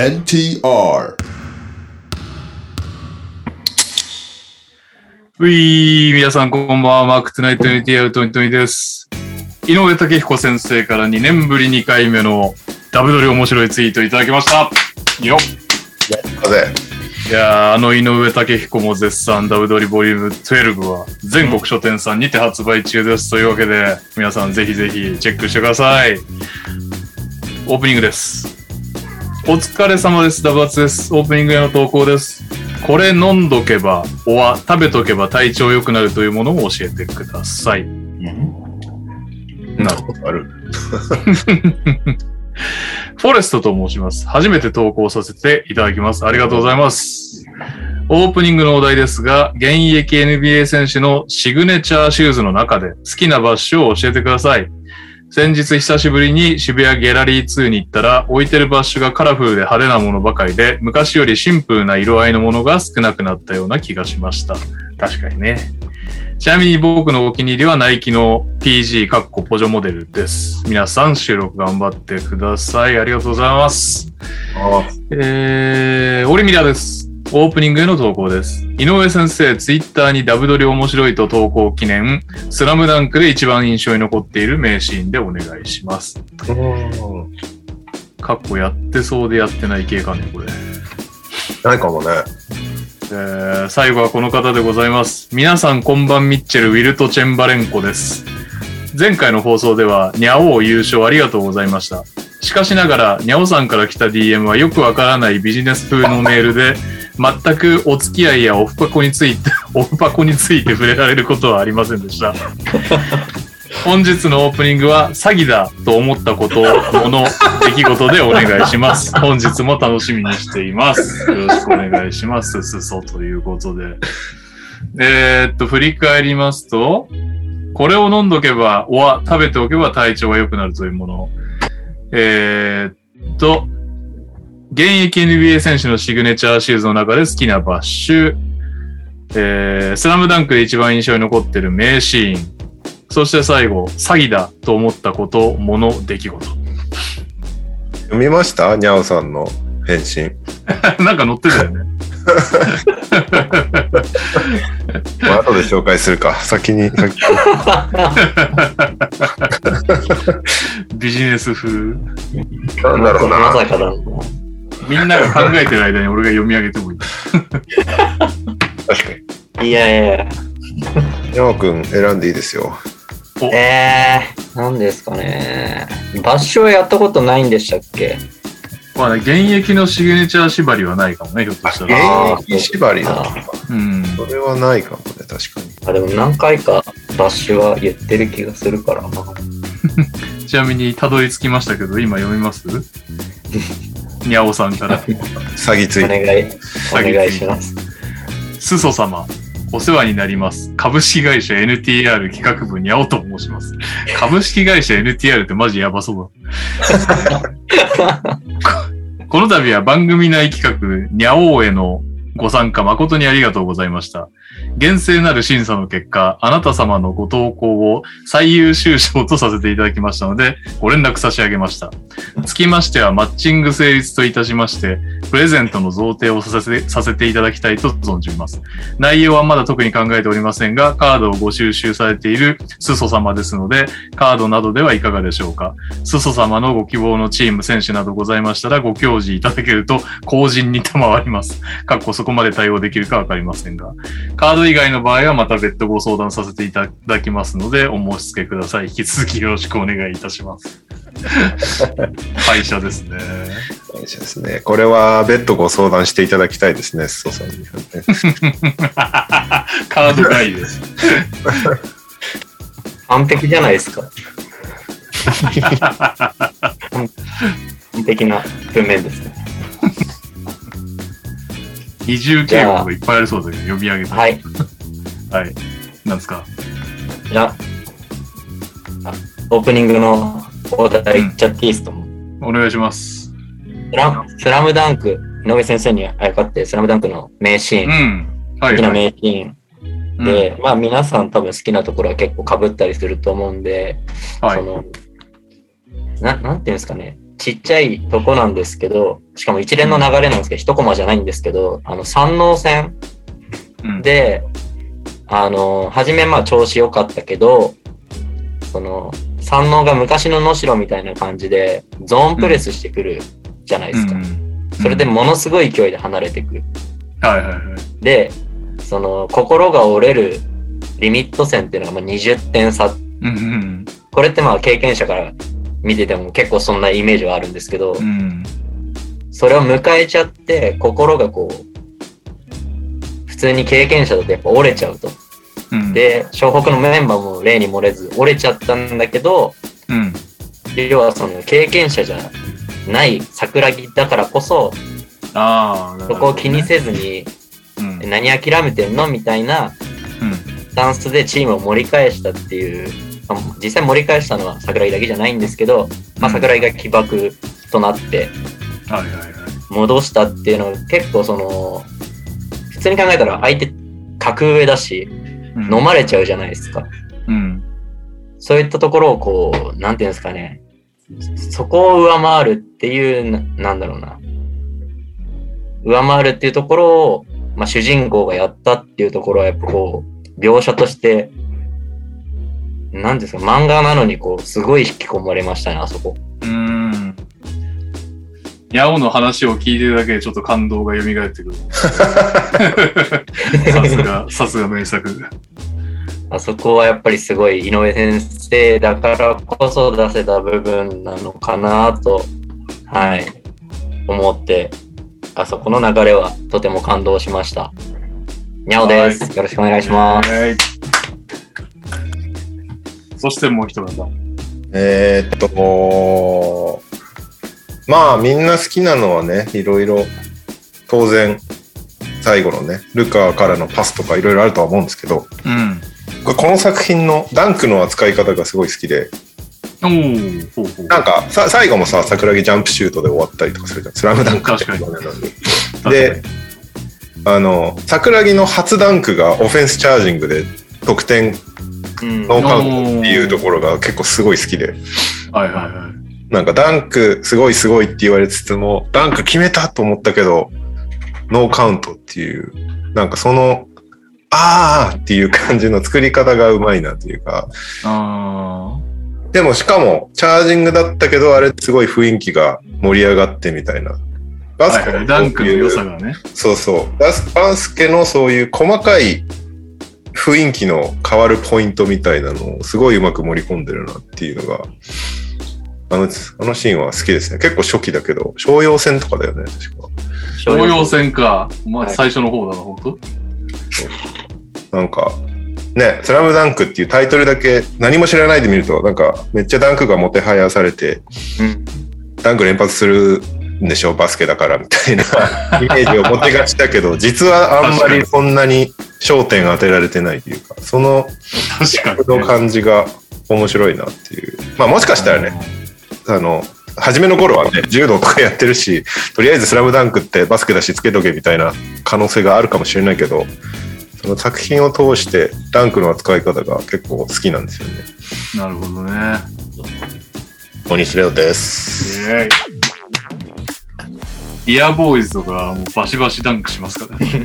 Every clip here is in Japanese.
NTR。 皆さんこんばんは。マークトゥナイト NTR トニトニです。井上武彦先生から2年ぶり2回目のダブドリ面白いツイートいただきました。よっ。いやー、井上武彦も絶賛ダブドリボリューム12は全国書店さんにて発売中です。というわけで、皆さんぜひぜひチェックしてください。オープニングです。お疲れ様です。ダブアツです。オープニングへの投稿です。これ飲んどけば、食べとけば体調良くなるというものを教えてください。 なるほど。ある。 フォレストと申します。初めて投稿させていただきます。ありがとうございます。オープニングのお題ですが、現役 NBA 選手のシグネチャーシューズの中で好きなバッシュを教えてください。先日久しぶりに渋谷ギャラリー2に行ったら、置いてるバッシュがカラフルで派手なものばかりで、昔よりシンプルな色合いのものが少なくなったような気がしました。確かにね。ちなみに僕のお気に入りはナイキの PG ポジョモデルです。皆さん収録頑張ってください。ありがとうございます。オリミラです。オープニングへの投稿です。井上先生、ツイッターにダブドリ面白いと投稿記念、スラムダンクで一番印象に残っている名シーンでお願いします。やってそうでやってない系かね、これ。 ないかもね。 最後はこの方でございます。皆さんこんばんミッチェル・ウィルト・チェンバレンコです。前回の放送ではニャオ優勝ありがとうございました。しかしながらニャオさんから来た DM はよくわからないビジネス風のメールで全くお付き合いやオフパコについて触れられることはありませんでした。本日のオープニングは詐欺だと思ったこと、もの、出来事でお願いします。本日も楽しみにしています。よろしくお願いします。ということで。振り返りますと、これを飲んどけば、食べておけば体調が良くなるというもの。現役 NBA 選手のシグネチャーシューズの中で好きなバッシュ。スラムダンクで一番印象に残っている名シーン。そして最後、詐欺だと思ったこと、もの、出来事。 読みましたニャオさんの返信。 なんか載ってたよね。 後で紹介するか。先に。 ビジネス風。 なんだろうな。 まさかだ。 みんなが考えてる間に俺が読み上げてもいい。 確かに。いや。 ニャオくん選んでいいですよ。 何ですかね。バッシュはやったことないんでしたっけ？ まあね、現役のシグネチャー縛りはないかもね、ひょっとしたら。現役縛りだとか。 うん。 それはないかもね、確かに。 でも何回かバッシュは言ってる気がするからな。 ちなみにたどり着きましたけど、今読みますにゃおさんから。 詐欺ついて。 お願いします。 すそ様。お世話になります。株式会社 NTR 企画部にゃおと申します。株式会社 NTR ってマジやばそうだ。この度は番組内企画にゃおへのご参加誠にありがとうございました。厳正なる審査の結果、あなた様のご投稿を最優秀賞とさせていただきましたので、ご連絡差し上げました。つきましては、マッチング成立といたしまして、プレゼントの贈呈をさせていただきたいと存じます。内容はまだ特に考えておりませんが、カードをご収集されているすそ様ですので、カードなどではいかがでしょうか。すそ様のご希望のチーム、選手などございましたら、ご教示いただけると、後人に賜ります。そこまで対応できるかわかりませんが、カード以外の場合はまた別途ご相談させていただきますので、お申し付けください。引き続きよろしくお願いいたします。会社ですね。 会社ですね。これは別途ご相談していただきたいですね、すそさんに。 カード外です。 完璧じゃないですか。完璧な文面ですね。 二重敬語がいっぱいありそうだけど読み上げて。 はい。 はい。なんですか？ じゃあ、オープニングのお題いっちゃっていいですか？ お願いします。 スラムダンク、井上先生にあやかってスラムダンクの名シーン、好きな名シーンで、まあ皆さん多分好きなところは結構被ったりすると思うんで、なんていうんですかね、 ちっちゃいとこなんですけど、しかも一連の流れなんですけど、一コマじゃないんですけど、山王戦で、初めまあ調子良かったけど、山王が昔の能代みたいな感じで、ゾーンプレスしてくるじゃないですか。それでものすごい勢いで離れてくる。で、心が折れるリミット線っていうのがまあ20点差。これってまあ経験者から見てても結構そんなイメージはあるんですけど、それを迎えちゃって心がこう普通に経験者だとやっぱ折れちゃうと、で湘北のメンバーも例に漏れず折れちゃったんだけど、要はその経験者じゃない桜木だからこそ、そこを気にせずに、何諦めてんのみたいなスタンスでチームを盛り返したっていう、実際盛り返したのは桜井だけじゃないんですけど、まあ、桜井が起爆となって戻したっていうのは結構普通に考えたら相手格上だし飲まれちゃうじゃないですか、そういったところをこうなんていうんですかね、そこを上回るっていうなんだろうな、上回るっていうところを、まあ、主人公がやったっていうところはやっぱこう描写としてなんですか、漫画なのにこうすごい引き込まれましたね、あそこ。 ヤオの話を聞いてるだけでちょっと感動が蘇ってくる。さすが名作。 あそこはやっぱりすごい井上先生だからこそ出せた部分なのかなと、はい、思って、あそこの流れはとても感動しました。にゃおです。よろしくお願いします。 そしてもう一方。 まあみんな好きなのはね、いろいろ当然最後のねルカからのパスとかいろいろあるとは思うんですけど、この作品のダンクの扱い方がすごい好きで、なんか最後もさ桜木ジャンプシュートで終わったりとかするじゃん、スラムダンクってなんで、桜木の初ダンクがオフェンスチャージングで得点ノーカウントっていうところが結構すごい好きで、なんかダンクすごいすごいって言われつつもダンク決めたと思ったけどノーカウントっていう、なんかっていう感じの作り方がうまいなというか、でもしかもチャージングだったけどあれすごい雰囲気が盛り上がってみたいな、バスケのダンクの良さがね、 バスケのそういう細かい雰囲気の変わるポイントみたいなのをすごいうまく盛り込んでるなっていうのが、あのシーンは好きですね。結構初期だけど、商用戦とかだよね、確か。 商用戦か。まあ、最初の方だな、本当。なんか、ね、スラムダンクっていうタイトルだけ何も知らないで見ると、なんか、めっちゃダンクがもてはやされて、ダンク連発するんでしょ、バスケだからみたいなイメージを持てがちだけど、実はあんまりそんなに焦点当てられてないというか、その感じが面白いなっていう。まあもしかしたらね、初めの頃はね、柔道とかやってるし、とりあえずスラムダンクってバスケだしつけとけみたいな可能性があるかもしれないけど、その作品を通してダンクの扱い方が結構好きなんですよね。 なるほどね。 大西レオです。 イヤーボーイズとかもうバシバシダンクしますからね。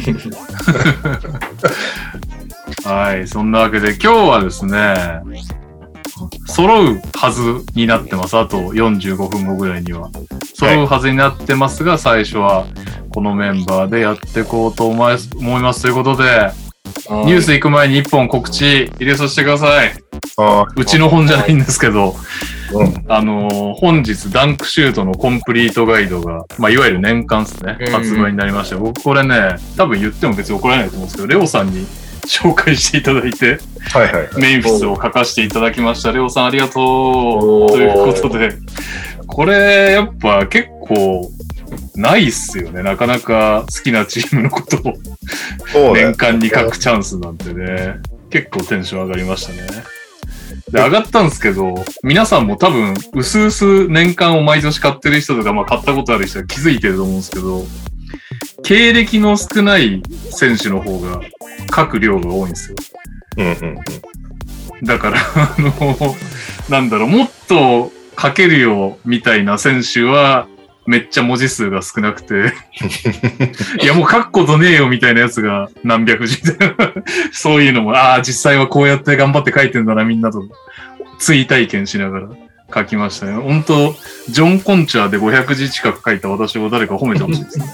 はい、そんなわけで今日はですね、揃うはずになってます。あと45分後ぐらいには揃うはずになってますが、最初はこのメンバーでやっていこうと思いますということで、ニュース行く前に1本告知入れさせてください。うちの本じゃないんですけど、本日ダンクシュートのコンプリートガイドが、まあ、いわゆる年間ですね、発売になりました。僕これね、多分言っても別に怒られないと思うんですけど、レオさんに紹介していただいて、メンフィスを書かせていただきました。レオさんありがとうということで、これやっぱ結構ないっすよね。なかなか好きなチームのことを年間に書くチャンスなんてね、結構テンション上がりましたね。で、上がったんですけど、皆さんも多分、うすうす年間を毎年買ってる人とか、まあ買ったことある人は気づいてると思うんですけど、経歴の少ない選手の方が書く量が多いんですよ。だから、なんだろう、もっと書けるよみたいな選手は、めっちゃ文字数が少なくて、いやもう書くことねえよみたいなやつが何百字で、そういうのも、実際はこうやって頑張って書いてんだな、みんなと、追体験しながら書きましたね。本当ジョン・コンチャーで500字近く書いた私を誰か褒めてほしいですね。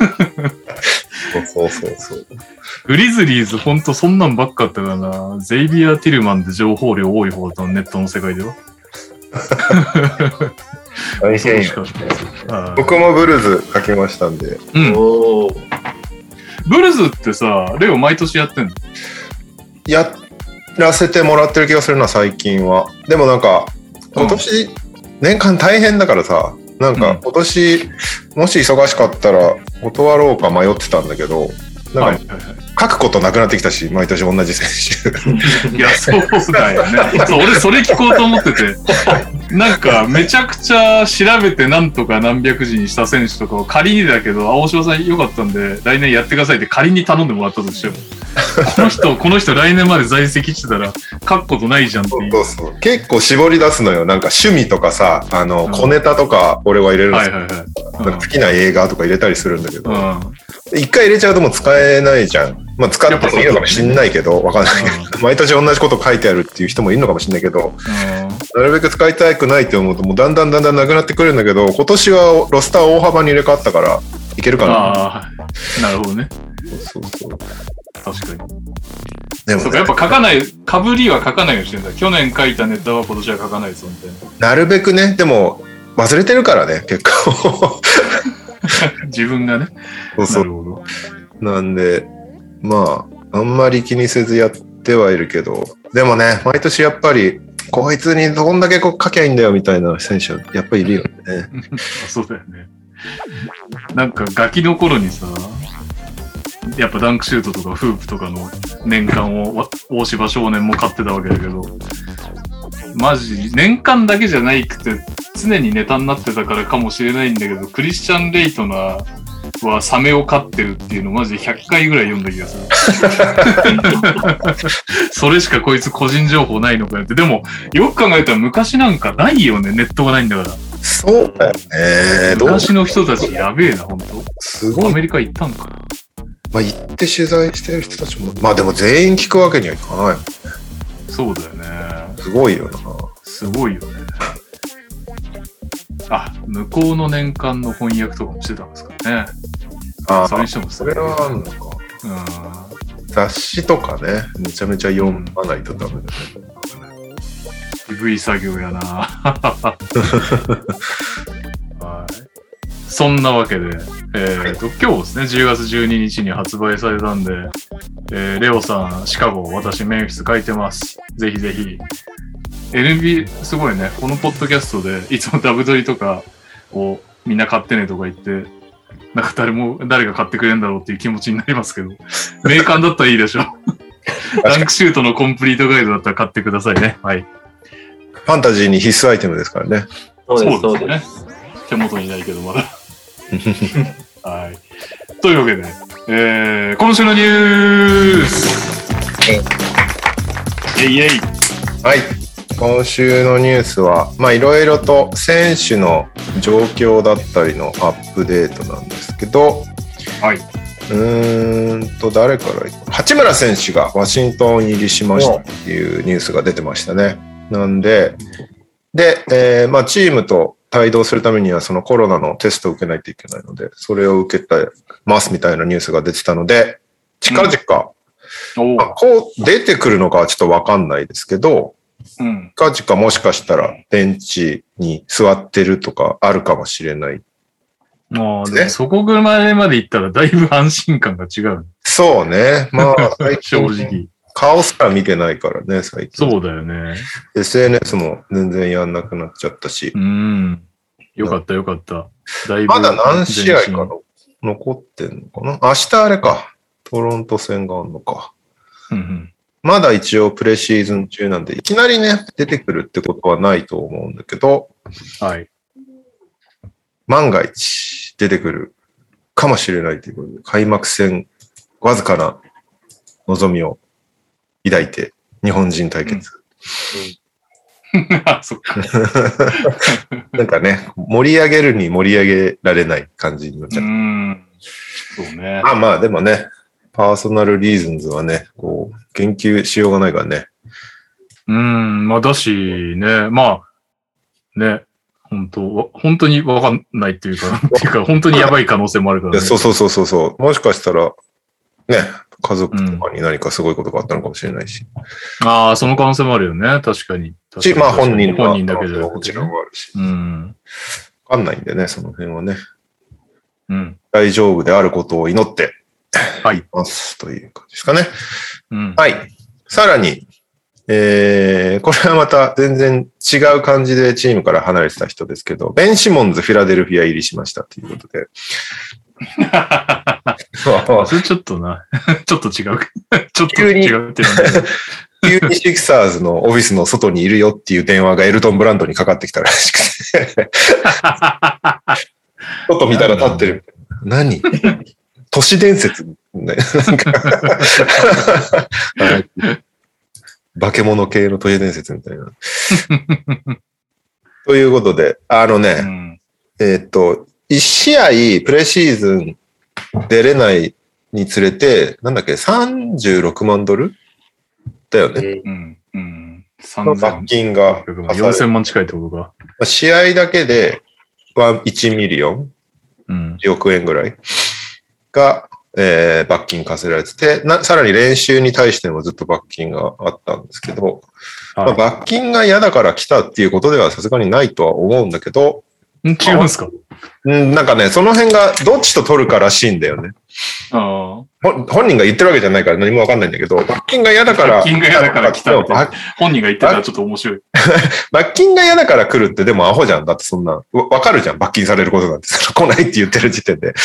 そう。 グリズリーズ本当そんなんばっかあったからな。ゼイビア・ティルマンで情報量多い方だったネットの世界では。 大変よ。僕もブルーズ書きましたんで。 うん。ブルーズってさ、レオ毎年やってんの？ やらせてもらってる気がするな、最近は。でもなんか、今年、年間大変だからさ、なんか今年、もし忙しかったら断ろうか迷ってたんだけど、なんか、書くことなくなってきたし、毎年同じ選手。いや、そうだよね。そう、俺それ聞こうと思ってて、なんかめちゃくちゃ調べてなんとか何百字にした選手とかを仮にだけど、大島さんよかったんで、来年やってくださいって仮に頼んでもらったとしても、この人来年まで在籍してたら書くことないじゃんっていう。 そう。結構絞り出すのよ。なんか趣味とかさ、小ネタとか俺は入れるんですけど、好きな映画とか入れたりするんだけど、一回入れちゃうともう使えないじゃん。まあ使ってもいいのかもしんないけど、わかんないけど、毎年同じこと書いてあるっていう人もいるのかもしんないけど、なるべく使いたくないって思うともうだんだんなくなってくるんだけど、今年はロスター大幅に入れ替わったからいけるかな。 なるほどね。 そう。 確かに。 でも、 そうか、やっぱ書かない、かぶりは書かないようにしてるんだ。去年書いたネタは今年は書かないぞみたいな。なるべくね、でも忘れてるからね、結構。 自分がね。 そう。 なるほど。 なんで、まあ、あんまり気にせずやってはいるけど、でもね、毎年やっぱり、こいつにどんだけ書きゃいいんだよみたいな選手はやっぱりいるよね。 そうだよね。なんかガキの頃にさ、やっぱダンクシュートとかフープとかの年間を大柴少年も買ってたわけだけど、マジ年間だけじゃないくて常にネタになってたからかもしれないんだけど、クリスチャン・レイトナーはサメを飼ってるっていうのマジで100回ぐらい読んだ気がする。それしかこいつ個人情報ないのかよって。でもよく考えたら昔なんかないよね、ネットがないんだから。 そうだよね。 昔の人たちやべえな、ほんと。 すごい。 アメリカ行ったんかな。 まあ行って取材してる人たちも、まあでも全員聞くわけにはいかない。 そうだよね。 すごいよな。 すごいよね。向こうの年間の翻訳とかもしてたんですかね。それにしてもそれはあるのか。雑誌とかね、めちゃめちゃ読まないとダメだね。 鈍い作業やな。はい。そんなわけで、今日ですね、10月12日に発売されたんで、レオさん、シカゴ、私、メンフィス書いてます。ぜひぜひ。NBA、すごいね、このポッドキャストで、いつもダブドリとかをみんな買ってねとか言って、なんか誰が買ってくれるんだろうっていう気持ちになりますけど、名鑑だったらいいでしょ。ダンクシュートのコンプリートガイドだったら買ってくださいね。はい。 ファンタジーに必須アイテムですからね。 そうですね。手元にないけどまだ。はい。というわけで、今週のニュース。イエイ。 はい。今週のニュースは、まあいろいろと選手の状況だったりのアップデートなんですけど、 はい。 誰から八村選手がワシントン入りしましたっていうニュースが出てましたね。なんで、まあチームと帯同するためにはそのコロナのテストを受けないといけないので、それを受けてますみたいなニュースが出てたので、近々、こう出てくるのかはちょっとわかんないですけど、近々もしかしたらベンチに座ってるとかあるかもしれない。 もう、ね、そこぐらいまで行ったらだいぶ安心感が違う。 そうね。まあ、 正直。 顔すら見てないからね、最近。 そうだよね。 SNS も全然やんなくなっちゃったし。 よかったよかった。 だいぶまだ何試合か残ってんのかな。明日あれか。トロント戦があるのか。まだ一応プレシーズン中なんで、いきなりね、出てくるってことはないと思うんだけど、 はい。 万が一出てくるかもしれないということで、開幕戦、わずかな望みを抱いて、日本人対決。 そっか。 なんかね、盛り上げるに盛り上げられない感じになっちゃう。 そうね。 まあでもね、パーソナルリーズンズはね、こう、言及しようがないからね。 まあだし、ね、まあ、ね、本当にわかんないっていうか、本当にやばい可能性もあるからね。 そう。もしかしたら、ね、家族とかに何かすごいことがあったのかもしれないし。 ああ、その可能性もあるよね。確かに。 まあ本人だけじゃなくて、 もちろんあるし。わかんないんでね、その辺はね。大丈夫であることを祈って、 はい。 ますという感じですかね。はい。さらに、これはまた全然違う感じでチームから離れてた人ですけど、ベン・シモンズ、フィラデルフィア入りしましたということで。 それちょっとな、ちょっと違う。ちょっと違うって急にシクサーズのオフィスの外にいるよっていう電話がエルトン・ブランドにかかってきたらしくて。外見たら立ってる。何都市伝説、ね、化け物系の都市伝説みたいな。ということで、1試合プレシーズン出れないにつれて、なんだっけ、36万ドルだよね。罰金が。 4000万近いってことか。 試合だけで1ミリオン、1億円ぐらいが、罰金課せられてて、さらに練習に対してもずっと罰金があったんですけど、罰金が嫌だから来たっていうことではさすがにないとは思うんだけど、 違うんですか？ なんかね、その辺がどっちと取るからしいんだよね。本人が言ってるわけじゃないから何もわかんないんだけど、罰金が嫌だから。 罰金が嫌だから来たって。本人が言ってたらちょっと面白い。 罰金が嫌だから来るってでもアホじゃん。だってそんな、わかるじゃん。罰金されることなんて。来ないって言ってる時点で。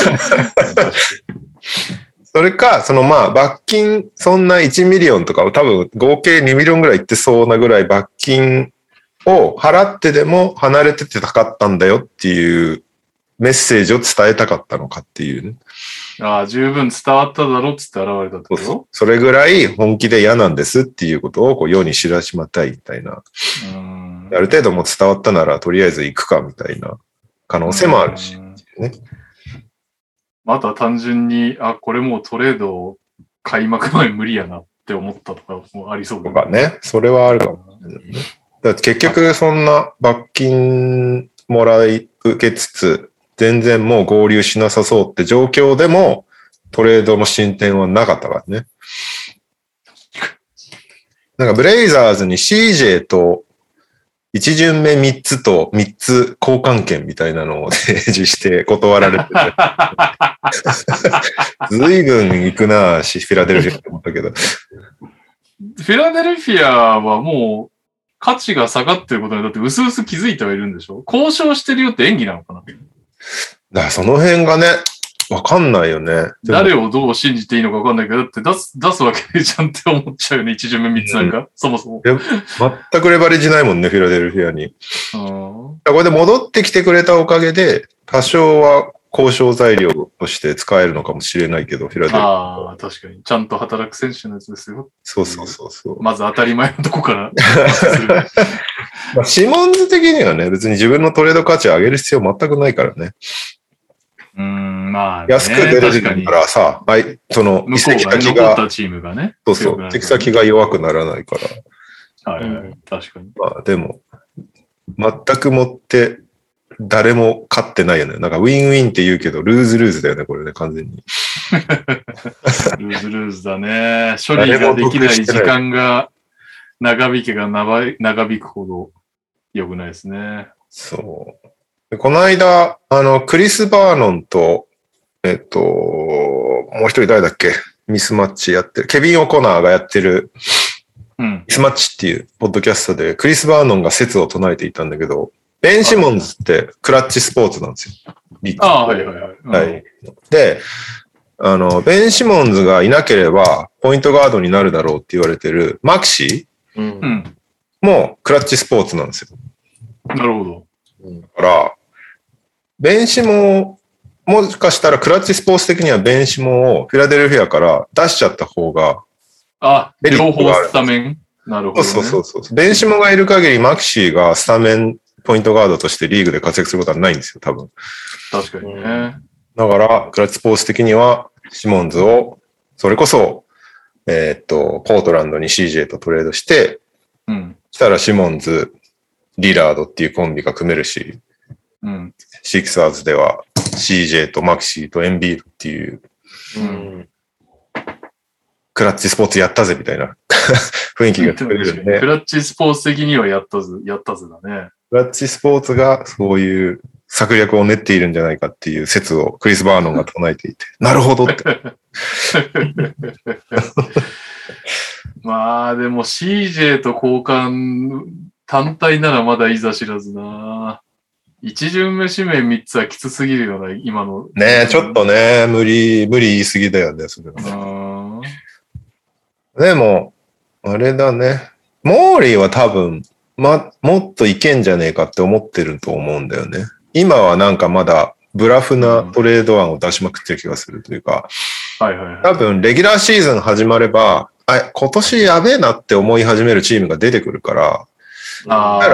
それか、罰金、そんな1ミリオンとかを多分合計2ミリオンぐらいいってそうなぐらい罰金を払ってでも離れててたかったんだよっていうメッセージを伝えたかったのかっていうね。 十分伝わっただろって現れたってこと？ それぐらい本気で嫌なんですっていうことをこう世に知らしまたいみたいな。ある程度も伝わったならとりあえず行くかみたいな可能性もあるし、ね。 あとは単純に、これもうトレード開幕前無理やなって思ったとかもありそうだね。とかね。それはあるかもしれないね。だって結局そんな罰金もらい受けつつ、全然もう合流しなさそうって状況でもトレードの進展はなかったからね。なんかブレイザーズに CJ と1巡目3つと3つ交換権みたいなのを提示して断られてて。ずいぶん行くなぁ、フィラデルフィアって思ったけど。 フィラデルフィアはもう価値が下がってることにだって薄々気づいてはいるんでしょ？交渉してるよって演技なのかな？ だからその辺がね、わかんないよね。 誰をどう信じていいのかわかんないけど、だって出すわけないじゃんって思っちゃうよね、一巡目3つなんか、そもそも。 全くレバレッジないもんね、フィラデルフィアに。これで戻ってきてくれたおかげで、多少は交渉材料として使えるのかもしれないけど、フィラデルフィア。 確かに。ちゃんと働く選手のやつですよ。 そう。 まず当たり前のとこから。 シモンズ的にはね、別に自分のトレード価値を上げる必要全くないからね。安く出れるからさ、その、 向こうが残ったチームがね。 移籍先が弱くならないから。 確かに。 でも、全くもって誰も勝ってないよね。なんかウィンウィンって言うけど、ルーズルーズだよね、これね、完全に。 ルーズルーズだね。処理ができない時間が長引くほど良くないですね。 そう。この間、クリス・バーノンと、もう一人誰だっけ？ミスマッチやってる。ケビン・オコナーがやってる、ミスマッチっていうポッドキャストで、クリス・バーノンが説を唱えていたんだけど、ベン・シモンズってクラッチスポーツなんですよ。はい。で、ベン・シモンズがいなければ、ポイントガードになるだろうって言われてる、マクシーもクラッチスポーツなんですよ。 なるほど。 だから、ベンシモもしかしたらクラッチスポーツ的にはベンシモをフィラデルフィアから出しちゃった方が、 両方スタメンなるほど、ね。 そう。ベンシモがいる限りマキシーがスタメンポイントガードとしてリーグで活躍することはないんですよ、多分。 確かにね。 だから、クラッチスポーツ的には、シモンズを、それこそ、ポートランドに CJ とトレードして、したらシモンズ、リラードっていうコンビが組めるし、シクサーズでは CJ とマキシーとエンビードっていう、クラッチスポーツやったぜみたいな雰囲気が作れるんで。 クラッチスポーツ的にはやったぜだね。 クラッチスポーツがそういう策略を練っているんじゃないかっていう説をクリス・バーノンが唱えていて、なるほどって。 まあでも CJ と交換単体ならまだいざ知らずな。一巡目指名3つはきつすぎるような、今の。 ねえ、ちょっとね、無理言いすぎだよね、それは。でも、あれだね。モーリーは多分、もっといけんじゃねえかって思ってると思うんだよね。今はなんかまだブラフなトレード案を出しまくってる気がするというか、多分レギュラーシーズン始まれば、今年やべえなって思い始めるチームが出てくるから、だから、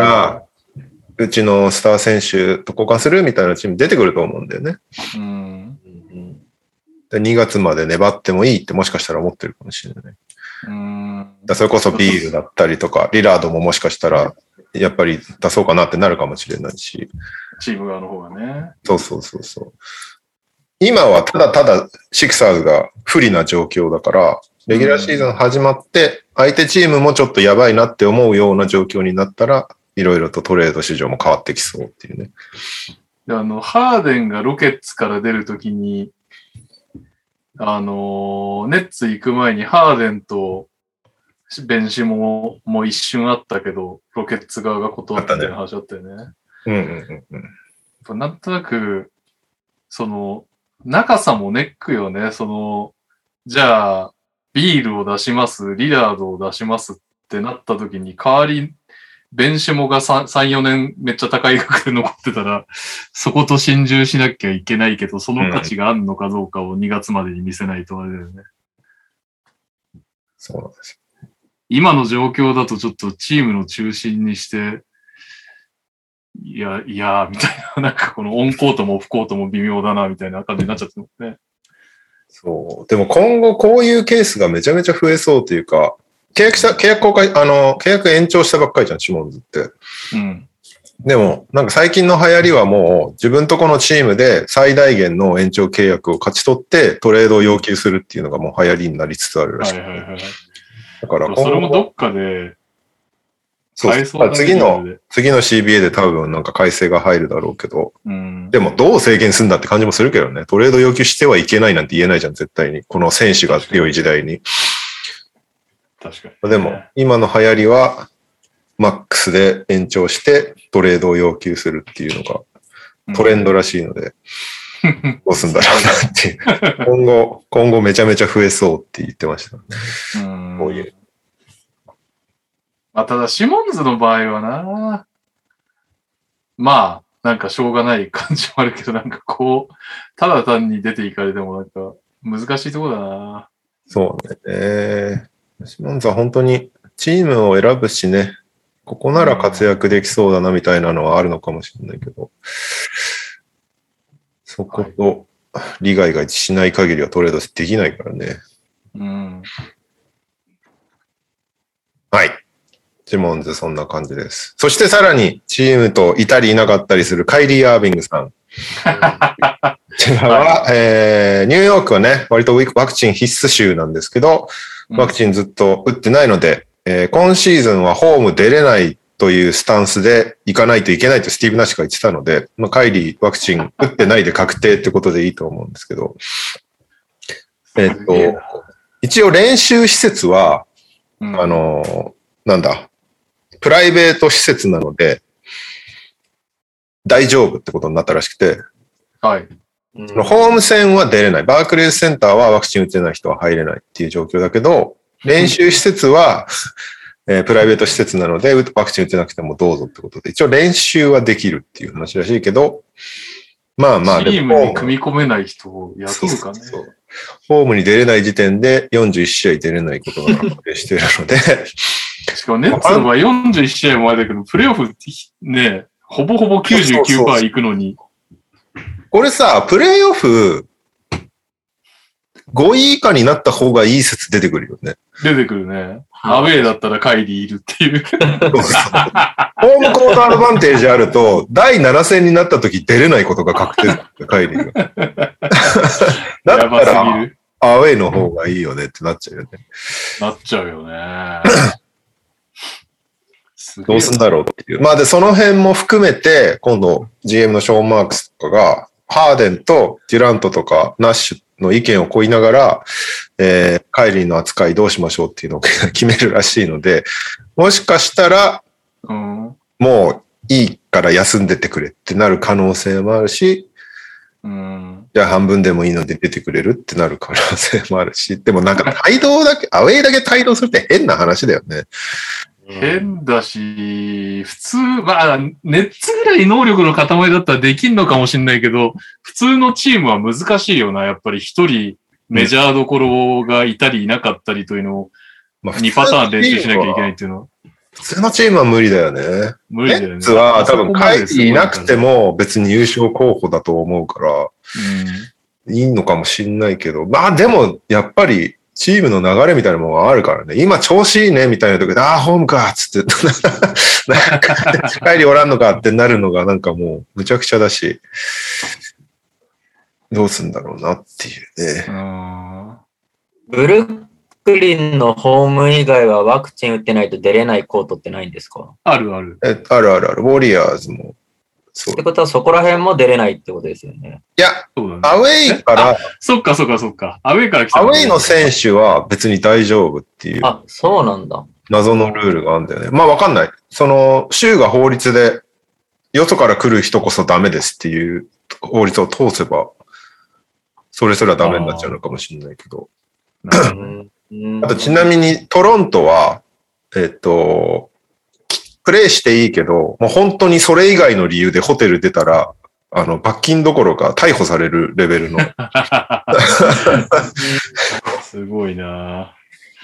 うちのスター選手と交換するみたいなチーム出てくると思うんだよね。2月まで粘ってもいいってもしかしたら思ってるかもしれない。それこそビールだったりとか、リラードももしかしたらやっぱり出そうかなってなるかもしれないし。 チーム側の方がね。 そう。今はただシクサーズが不利な状況だから、レギュラーシーズン始まって、相手チームもちょっとやばいなって思うような状況になったら、いろいろとトレード市場も変わってきそうっていうね。 ハーデンがロケッツから出るときに、ネッツ行く前にハーデンとベンシモも一瞬あったけど、ロケッツ側が断ったっていう話あったよね。なんとなく、仲さもネックよね。じゃあ、ビールを出します、リラードを出しますってなった時に、代わり、ベンシモが3、4年めっちゃ高い額で残ってたら、そこと心中しなきゃいけないけど、その価値があるのかどうかを2月までに見せないとあれだよね。 そうなんですよ。 今の状況だとちょっとチームの中心にして、いや、みたいな、なんかこのオンコートもオフコートも微妙だな、みたいな感じになっちゃってますね。 そう。でも今後こういうケースがめちゃめちゃ増えそうというか、契約延長したばっかりじゃん、シモンズって。でも、なんか最近の流行りはもう自分とこのチームで最大限の延長契約を勝ち取ってトレードを要求するっていうのがもう流行りになりつつあるらしい。だからそれもどっかで、 次の CBA で多分なんか改正が入るだろうけど、でもどう制限するんだって感じもするけどね。トレード要求してはいけないなんて言えないじゃん、絶対に。この選手が強い時代に。 確かに。 でも、今の流行りは、マックスで延長してトレードを要求するっていうのがトレンドらしいので、どうすんだろうなっていう。今後めちゃめちゃ増えそうって言ってました。こういう。 ただ、シモンズの場合はな、なんかしょうがない感じもあるけど、なんかただ単に出ていかれてもなんか難しいところだな。 そうね。シモンズは本当にチームを選ぶしね、ここなら活躍できそうだなみたいなのはあるのかもしれないけど、そこと利害が一致しない限りはトレードできないからね。はい。シモンズそんな感じです。そしてさらにチームといたりいなかったりするカイリー・アービングさん。こちらは、ニューヨークはね、割とワクチン必須州なんですけど、ワクチンずっと打ってないので、今シーズンはホーム出れないというスタンスで行かないといけないとスティーブ・ナッシュが言ってたので、カイリーワクチン打ってないで確定ってことでいいと思うんですけど、一応練習施設は、プライベート施設なので、大丈夫ってことになったらしくて、 はい。 ホーム戦は出れない。バークレーズセンターはワクチン打てない人は入れないっていう状況だけど、練習施設は、プライベート施設なので、ワクチン打てなくてもどうぞってことで、一応練習はできるっていう話らしいけど、 チームに組み込めない人を雇うかね。 ホームに出れない時点で41試合出れないことが確定しているので、 しかもネッツの場合41試合も前だけど、プレイオフね、ほぼほぼ 99% いくのに。 これさ、プレイオフ5位以下になった方がいい説出てくるよね。 出てくるね。アウェーだったらカイリーいるっていう。 ホームコートアドバンテージあると、第7戦になった時出れないことが確定だった、カイリーが。だったら、アウェーの方がいいよねってなっちゃうよね。 なっちゃうよね。 どうすんだろうっていう。まあで、その辺も含めて、今度 GM のショーン・マークスとかが、ハーデンとデュラントとかナッシュの意見をこいながら、カイリーの扱いどうしましょうっていうのを決めるらしいので、もしかしたら、もういいから休んでてくれってなる可能性もあるし、じゃあ半分でもいいので出てくれるってなる可能性もあるし、でもなんか帯同だけ、アウェイだけ帯同するって変な話だよね。 変だし、普通、まあ、ネッツぐらい能力の塊だったらできんのかもしれないけど、普通のチームは難しいよな。やっぱり一人メジャーどころがいたりいなかったりというのを、2パターン練習しなきゃいけないっていうのは。 普通のチームは無理だよね。 無理だよね。 ネッツは多分カイリーいなくても別に優勝候補だと思うから、いいのかもしんないけど、まあでもやっぱり、チームの流れみたいなものがあるからね。今調子いいねみたいな時で、ああ、ホームかっつって、帰りおらんのかってなるのがなんかもうむちゃくちゃだし、どうすんだろうなっていうね。 ブルックリンのホーム以外はワクチン打ってないと出れないコートってないんですか？ あるある。 あるあるある。ウォリアーズも。 そうってことはそこら辺も出れないってことですよね。 いや、アウェイから、 そっか。アウェイから来た。 アウェイの選手は別に大丈夫っていう。 あ、そうなんだ。 謎のルールがあるんだよね。まあわかんない。その、州が法律で、よそから来る人こそダメですっていう法律を通せば、それすらダメになっちゃうのかもしれないけど。あとちなみにトロントは、プレイしていいけど、もう本当にそれ以外の理由でホテル出たら、罰金どころか逮捕されるレベルの。 すごいな。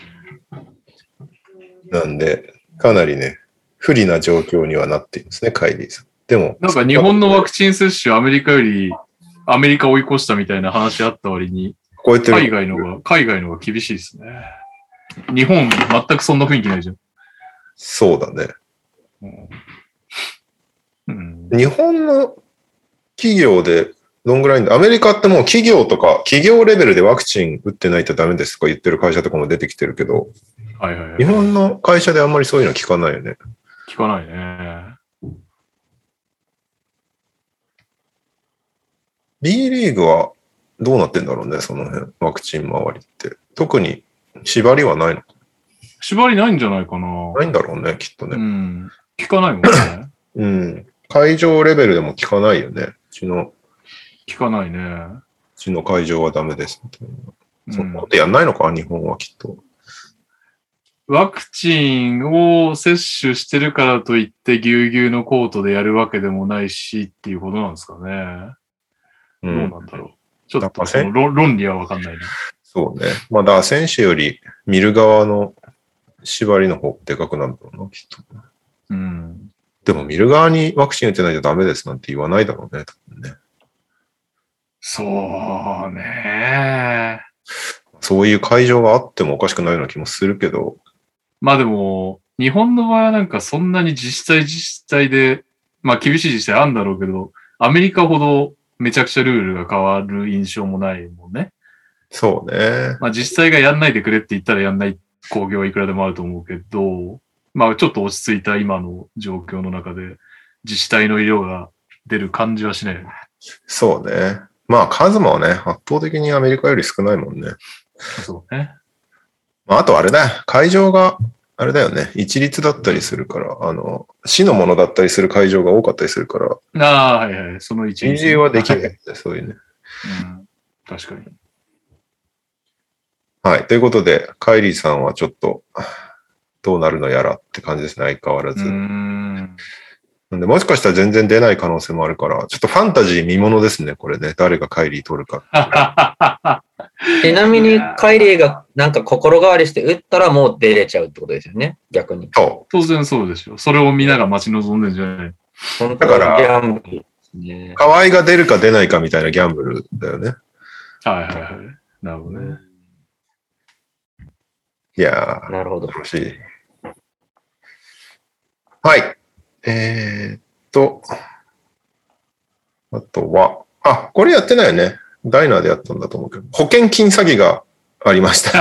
なんで、かなりね、不利な状況にはなっていますね、カイリーさん。でも。 なんか日本のワクチン接種、アメリカ追い越したみたいな話あった割に、海外のが厳しいですね。日本、全くそんな雰囲気ないじゃん。 そうだね。日本の企業でどんぐらいアメリカってもう企業レベルでワクチン打ってないとダメですとか言ってる会社とかも出てきてるけど、日本の会社であんまりそういうの聞かないよね。 聞かないね。 B リーグはどうなってんだろうね、その辺、ワクチン周りって。特に縛りはないの？ 縛りないんじゃないかな。 ないんだろうね、きっとね。 聞かないもんね。会場レベルでも聞かないよね。 聞かないね。 うちの会場はダメですみたいな。そんなことやんないのか、日本はきっと。 ワクチンを接種してるからといってぎゅうぎゅうのコートでやるわけでもないしっていうことなんですかね。どうなんだろう。ちょっとその論理はわかんないね。 そうね。まあだから選手より見る側の縛りの方がでかくなるんだろうな、きっと。でも見る側にワクチン打ってないとダメですなんて言わないだろうね、多分ね。 そうね。 そういう会場があってもおかしくないような気もするけど。 まあでも、日本の場合はなんかそんなに自治体で、まあ厳しい自治体あるんだろうけど、アメリカほどめちゃくちゃルールが変わる印象もないもんね。 そうね。 まあ自治体がやんないでくれって言ったらやんない工業はいくらでもあると思うけど、まあちょっと落ち着いた今の状況の中で自治体の色が出る感じはしないよね。 そうね。まあ数もね、圧倒的にアメリカより少ないもんね。 そうね。 まああとあれだ、会場があれだよね、一律だったりするから、市のものだったりする会場が多かったりするから。 ああ、はいはい。その一律。はできないね、そういうね。 確かに。 はい。ということで、カイリーさんはちょっと、どうなるのやらって感じですね、相変わらず。なんで、もしかしたら全然出ない可能性もあるから、ちょっとファンタジー見ものですね、これね。誰がカイリー取るか。 ちなみに、カイリーがなんか心変わりして打ったらもう出れちゃうってことですよね、逆に。 そう。 当然そうでしょ。それをみんなが待ち望んでんじゃない。 本当だからギャンブルですね。 河合が出るか出ないかみたいなギャンブルだよね。 はいはいはい。なるほどね。 いやー、 なるほど。 楽しい。はい。あとは、これやってないよね。ダイナーでやったんだと思うけど、保険金詐欺がありました。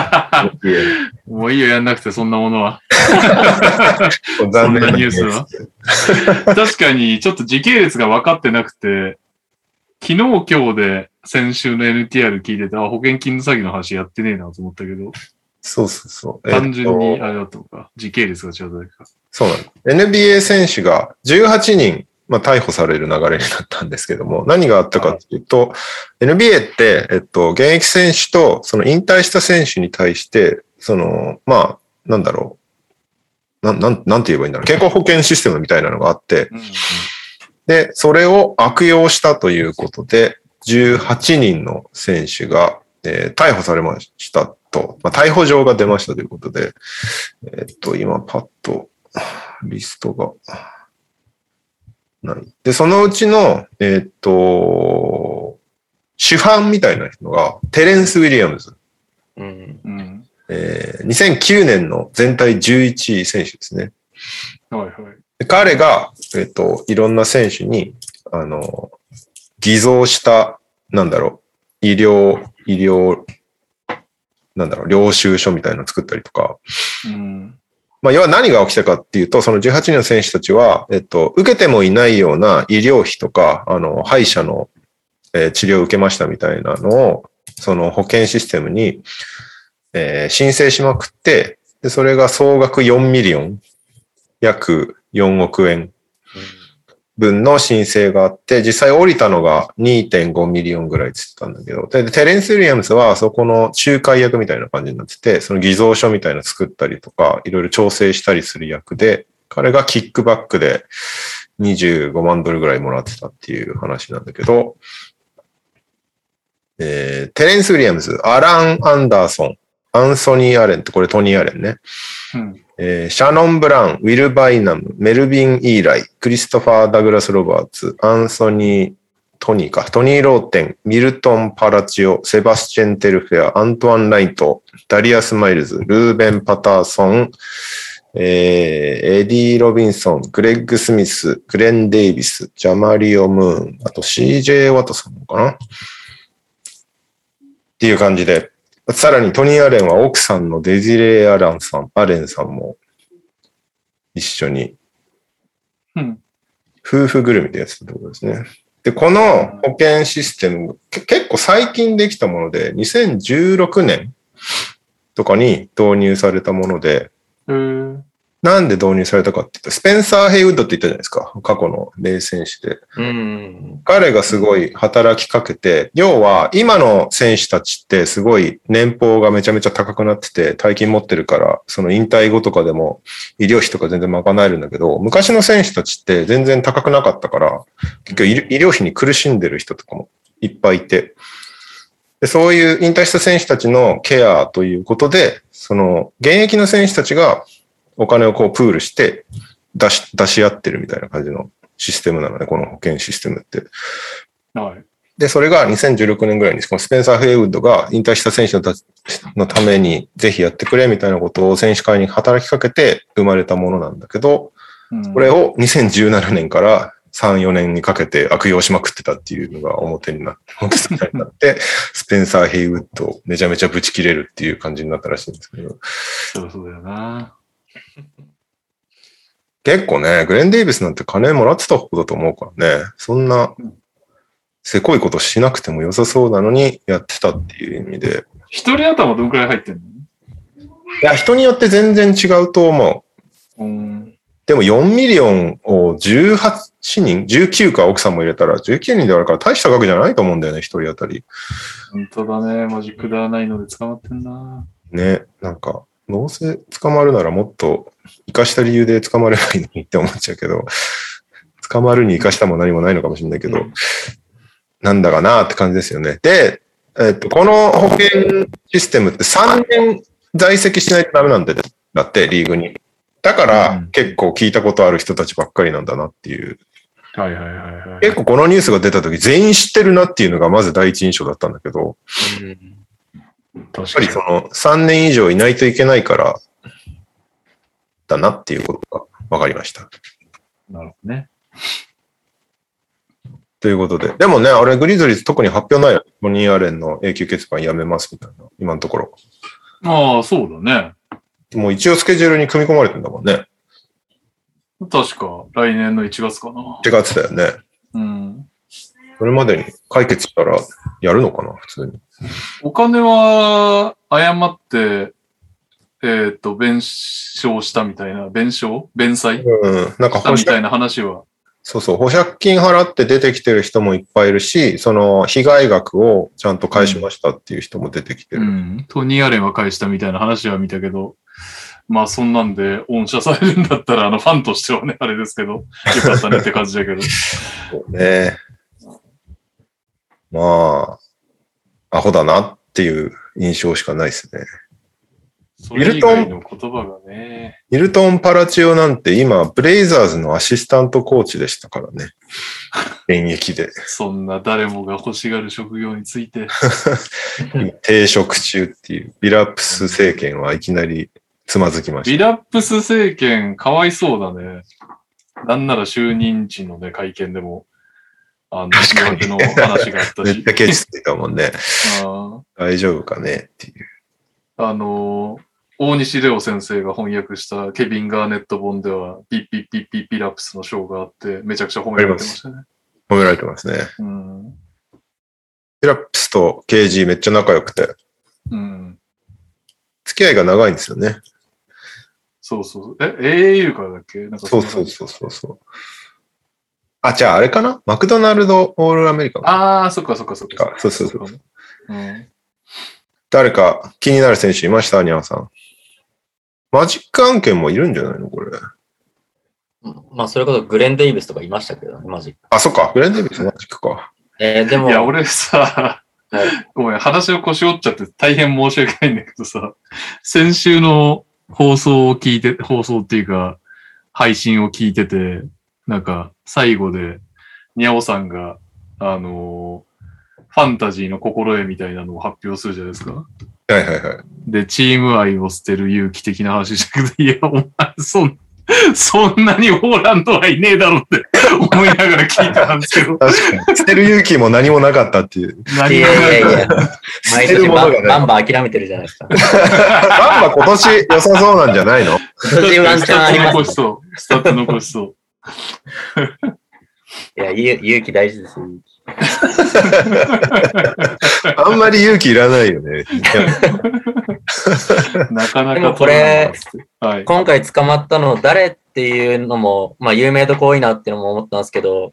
もういいよ、やんなくて、そんなものは。 残念なニュースは。確かに、ちょっと時系列が分かってなくて、昨日今日で先週の NTR 聞いてて、保険金の詐欺の話やってねえなと思ったけど。 そうそうそう。 単純にあれだったのか、時系列が違うだけか。 そうなんです。NBA 選手が18人、逮捕される流れになったんですけども、何があったかっていうと、NBA って、現役選手と、その引退した選手に対して、なんだろう。なんて言えばいいんだろう。健康保険システムみたいなのがあって、で、それを悪用したということで、18人の選手が、逮捕されましたと、逮捕状が出ましたということで、今パッとリストがない。で、そのうちの、主犯みたいな人がテレンス・ウィリアムズ。2009年の全体11位選手ですね。 はいはい。 彼が、いろんな選手に、偽造した、医療、領収書みたいなのを作ったりとか。要は何が起きたかっていうと、その18人の選手たちは、受けてもいないような医療費とか、歯医者の、治療を受けましたみたいなのを、その保険システムに、申請しまくって、で、それが総額4ミリオン、約4億円分の申請があって、実際降りたのが 2.5 ミリオンぐらいって言ってたんだけど、で、テレンス・ウィリアムスはそこの仲介役みたいな感じになってて、その偽造書みたいなの作ったりとか、いろいろ調整したりする役で、彼がキックバックで25万ドルぐらいもらってたっていう話なんだけど、テレンス・ウィリアムズ、アラン・アンダーソン、アンソニー・アレンってこれトニー・アレンね。シャノン・ブラウン、ウィル・バイナム、メルビン・イーライ、クリストファー・ダグラス・ロバーツ、アンソニー・トニー・ローテン、ミルトン・パラチオ、セバスチェン・テルフェア、アントワン・ライト、ダリアス・マイルズ、ルーベン・パターソン、エディ・ロビンソン、グレッグ・スミス、グレン・デイビス、ジャマリオ・ムーン、あと CJ ワトソンかなっていう感じで、さらにトニー・アレンは奥さんのデジレイ・アレンさんも一緒に夫婦ぐるみでやってたってことですね。で、この保険システム、結構最近できたもので、2016年とかに導入されたもので、なんで導入されたかって言ったら、スペンサー・ヘイウッドって言ったじゃないですか。過去の名選手で。彼がすごい働きかけて、要は今の選手たちってすごい年俸がめちゃめちゃ高くなってて、大金持ってるから、その引退後とかでも医療費とか全然賄えるんだけど、昔の選手たちって全然高くなかったから、結局医療費に苦しんでる人とかもいっぱいいて、でそういう引退した選手たちのケアということで、その現役の選手たちがお金をこうプールして出し合ってるみたいな感じのシステムなので、この保険システムって。 はい。 で、それが2016年ぐらいに、このスペンサー・ヘイウッドが引退した選手のためにぜひやってくれみたいなことを選手会に働きかけて生まれたものなんだけど、これを2017年から3、4年にかけて悪用しまくってたっていうのが表になって、スペンサー・ヘイウッドをめちゃめちゃブチ切れるっていう感じになったらしいんですけど。 そうだよな。 結構ね、グレン・デイビスなんて金もらってた方だと思うからね、そんなせこいことしなくても良さそうなのにやってたっていう意味で。 一人頭どんくらい入ってんの？ いや、人によって全然違うと思う。でも4ミリオンを18人、19か奥さんも入れたら19人であるから大した額じゃないと思うんだよね、一人当たり。 本当だね、マジくだらないので捕まってんな。 ね、なんか、どうせ捕まるならもっと生かした理由で捕まればいいのにって思っちゃうけど、捕まるに生かしたも何もないのかもしれないけど、なんだかなって感じですよね。で、 この保険システムって3年在籍しないとダメなんだって、リーグに。だから、結構聞いたことある人たちばっかりなんだなっていう。 はいはいはいはい。 結構このニュースが出た時全員知ってるなっていうのがまず第一印象だったんだけど、やっぱりその3年以上いないといけないからだなっていうことが分かりました。 なるほどね。 ということで。でもね、あれグリズリーズ特に発表ないよ。ボニー・アレンの永久欠番やめますみたいな、今のところ。 ああ、そうだね。 もう一応スケジュールに組み込まれてるんだもんね。 確か、来年の1月かな。 1月だよね。 うん。 それまでに解決したらやるのかな、普通に。 お金は誤って、弁償したみたいな、弁済なんかしたみたいな話は。 そうそう、保釈金払って出てきてる人もいっぱいいるし、その被害額をちゃんと返しましたっていう人も出てきてる。 トニー・アレンは返したみたいな話は見たけど、まあそんなんで恩赦されるんだったら、ファンとしてはね、あれですけど、よかったねって感じだけど。 そうね。まあ、アホだなっていう印象しかないですね。 それ以外の言葉がね。 ミルトン・パラチオなんて今、ブレイザーズのアシスタントコーチでしたからね。現役で。 そんな誰もが欲しがる職業について。 停職中っていう、ビラップス政権はいきなりつまずきました。 ビラップス政権かわいそうだね。なんなら就任時のね、会見でも、 確かに、 の話があったし。 めっちゃケチついたもんね。大丈夫かねっていう。 大西レオ先生が翻訳したケビン・ガーネット本では、ピッピッピッピッピラップスの章があって、めちゃくちゃ褒められてましたね。 褒められてますね。ピラップスと KG めっちゃ仲良くて。付き合いが長いんですよね。 そうそう。AAU からだっけ？なんかそう。あ、じゃああれかな？マクドナルドオールアメリカン。 ああ、そっか。そう。 誰か気になる選手いましたニャオさん。マジック案件もいるんじゃないのこれ。 まあ、それこそグレン・デイビスとかいましたけどね、マジック。 あ、そっか。グレン・デイビスマジックか。 でも。 いや、俺さ、ごめん、話を腰折っちゃって大変申し訳ないんだけどさ、先週の放送っていうか、配信を聞いてて、なんか、最後で、ニャオさんが、ファンタジーの心得みたいなのを発表するじゃないですか。 はい。 で、チーム愛を捨てる勇気的な話したけど、いや、お前、そんなにホーランドはいねえだろって思いながら聞いたんですけど。 確かに。捨てる勇気も何もなかったっていう。 いや。毎年バンバ諦めてるじゃないですか。 バンバ今年良さそうなんじゃないの？ 今年ワンチャンあります。 スタッツ残しそう。 いや、勇気大事ですよ。 あんまり勇気いらないよね。 なかなか。 でもこれ、今回捕まったの誰っていうのも、まあ有名どこ多いなっていうのも思ったんですけど、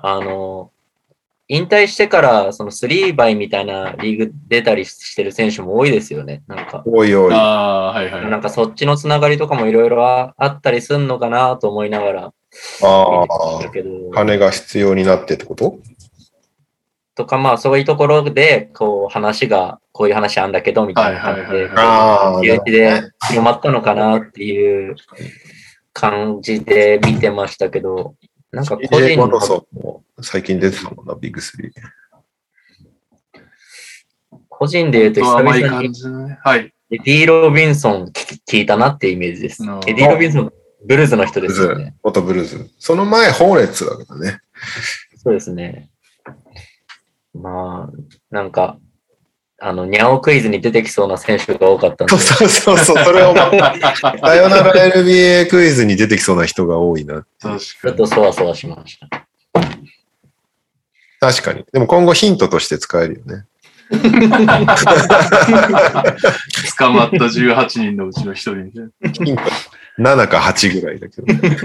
引退してからその3バイみたいなリーグ出たりしてる選手も多いですよね。なんか。 多い。 なんかそっちのつながりとかもいろいろあったりすんのかなと思いながら。 金が必要になってってこととか、まあそういうところで、こういう話あんだけど、みたいな感じで、身内で広まったのかなっていう感じで見てましたけど、なんか個人の。 最近出てたもんな、ビッグ3。 個人で言うと久々に、エディ・ロビンソン聞いたなっていうイメージです。エディ・ロビンソン、ブルーズの人ですよね。 元ブルーズ。その前、ホーレッツだけどね。 そうですね。まあ、なんか、ニャオクイズに出てきそうな選手が多かったんで。 そう、それを思った。さよなら NBA クイズに出てきそうな人が多いな。 ちょっとそわそわしました。 確かに。でも今後ヒントとして使えるよね。 捕まった18人のうちの1人みたいな。 ヒント7か8ぐらいだけど、ね。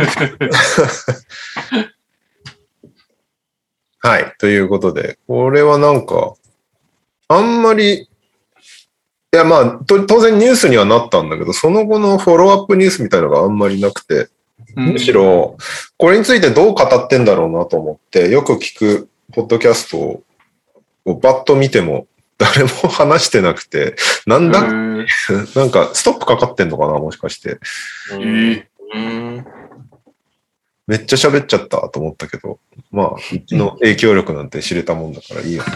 はい。ということで、これはなんか、あんまり、いやまあ、当然ニュースにはなったんだけど、その後のフォローアップニュースみたいなのがあんまりなくて、むしろ、これについてどう語ってんだろうなと思って、よく聞くポッドキャストをバッと見ても、 誰も話してなくて、なんだなんかストップかかってんのかなもしかして。めっちゃ喋っちゃったと思ったけど、まあ、うちの影響力なんて知れたもんだからいいよ。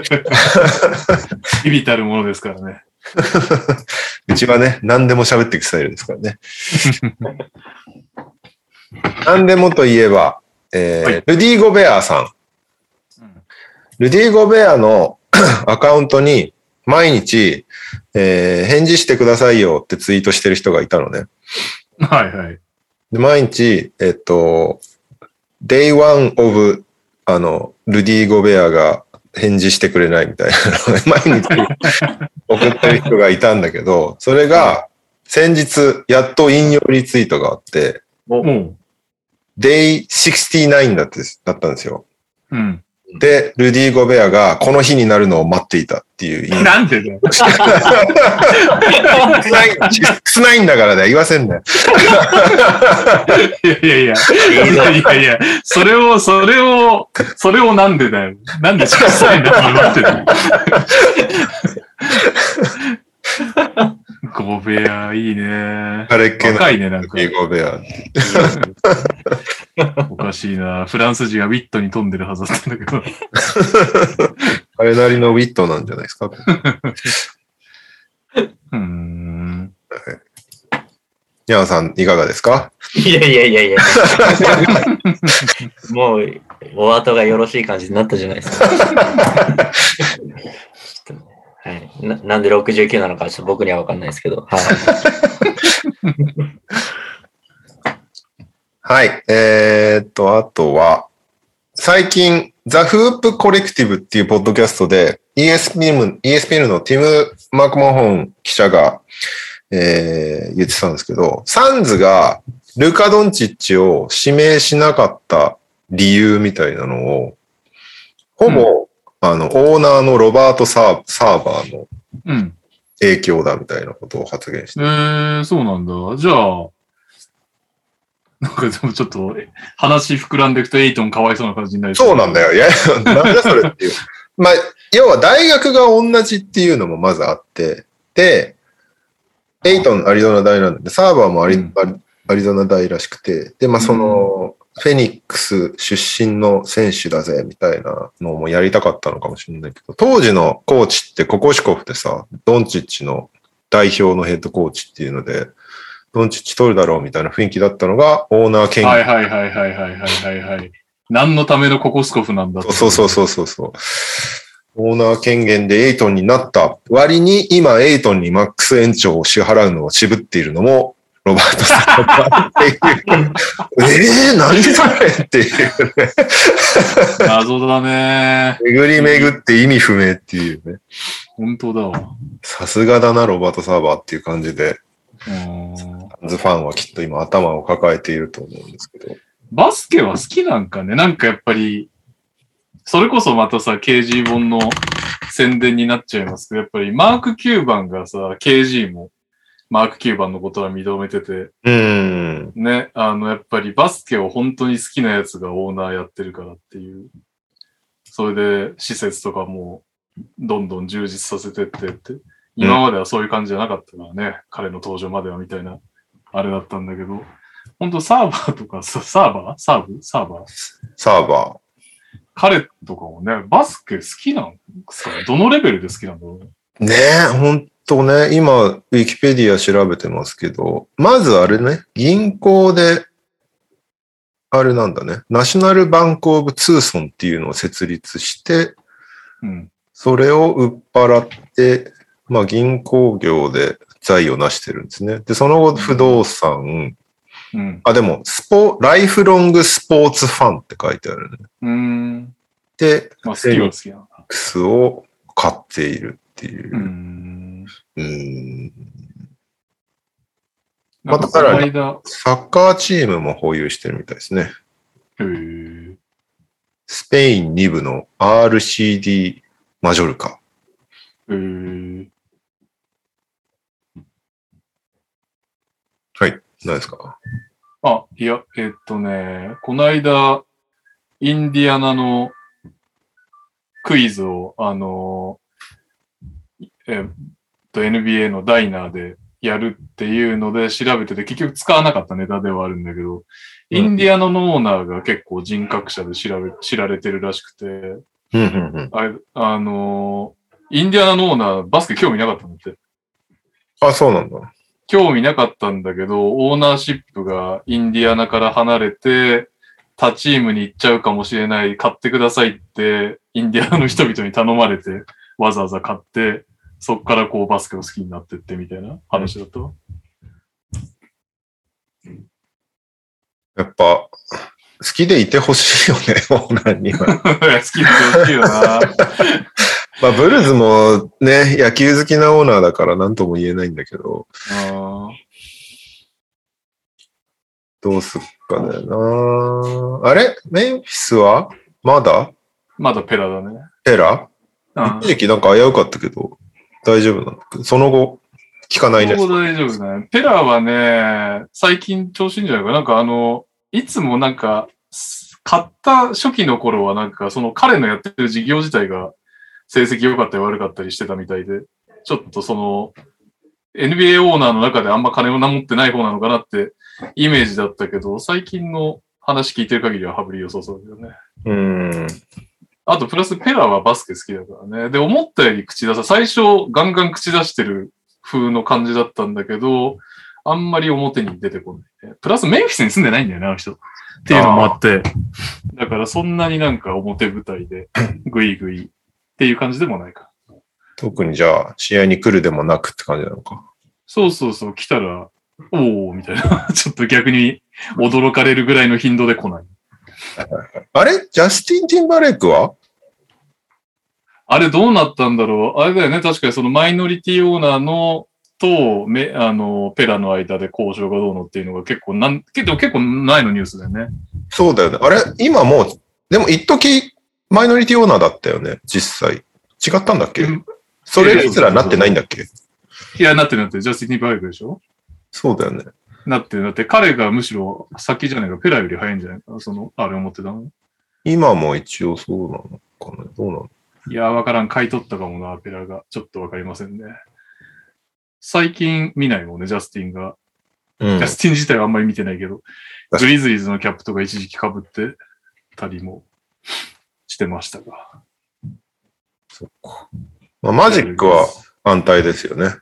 ビビたるものですからね。 うちはね、何でも喋っていくスタイルですからね。何でもといえば、はい、ルディ・ゴベアさん。ルディ・ゴベアのアカウントに毎日、返事してくださいよってツイートしてる人がいたのね。 はいはい。 で毎日、Day one of、ルディ・ゴベアが返事してくれないみたいなのを毎日送ってる人がいたんだけど、それが先日、やっと引用リツイートがあって、Day 69だったんですよ。うん。で、ルディ・ゴベアがこの日になるのを待っていたっていう。 なんでだよ。 少ないんだからね、言わせんね。 いや、それをなんでだよ。なんで少ないんだから待ってる。ゴベア、いいね。 あれっけな。 若いね、なんか。 ゴベア。 おかしいな。フランス人はウィットに富んでるはずだったんだけど。 あれなりのウィットなんじゃないですか。ヤンさん、いかがですか？ いや。もう、お後がよろしい感じになったじゃないですか。はい、なんで69なのかちょっと僕には分かんないですけど。はい。 はい。あとは、最近、ザ・フープ・コレクティブっていうポッドキャストで、ESPN のティム・マーク・マホーン記者が、言ってたんですけど、サンズがルカ・ドンチッチを指名しなかった理由みたいなのを、ほぼ、オーナーのロバート・サーバーの影響だみたいなことを発言して。 そうなんだ。じゃあ、なんかでもちょっと話膨らんでいくとエイトンかわいそうな感じになる。 そうなんだよ。いや、なんだそれっていう。まあ、要は大学が同じっていうのもまずあって、で、エイトンアリゾナ大なんで、サーバーもアリゾナ大らしくて、で、まあその、フェニックス出身の選手だぜ、みたいなのもやりたかったのかもしれないけど、当時のコーチってココシコフでさ、ドンチッチの代表のヘッドコーチっていうので、ドンチッチ取るだろうみたいな雰囲気だったのが、オーナー権限。 はい。何のためのココスコフなんだって。 そう。オーナー権限でエイトンになった割に、今エイトンにマックス延長を支払うのを渋っているのも、ロバートさんっていう。何それっていうね。 謎だね。 巡り巡って意味不明っていうね。 本当だわ。 さすがだな、ロバート・サーバーっていう感じで。サンズファンはきっと今頭を抱えていると思うんですけど。 バスケは好きなんかね。なんかやっぱり、それこそまたさ、KG 本の宣伝になっちゃいますけど、やっぱりマーク・キューバンがさ、KG もマーク・キューバンのことは認めてて、ね、やっぱりバスケを本当に好きなやつがオーナーやってるからっていう。それで施設とかもどんどん充実させてって、今まではそういう感じじゃなかったからね、彼の登場まではみたいな、あれだったんだけど、本当サーバーとかさ、サーバー彼とかもね、バスケ好きなんですか？どのレベルで好きなんだろうね。ねえ、ほんとね、今、ウィキペディア調べてますけど、まずあれね、銀行で、あれなんだね、ナショナルバンクオブツーソンっていうのを設立して、それを売っ払って、まあ銀行業で財を成してるんですね。で、その後不動産、でも、ライフロングスポーツファンって書いてあるね。で、 まあ、好きは好きなんだ。 フェニックスを買っているっていう。またさらに、サッカーチームも保有してるみたいですね。スペイン2部の RCD マジョルカ。はい。何ですか？ いや、この間、インディアナのクイズを、 NBA のダイナーでやるっていうので調べてて、結局使わなかったネタではあるんだけど、インディアナのオーナーが結構人格者で知られてるらしくて、インディアナのオーナーバスケ興味なかったんだって。 あ、そうなんだ。 興味なかったんだけど、オーナーシップがインディアナから離れて、他チームに行っちゃうかもしれない、買ってくださいって、インディアナの人々に頼まれて、わざわざ買って、そっからこうバスケを好きになってってみたいな話だったわ。 やっぱ、好きでいてほしいよね、オーナーには。 好きでいてほしいよな。 まあ、ブルーズもね、野球好きなオーナーだから何とも言えないんだけど。どうすっかだよな。あれメンフィスはまだペラだね。 ペラ一時期なんか危うかったけど、大丈夫なの？その後、聞かないね。 その後大丈夫だね。ペラはね、最近調子いいんじゃないか。なんかいつもなんか、買った初期の頃はなんか、その彼のやってる事業自体が成績良かったり悪かったりしてたみたいで、ちょっとその、NBA オーナーの中であんま金を持ってない方なのかなってイメージだったけど、最近の話聞いてる限りは羽振り良さそうだよね。あと、プラスペラはバスケ好きだからね。で、思ったより最初ガンガン口出してる風の感じだったんだけど、あんまり表に出てこないね。プラスメンフィスに住んでないんだよね、あの人。っていうのもあって。だからそんなになんか表舞台でグイグイっていう感じでもないか。 特にじゃあ、試合に来るでもなくって感じなのか。 そうそうそう、来たら、おーみたいな。ちょっと逆に驚かれるぐらいの頻度で来ない。 あれジャスティン・ティンバレークはあれどうなったんだろう。あれだよね。確かにそのマイノリティオーナーのと、ペラの間で交渉がどうのっていうのが結構前のニュースだよね。そうだよね。 あれ今もう、でも一時マイノリティオーナーだったよね。実際。違ったんだっけ？それすらなってないんだっけ？ いや、なってる。ジャスティン・ティンバレークでしょ？ そうだよね。 だって彼がむしろ先じゃないか、ペラより早いんじゃないかな、あれ思ってたの。 今も一応そうなのかな、どうなの？ いや、わからん。買い取ったかもな、ペラが。ちょっとわかりませんね。最近見ないもんね、ジャスティンが。ジャスティン自体はあんまり見てないけど、グリズリーズのキャップとか一時期被ってたりもしてましたが。 そっか。まあ、マジックは安泰ですよね。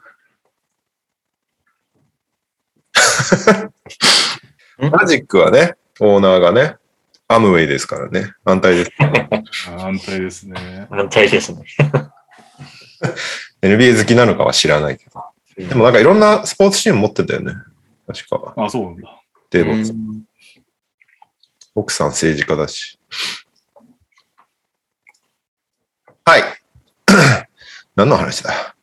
マジックはね、オーナーがね、アムウェイですからね。安泰です。 安泰ですね。 安泰ですね。 NBA 好きなのかは知らないけど。でもなんかいろんなスポーツチーム持ってたよね。確か。 あ、そうなんだ。 でも、奥さん政治家だし。はい。何の話だ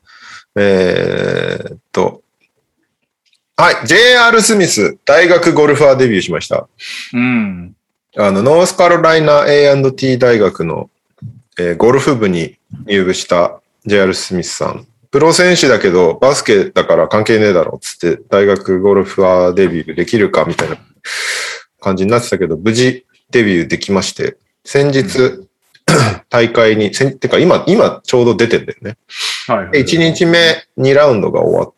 はい。JR スミス、大学ゴルファーデビューしました。ノースカロライナ A&T 大学の、ゴルフ部に入部した JR スミスさん。プロ選手だけど、バスケだから関係ねえだろ、つって、大学ゴルファーデビューできるかみたいな感じになってたけど、無事デビューできまして、先日、大会に、てか今ちょうど出てんだよね。1日目2ラウンドが終わって、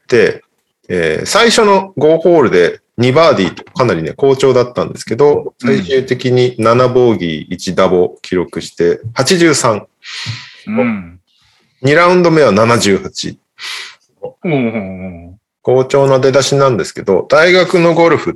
最初の5ホールで2バーディーとかなりね、好調だったんですけど、最終的に7ボギー1ダボ記録して83。2ラウンド目は78。好調な出だしなんですけど、大学のゴルフって、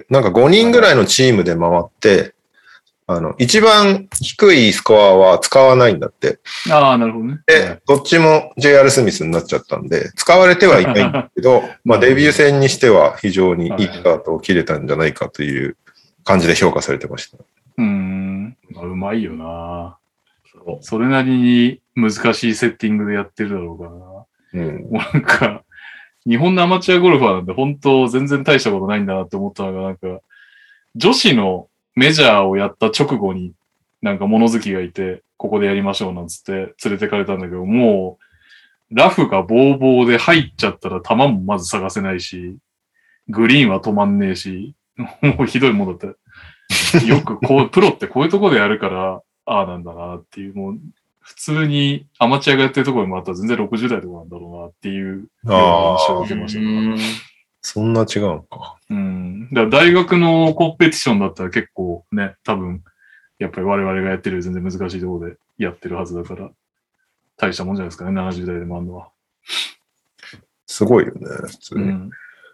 なんか5人ぐらいのチームで回って、一番低いスコアは使わないんだって。 ああ、なるほどね。 で、どっちも JR スミスになっちゃったんで、使われてはいないんだけど、まあデビュー戦にしては非常にいいスタートを切れたんじゃないかという感じで評価されてました。 うまいよな。それなりに難しいセッティングでやってるだろうからな。もうなんか、日本のアマチュアゴルファーなんて本当全然大したことないんだなって思ったのが、なんか、女子のメジャーをやった直後になんか物好きがいて、ここでやりましょうなんつって連れてかれたんだけど、もう、ラフがボーボーで入っちゃったら球もまず探せないし、グリーンは止まんねえし、もうひどいもんだった。よくプロってこういうとこでやるから、ああなんだなっていう、もう、 普通にアマチュアがやってるところもあったら全然60代とかなんだろうなっていう印象を受けましたね。 そんな違うのか。 だから大学のコンペティションだったら結構ね、多分、やっぱり我々がやってる全然難しいところでやってるはずだから、大したもんじゃないですかね、70代でもあるのは。 すごいよね、普通に。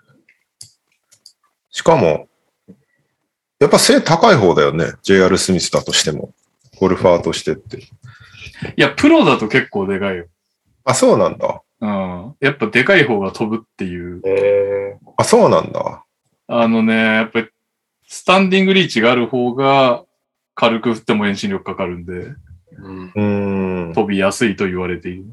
しかも、やっぱ背高い方だよね、JR スミスだとしても。ゴルファーとしてって。 いや、プロだと結構でかいよ。 あ、そうなんだ。 やっぱでかい方が飛ぶっていう。 あ、そうなんだ。 やっぱりスタンディングリーチがある方が軽く振っても遠心力かかるんで、飛びやすいと言われている。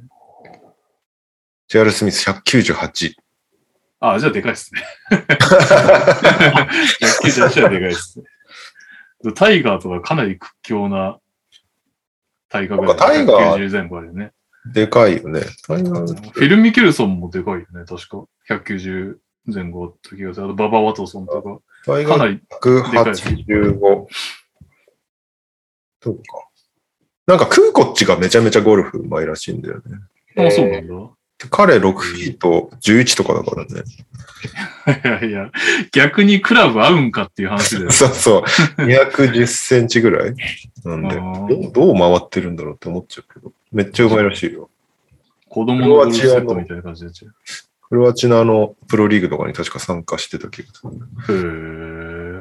JR スミス198。 あ、じゃあでかいっすね。198はでかいっすね。タイガーとかかなり屈強な体格で190前後あるよね。 でかいよね。 フィル・ミケルソンもでかいよね、確か。190前後あった気がする。あとババ・ワトソンとか。かなり 185。そうか。なんかクーコッチがめちゃめちゃゴルフうまいらしいんだよね。 あ、そうなんだ。 彼6フィート11とかだからね。 いや、逆にクラブ合うんかっていう話だよ。 そうそう。210センチぐらいなんで、どう回ってるんだろうって思っちゃうけど、めっちゃうまいらしいよ。 子供のゴルフセットみたいな感じで。 クロアチアのプロリーグとかに確か参加してた気がする。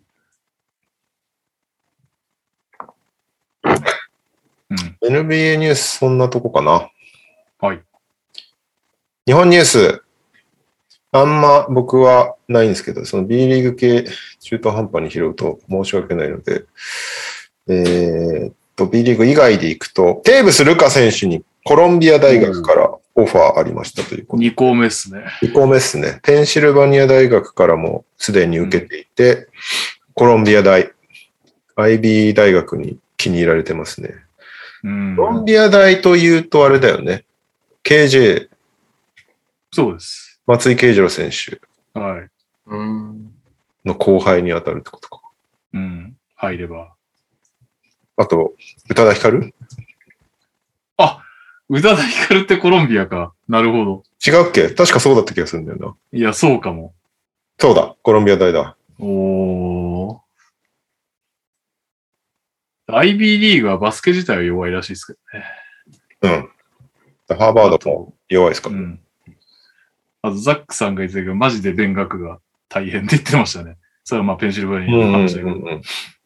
NBA ニュースそんなとこかな。 はい。 日本ニュース、あんま僕はないんですけど、その B リーグ系中途半端に拾うと申し訳ないので、B リーグ以外で行くと、テーブス・ルカ選手にコロンビア大学からオファーありましたということ。 2校目ですね。 2校目ですね。ペンシルバニア大学からもすでに受けていて、コロンビア大、IB 大学に気に入られてますね。コロンビア大というとあれだよね。KJ。 そうです。 松井慶次郎選手。 はい。 の後輩に当たるってことか。 入れば。 あと、宇多田ヒカル？ あ、宇多田ヒカルってコロンビアか。なるほど。 違うっけ？確かそうだった気がするんだよな。 いや、そうかも。 そうだ。コロンビア大だ。 IB リーグはバスケ自体は弱いらしいですけどね。 ハーバードも弱いですからね。 あと、ザックさんが言ってたけど、マジで勉学が大変って言ってましたね。それはまあ、ペンシルバニアの話だけど。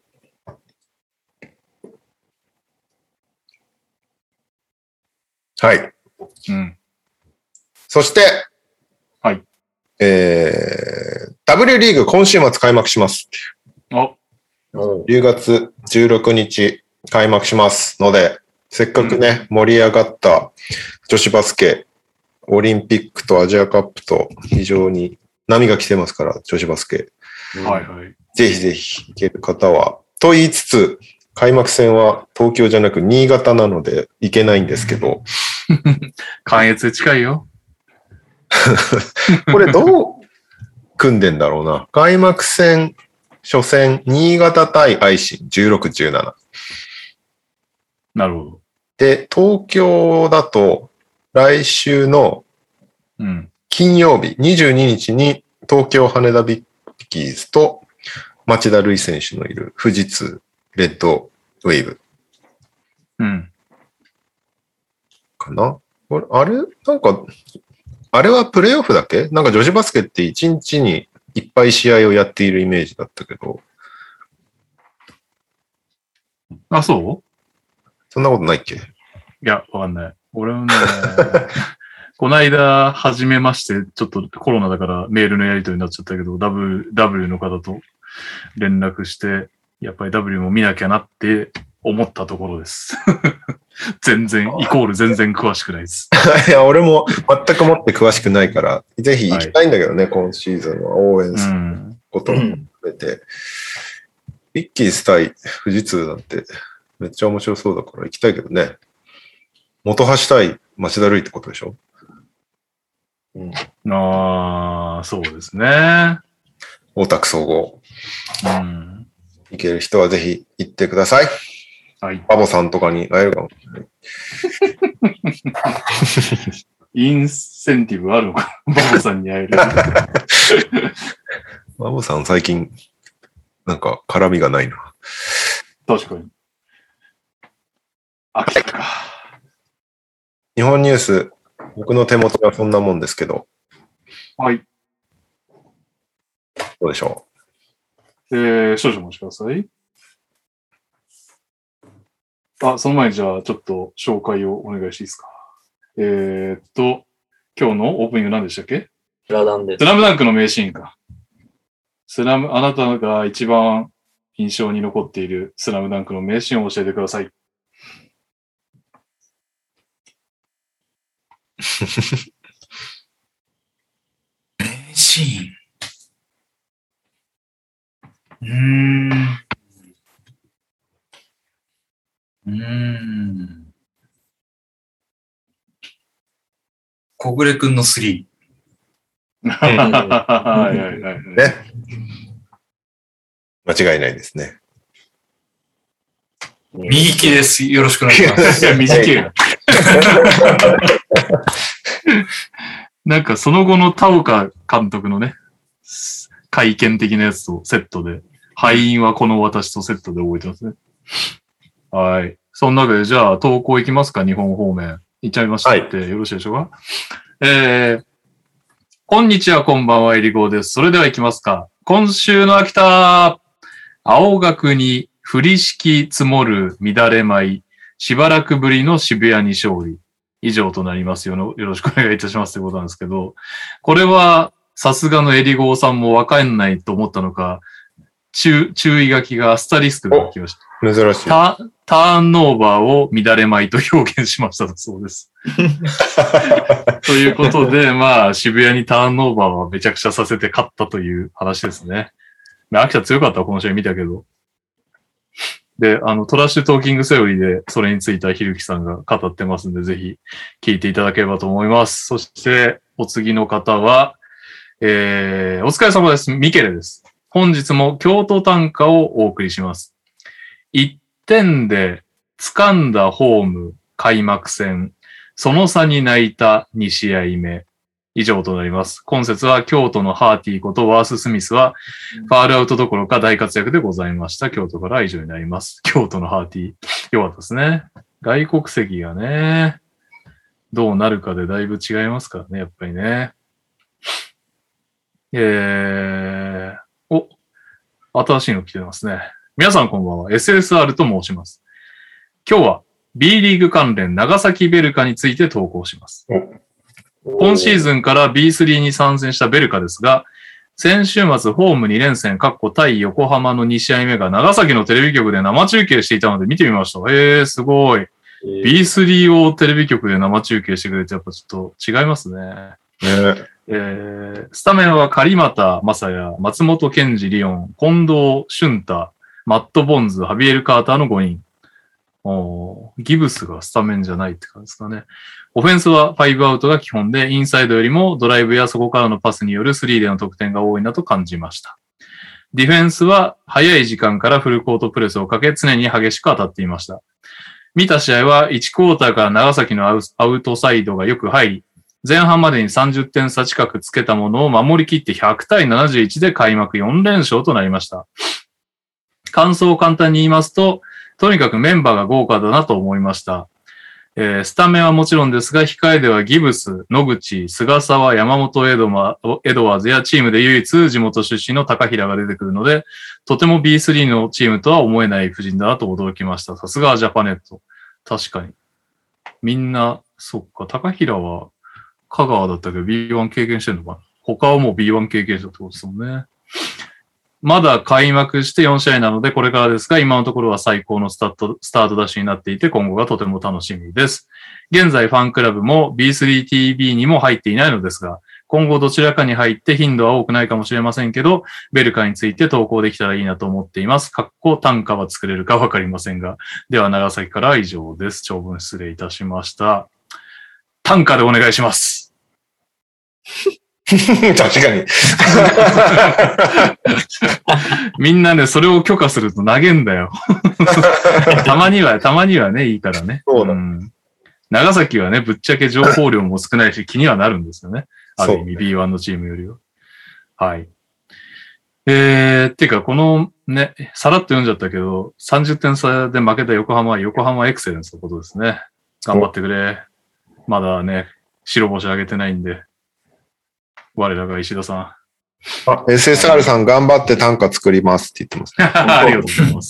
はい。そして、 はい。 W リーグ今週末開幕します。10月16日開幕しますので、せっかくね、盛り上がった女子バスケ、オリンピックとアジアカップと非常に波が来てますから、女子バスケ。 はいはい。 ぜひぜひ行ける方は。と言いつつ、開幕戦は東京じゃなく新潟なので行けないんですけど。 関越近いよ。 これどう組んでんだろうな。開幕戦、初戦、新潟対愛心16、17。 なるほど。 で、東京だと来週の金曜日、22日に東京羽田ビッキーズと町田瑠唯選手のいる富士通レッドウェーブ。かな？あれなんか、あれはプレイオフだっけ？なんか女子バスケって1日にいっぱい試合をやっているイメージだったけど。 あ、そう？ そんなことないっけ？ いや、わかんない。俺もね、この間、初めまして、ちょっとコロナだからメールのやり取りになっちゃったけど、W の方と連絡して、やっぱり W も見なきゃなって思ったところです。全然詳しくないです。 いや、俺も全くもって詳しくないから、ぜひ行きたいんだけどね、今シーズンは応援することも含めて。ビッキーズ対富士通なんてめっちゃ面白そうだから行きたいけどね。本橋対町田瑠唯ってことでしょ？ そうですね。 大田区総合。行ける人はぜひ行ってください。 はい。 バボさんとかに会えるかもしれない。 インセンティブあるのかバボさんに会える。 バボさん最近、なんか絡みがないな。 確かに。飽きたか。 日本ニュース、僕の手元はそんなもんですけど。 はい。 どうでしょ少々お待ちください。その前にじゃあちょっと紹介をお願いしていいですか。今日のオープニング何でしたっけ？ スラダンです。 スラムダンクの名シーンか。あなたが一番印象に残っているスラムダンクの名シーンを教えてください。 名シーン。小暮くんの3。 はいはいはい。 ね。間違いないですね。 右利きです。よろしくお願いします。 いや、短いな。なんかその後の田岡監督のね、会見的なやつとセットで、敗因はこの私とセットで覚えてますね。はい。そんなわけで、じゃあ投稿いきますか、日本方面。いっちゃいましたって、よろしいでしょうか。こんにちは、こんばんは、えりごーです。それでは行きますか。今週の秋田、青学に降りしき積もる乱れ舞、しばらくぶりの渋谷に勝利。以上となりますよ。よろしくお願いいたしますということなんですけど、これはさすがのえりごーさんもわかんないと思ったのか、注意書きが、アスタリスクが来ました。 珍しい。 ターンオーバーを乱れ舞と表現しましたそうです。ということで、まあ、渋谷にターンオーバーはめちゃくちゃさせて勝ったという話ですね。秋田強かったわ、この試合見たけど。で、トラッシュトーキングセオリーでそれについてはひるきさんが語ってますんで、ぜひ聞いていただければと思います。そして、お次の方は、お疲れ様です。ミケレです。本日も京都短歌をお送りします。1点で掴んだホーム開幕戦、その差に泣いた2試合目。以上となります。今節は京都のハーティーことワース・スミスはファールアウトどころか大活躍でございました。京都からは以上になります。京都のハーティー。よかったですね。外国籍がね、どうなるかでだいぶ違いますからね、やっぱりね。新しいの来てますね。皆さんこんばんは。SSR と申します。今日は B リーグ関連長崎ベルカについて投稿します。今シーズンから B3 に参戦したベルカですが、先週末ホーム2連戦、対横浜の2試合目が長崎のテレビ局で生中継していたので見てみました。すごい。B3 をテレビ局で生中継してくれてやっぱちょっと違いますね。スタメンは狩俣正也、松本健二、リオン、近藤俊太、マット・ボンズ、ハビエル・カーターの5人。ギブスがスタメンじゃないって感じですかね。オフェンスは5アウトが基本で、インサイドよりもドライブやそこからのパスによる3での得点が多いなと感じました。ディフェンスは早い時間からフルコートプレスをかけ常に激しく当たっていました。見た試合は1クォーターから長崎のアウトサイドがよく入り、前半までに30点差近くつけたものを守り切って100対71で開幕4連勝となりました。感想を簡単に言いますと、とにかくメンバーが豪華だなと思いました。スタメンはもちろんですが、控えではギブス、野口、菅沢、山本エドワーズやチームで唯一地元出身の高平が出てくるので、とても B3 のチームとは思えない布陣だなと驚きました。さすがジャパネット。確かに。みんな、そっか、高平は香川だったけど B1 経験してるのかな。他はもう B1 経験者ってことですもんね。まだ開幕して4試合なのでこれからですが、今のところは最高のスタートダッシュになっていて、今後がとても楽しみです。現在ファンクラブも B3TV にも入っていないのですが、今後どちらかに入って頻度は多くないかもしれませんけど、ベルカについて投稿できたらいいなと思っています。単価は作れるかわかりませんが。では長崎からは以上です。長文失礼いたしました。単価でお願いします。 確かに。 みんなね、それを許可すると投げんだよ。たまにはね、いいからね。 そうだ。 長崎はね、ぶっちゃけ情報量も少ないし、気にはなるんですよね。ある意味、 そう B1 のチームよりは。はい。っていうか、このね、さらっと読んじゃったけど、30点差で負けた横浜は横浜エクセレンスのことですね。頑張ってくれ。まだね、白星上げてないんで。我らが石田さん。 SSR さん頑張って短歌作りますって言ってます、ね。 ありがとうございます。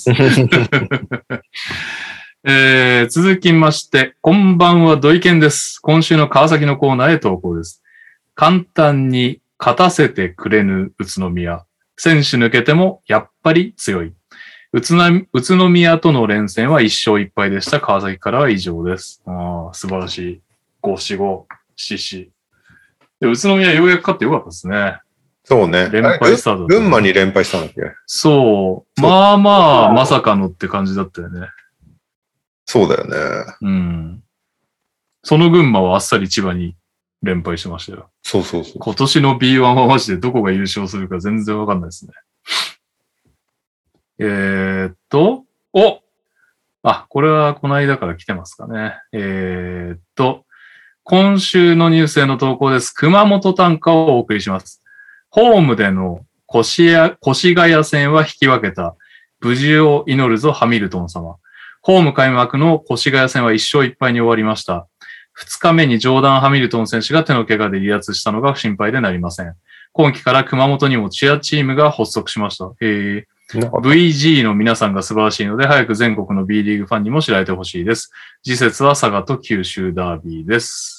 続きまして、こんばんは、土井健です。今週の川崎のコーナーへ投稿です。簡単に勝たせてくれぬ宇都宮。選手抜けてもやっぱり強い。宇都宮との連戦は1勝1敗でした。川崎からは以上です。素晴らしい。5-4-5、CC。で、宇都宮ようやく勝ってよかったですね。 そうね。 連敗スタート。 群馬に連敗したんだっけ？ そう。まあまあ、まさかのって感じだったよね。 そうだよね。 うん。その群馬はあっさり千葉に連敗してましたよ。 そうそうそう。 今年の B1 はマジでどこが優勝するか全然わかんないですね。これはこの間から来てますかね。今週のニュースへの投稿です。熊本短歌をお送りします。ホームでの越谷戦は引き分けた。無事を祈るぞハミルトン様。ホーム開幕の越谷戦は1勝1敗に終わりました。2日目にジョーダン・ハミルトン選手が手の怪我で離脱したのが心配でなりません。今季から熊本にもチアチームが発足しました。VG の皆さんが素晴らしいので、早く全国の B リーグファンにも知られてほしいです。次節は佐賀と九州ダービーです。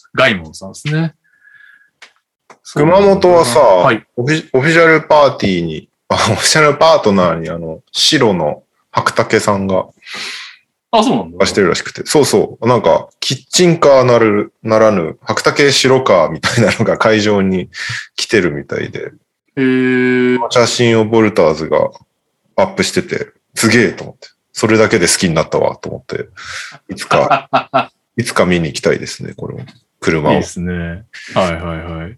ガイモンさんですね。 熊本はさ、 はい、 オフィシャルパーティーに、オフィシャルパートナーに白の白竹さんが、 そうなんだ。 してるらしくて。そうそう。なんか、キッチンカーならぬ、白竹白カーみたいなのが会場に来てるみたいで。写真をボルターズがアップしてて、すげえと思って。それだけで好きになったわと思って。いつか見に行きたいですね、これを。車を。 いいですね。はいはいはい。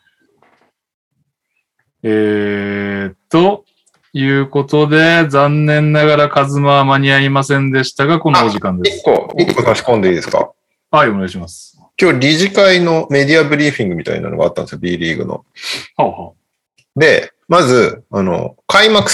いうことで、残念ながらカズマは間に合いませんでしたが、このお時間です。 一個差し込んでいいですか？ はい、お願いします。 今日理事会のメディアブリーフィングみたいなのがあったんですよ、B リーグの。で、まず、開幕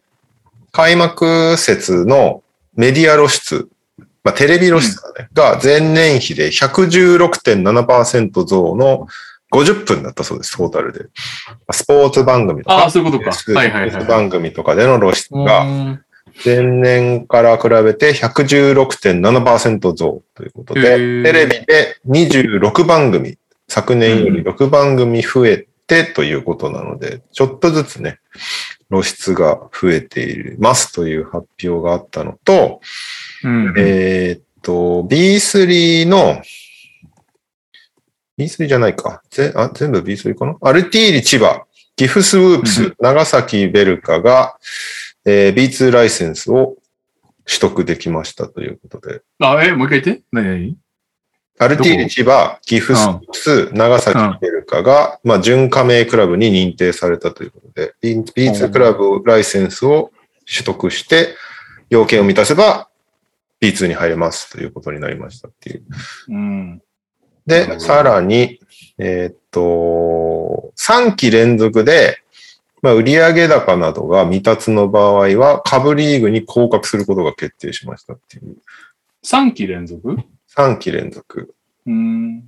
節のメディア露出、テレビ露出が前年比で 116.7% 増の50分だったそうです、トータルで。スポーツ番組とか。 そういうことか。はいはいはい。 スポーツ番組とかでの露出が、前年から比べて 116.7% 増ということで、テレビで26番組、昨年より6番組増えてということなので、ちょっとずつね、露出が増えていますという発表があったのと、B3 の、B3 じゃないか。全部 B3 かな？アルティーリ千葉、ギフスウープス、長崎ベルカが、B2 ライセンスを取得できましたということで。 もう一回言って。何？ アルティーリ千葉、ギフスウープス、長崎ベルカが、準加盟クラブに認定されたということで、B2 クラブライセンスを取得して、要件を満たせば B2 に入れますということになりましたっていう。で、さらに、3期連続で、売上高などが未達の場合は、下部リーグに降格することが決定しましたっていう。 3期連続 ?3 期連続。この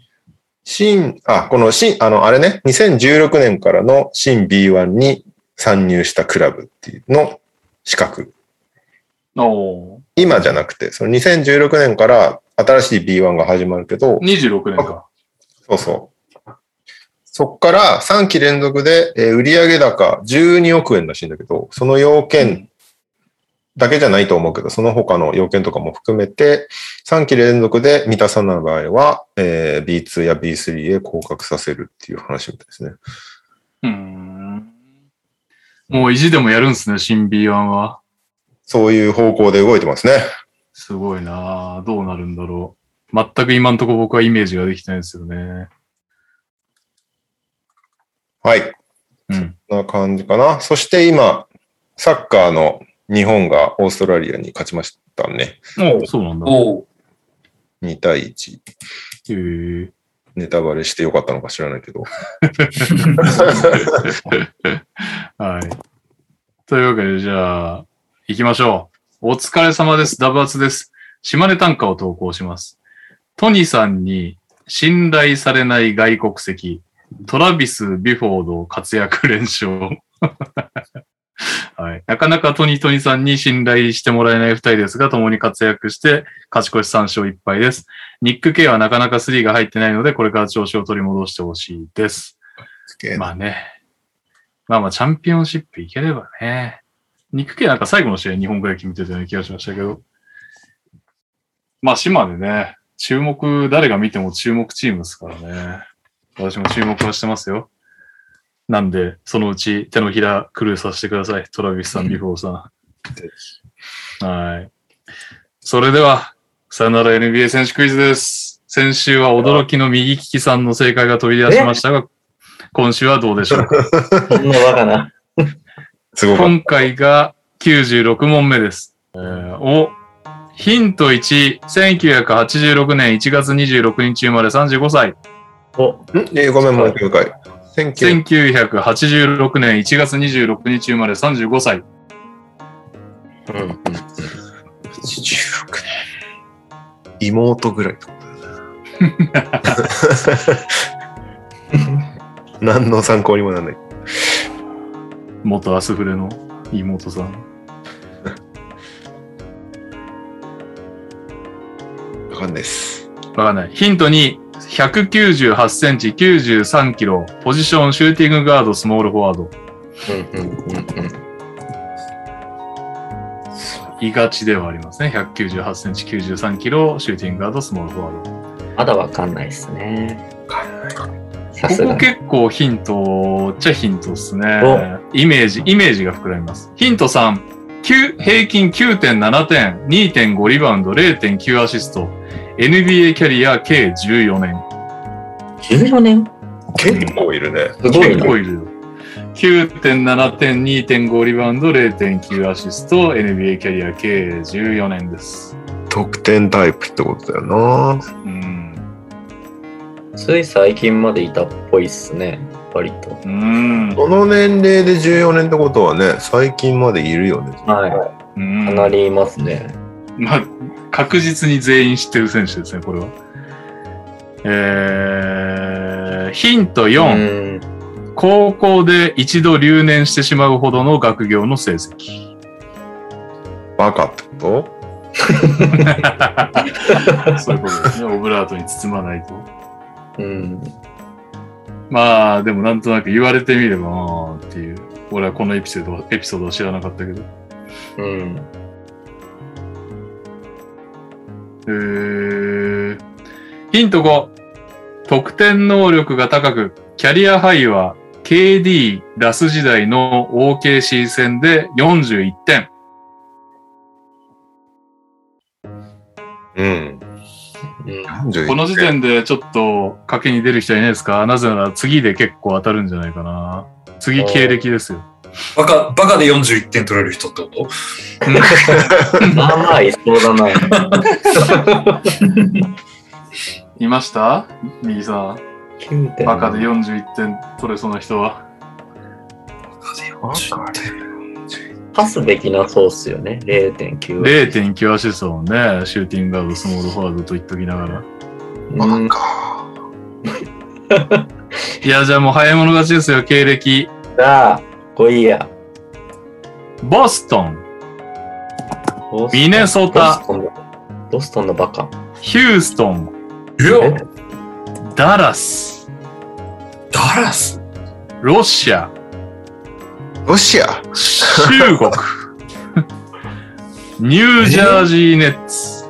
あれね、2016年からの新 B1 に参入したクラブっていうの資格。今じゃなくて、その2016年から新しい B1 が始まるけど。 26年か。 そうそう。そっから3期連続で、売上高12億円らしいんだけど、その要件だけじゃないと思うけど、その他の要件とかも含めて、3期連続で満たさない場合は、B2 や B3 へ降格させるっていう話みたいですね。 もう意地でもやるんですね、新 B1 は。 そういう方向で動いてますね。 すごいなぁ。どうなるんだろう。全く今んとこ僕はイメージができてないんですよね。 はい。 うん。 こんな感じかな。そして今、サッカーの日本がオーストラリアに勝ちましたね。 そうなんだ。 2対1。 へえ。 ネタバレしてよかったのか知らないけど。 はい。というわけで、じゃあ、行きましょう。お疲れ様です。ダブアツです。島根短歌を投稿します。トニさんに信頼されない外国籍、トラビス・ビフォード活躍連勝。はい。なかなかトニさんに信頼してもらえない2人ですが、共に活躍して勝ち越し3勝1敗です。ニック・ケイはなかなか3が入ってないので、これから調子を取り戻してほしいです。まあね。まあチャンピオンシップいければね。ニック・ケイなんか最後の試合日本ぐらい決めてたような気がしましたけど。まあ島でね、誰が見ても注目チームですからね。私も注目はしてますよ。なんで、そのうち手のひらクルーさせてください。トラビスさん、ビフォーさん。はい。それでは、さよなら NBA 選手クイズです。先週は驚きの右利きさんの正解が飛び出しましたが、今週はどうでしょうか。 そんなバカな。 今回が96問目です。ヒント1、1986年1月26日生まれ35歳。 ごめん、もう一回。 1986年1月26日生まれ35歳。 86年。妹ぐらいってことだな。何の参考にもならない。 元アスフレの妹さん。 わかんないです。 わかんない。ヒント2、198センチ、93キロ、ポジション、シューティングガード、スモールフォワード。いがちではありますね。198センチ、93キロ、シューティングガード、スモールフォワード。 まだわかんないですね。 ここ結構ヒントっちゃヒントですね。イメージが膨らみます。ヒント3、平均 9.7 点、2.5 リバウンド、0.9 アシスト。NBA キャリア計14年。 14年？ 結構いるね。 すごい結構いる。9.7 点、2.5 リバウンド、0.9 アシスト、NBA キャリア計14年です。 得点タイプってことだよな。 つい最近までいたっぽいっすね、割と。 この年齢で14年ってことはね、最近までいるよね。 はい。かなりいますね。 まあ、確実に全員知ってる選手ですね、これは。ヒント4。高校で一度留年してしまうほどの学業の成績。 バカってことそういうことですね。オブラートに包まないと。まあ、でもなんとなく言われてみればなーっていう。俺はこのエピソードを知らなかったけど。ヒント5。得点能力が高く、キャリアハイは KD ラス時代の OKC 戦で41点。この時点でちょっと賭けに出る人はいないですか？なぜなら次で結構当たるんじゃないかな。次経歴ですよ。 バカで41点取れる人ってことまあまあいそうだな。 いました右さん。バカで41点取れそうな人は。 パスべきなそうっすよね。0.9。 0.9 アシストもね、シューティングガード、スモールフォワードと言っときながら。いや、じゃあもう早い者勝ちですよ、経歴。 さあ、来いや。 ボストン。ミネソタ。 ボストンのバカ。 ヒューストン。ダラス。ロシア。 中国。ニュージャージーネッツ。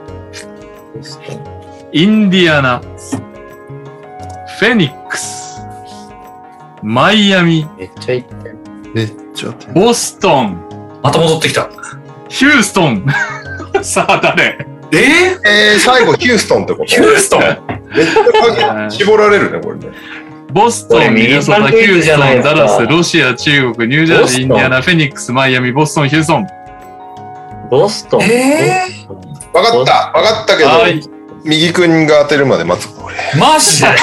インディアナ。フェニックス。マイアミ。 めっちゃいって。 ボストン。 また戻ってきた。 ヒューストン。さあ誰？ 最後ヒューストンってこと？ ヒューストン。 めっちゃ絞られるね、これね。 ボストン、ミネソタ、ヒューストン、ダラス、ロシア、中国、ニュージャージー、インディアナ、フェニックス、マイアミ、ボストン、ヒューストン。 ボストン。 わかったけど、右くんが当てるまで待つ。俺。 マジで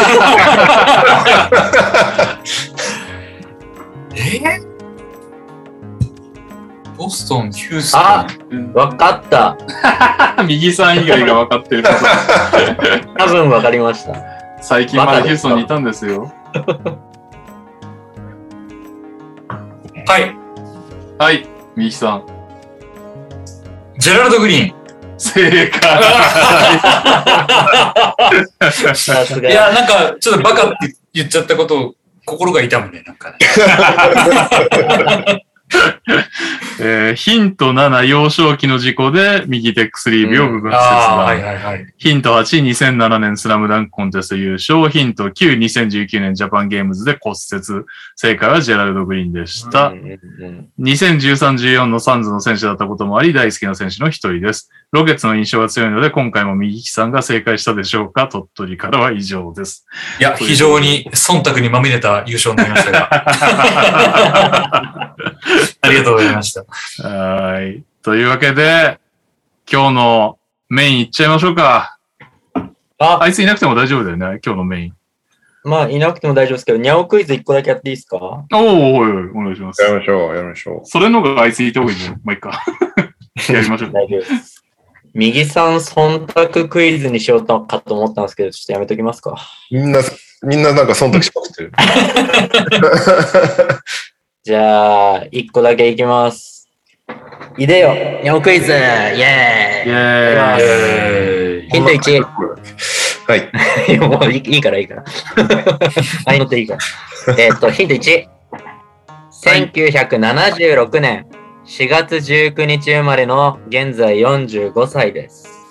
ボストン、ヒューストン。 あ、わかった。 右さん以外が分かってる。 多分わかりました。 最近までヒューストンにいたんですよ。 はい。 はい、右さん。 ジェラルド・グリーン。 正解。 さすが。 いや、なんか、ちょっとバカって言っちゃったことを、心が痛むね、なんかね。 ヒント7、幼少期の事故で右手薬指を部分切断。ヒント8、2007年スラムダンクコンテスト優勝。ヒント9、2019年ジャパンゲームズで骨折。正解はジェラルド・グリーンでした。2013、14のサンズの選手だったこともあり、大好きな選手の一人です。ロケッツの印象が強いので、今回も右利きさんが正解したでしょうか。鳥取からは以上です。 いや、非常に忖度にまみれた優勝になりましたが。ありがとうございました。 はい。というわけで、今日のメインいっちゃいましょうか。あいついなくても大丈夫だよね、今日のメイン。 まあ、いなくても大丈夫ですけど、ニャオクイズ1個だけやっていいですか？ お願いします。 やりましょう。 それのがあいついた方がいいね。まあ、いいか。やりましょう。 大丈夫です。右さん忖度クイズにしようかと思ったんですけど、ちょっとやめときますか。 みんななんか忖度しまくってる。 じゃあ、1個だけいきます。いでよ、ニャオクイズイェーイヒント1。 はい。 もういいから。はい、乗っていいから。ヒント1。1976年4月19日生まれの現在45歳です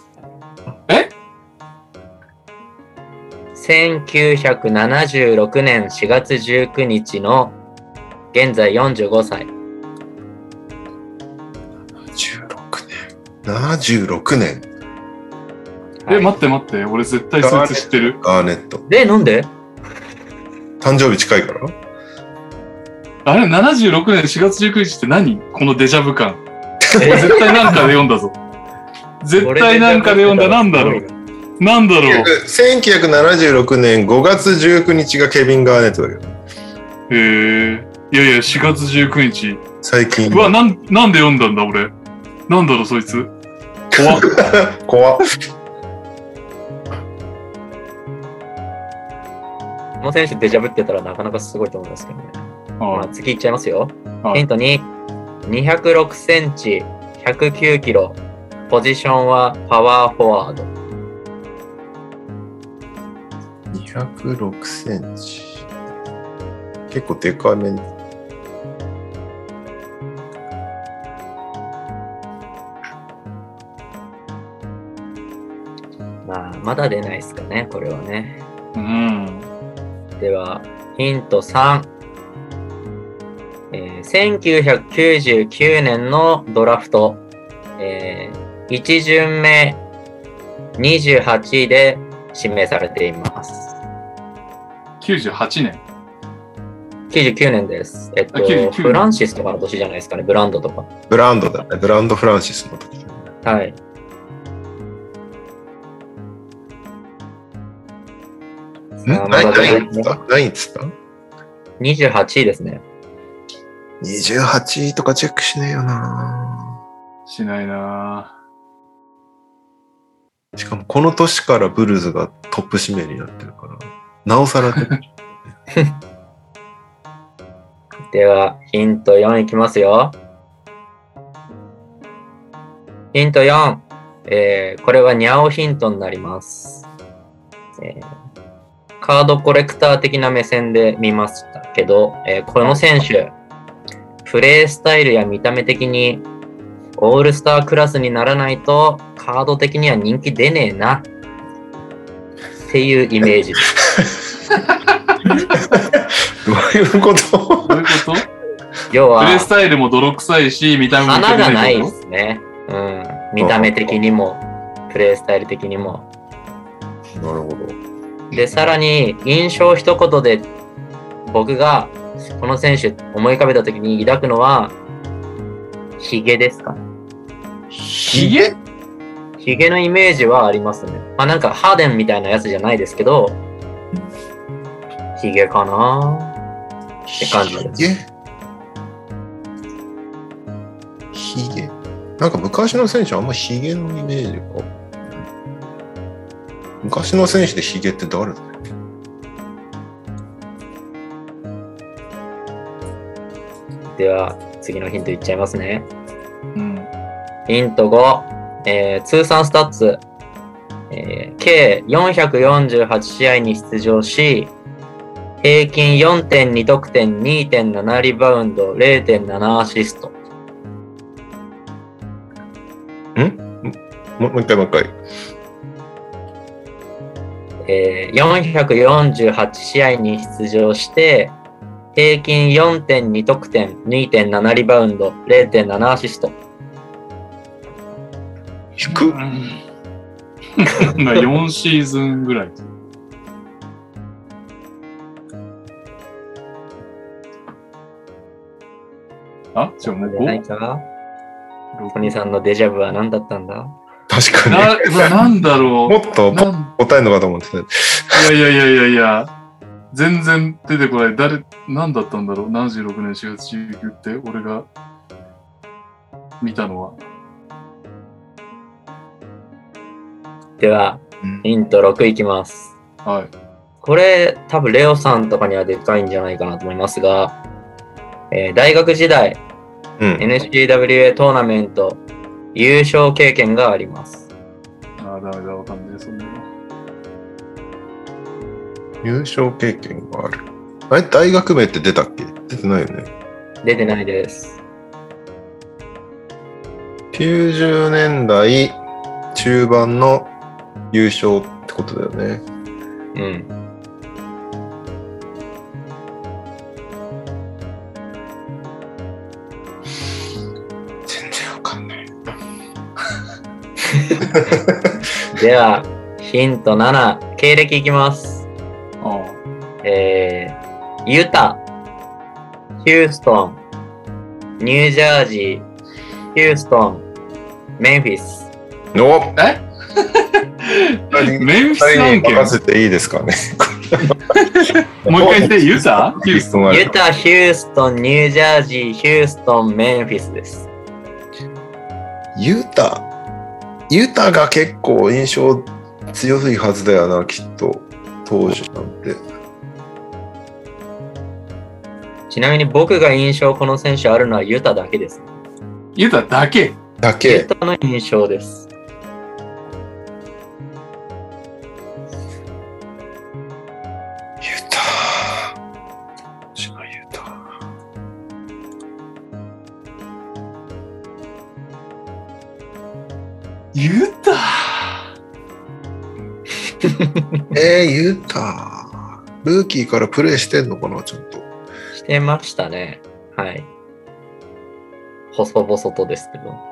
。1976年4月19日の現在45歳。 76年。 待って。俺絶対そいつ知ってる。 ガーネット。 なんで？ 誕生日近いから？ あれ、76年4月19日って何？このデジャブ感。絶対なんかで読んだぞ。なんだろう。 1976年5月19日がケビン・ガーネットだけど。 いや、4月19日。 最近。 うわ、なんで読んだんだ、俺。なんだろう、そいつ。 怖っ。 この選手デジャブって言ったらなかなかすごいと思いますけどね。まあ、次いっちゃいますよ。ヒント2。206センチ、109キロ。ポジションはパワーフォワード。 206センチ。結構でかめに。 まあ、まだ出ないですかね、これはね。では、ヒント3。1999年のドラフト、1巡目28位で指名されています。 98年 99年です。フランシスとかの年じゃないですかね、ブランドとか。 ブランドだね、ブランドフランシスの時。 はい。 何つった ?28 位ですね。 28位とかチェックしねえよな。 しないな。 しかもこの年からブルーズがトップ指名になってるから、なおさらね。 では、ヒント4いきますよ。ヒント4。これはニャオヒントになります。カードコレクター的な目線で見ましたけど、この選手、プレースタイルや見た目的にオールスタークラスにならないとカード的には人気出ねえなっていうイメージです。 どういうこと？ 要はプレースタイルも泥臭いし、見た目も花がないですね。見た目的にもプレースタイル的にも。 なるほど。 で、さらに印象一言で僕がこの選手思い浮かべたときに抱くのは、ヒゲですかね。 ヒゲ？ ヒゲのイメージはありますね。まあなんかハーデンみたいなやつじゃないですけど、ヒゲかなって感じです。 ヒゲ。なんか昔の選手あんまヒゲのイメージが。昔の選手でヒゲって誰だよ。 では次のヒントいっちゃいますね。ヒント5、通算スタッツ、計448試合に出場し、平均 4.2 得点、2.7 リバウンド、0.7 アシスト。 もう一回。 448試合に出場して、平均 4.2 得点、2.7 リバウンド、0.7 アシスト。 低っ。 4シーズンぐらい。あ、じゃあもう 5？ トニーさんのデジャブは何だったんだ？ 確かに。 なんだろう。 もっと答えるのかと思ってた。 いや。全然出てこない。何だったんだろう。76年4月19って、俺が見たのは。 では、ヒント6いきます。 はい。 これ、多分レオさんとかにはでかいんじゃないかなと思いますが、大学時代、NCWA トーナメント優勝経験があります。 ダメだ、わかんない。そんなの。 優勝経験がある。あれ、大学名って出たっけ？出てないよね。 出てないです。 90年代中盤の優勝ってことだよね。全然わかんない。 では、ヒント7、経歴いきます。ユタ、ヒューストン、ニュージャージー、ヒューストン、メンフィス。 メンフィス案件任せていいですかね。 もう一回言って、ユタ、 ヒューストン、ニュージャージー、ヒューストン、メンフィスです。 ユタが結構印象強いはずだよな、きっと。当時なんて。 ちなみに僕が印象この選手あるのはユタだけです。 ユタだけ？ ユタの印象です。 ユタユタルーキーからプレイしてんのかな、ちゃんと。 してましたね。はい。細々とですけど。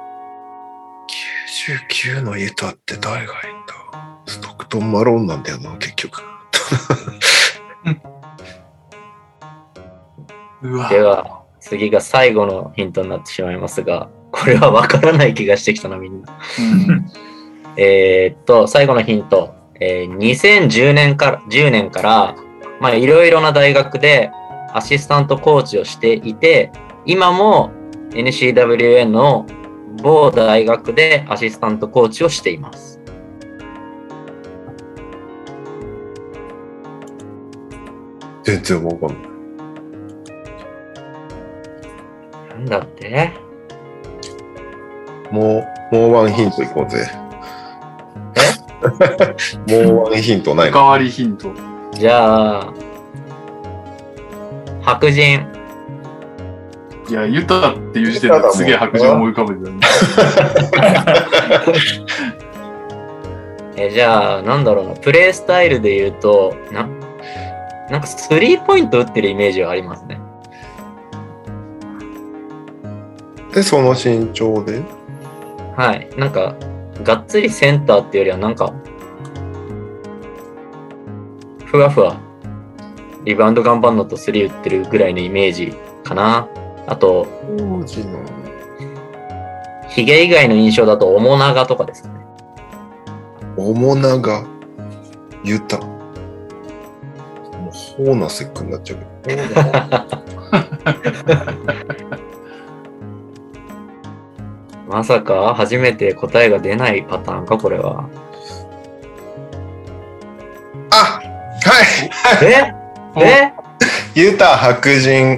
99のユタって誰がいいんだ？ストックトン・マローンなんだよな、結局。 では、次が最後のヒントになってしまいますが、これは分からない気がしてきたな、みんな。最後のヒント。2010年から、まあ、いろいろな大学でアシスタントコーチをしていて、今も NCWA の某大学でアシスタントコーチをしています。 全然わかんない。 なんだって？ もうワンヒントいこうぜ。もうワンヒントないの？ おかわりヒント。 じゃあ、白人。 いや、ユタっていう時点ですげえ白人思い浮かべてたね。じゃあ、なんだろうな、プレースタイルで言うと、なんかスリーポイント打ってるイメージはありますね。 で、その身長で？ はい。なんか、がっつりセンターっていうよりは、なんか、ふわふわリバウンド頑張んのとスリー打ってるぐらいのイメージかな。あと、 当時の。 ヒゲ以外の印象だと、面長とかですかね。 面長。ユタ。もう、ホーナセックになっちゃうけど。 まさか初めて答えが出ないパターンか、これは。 あ、はいえユタ白人。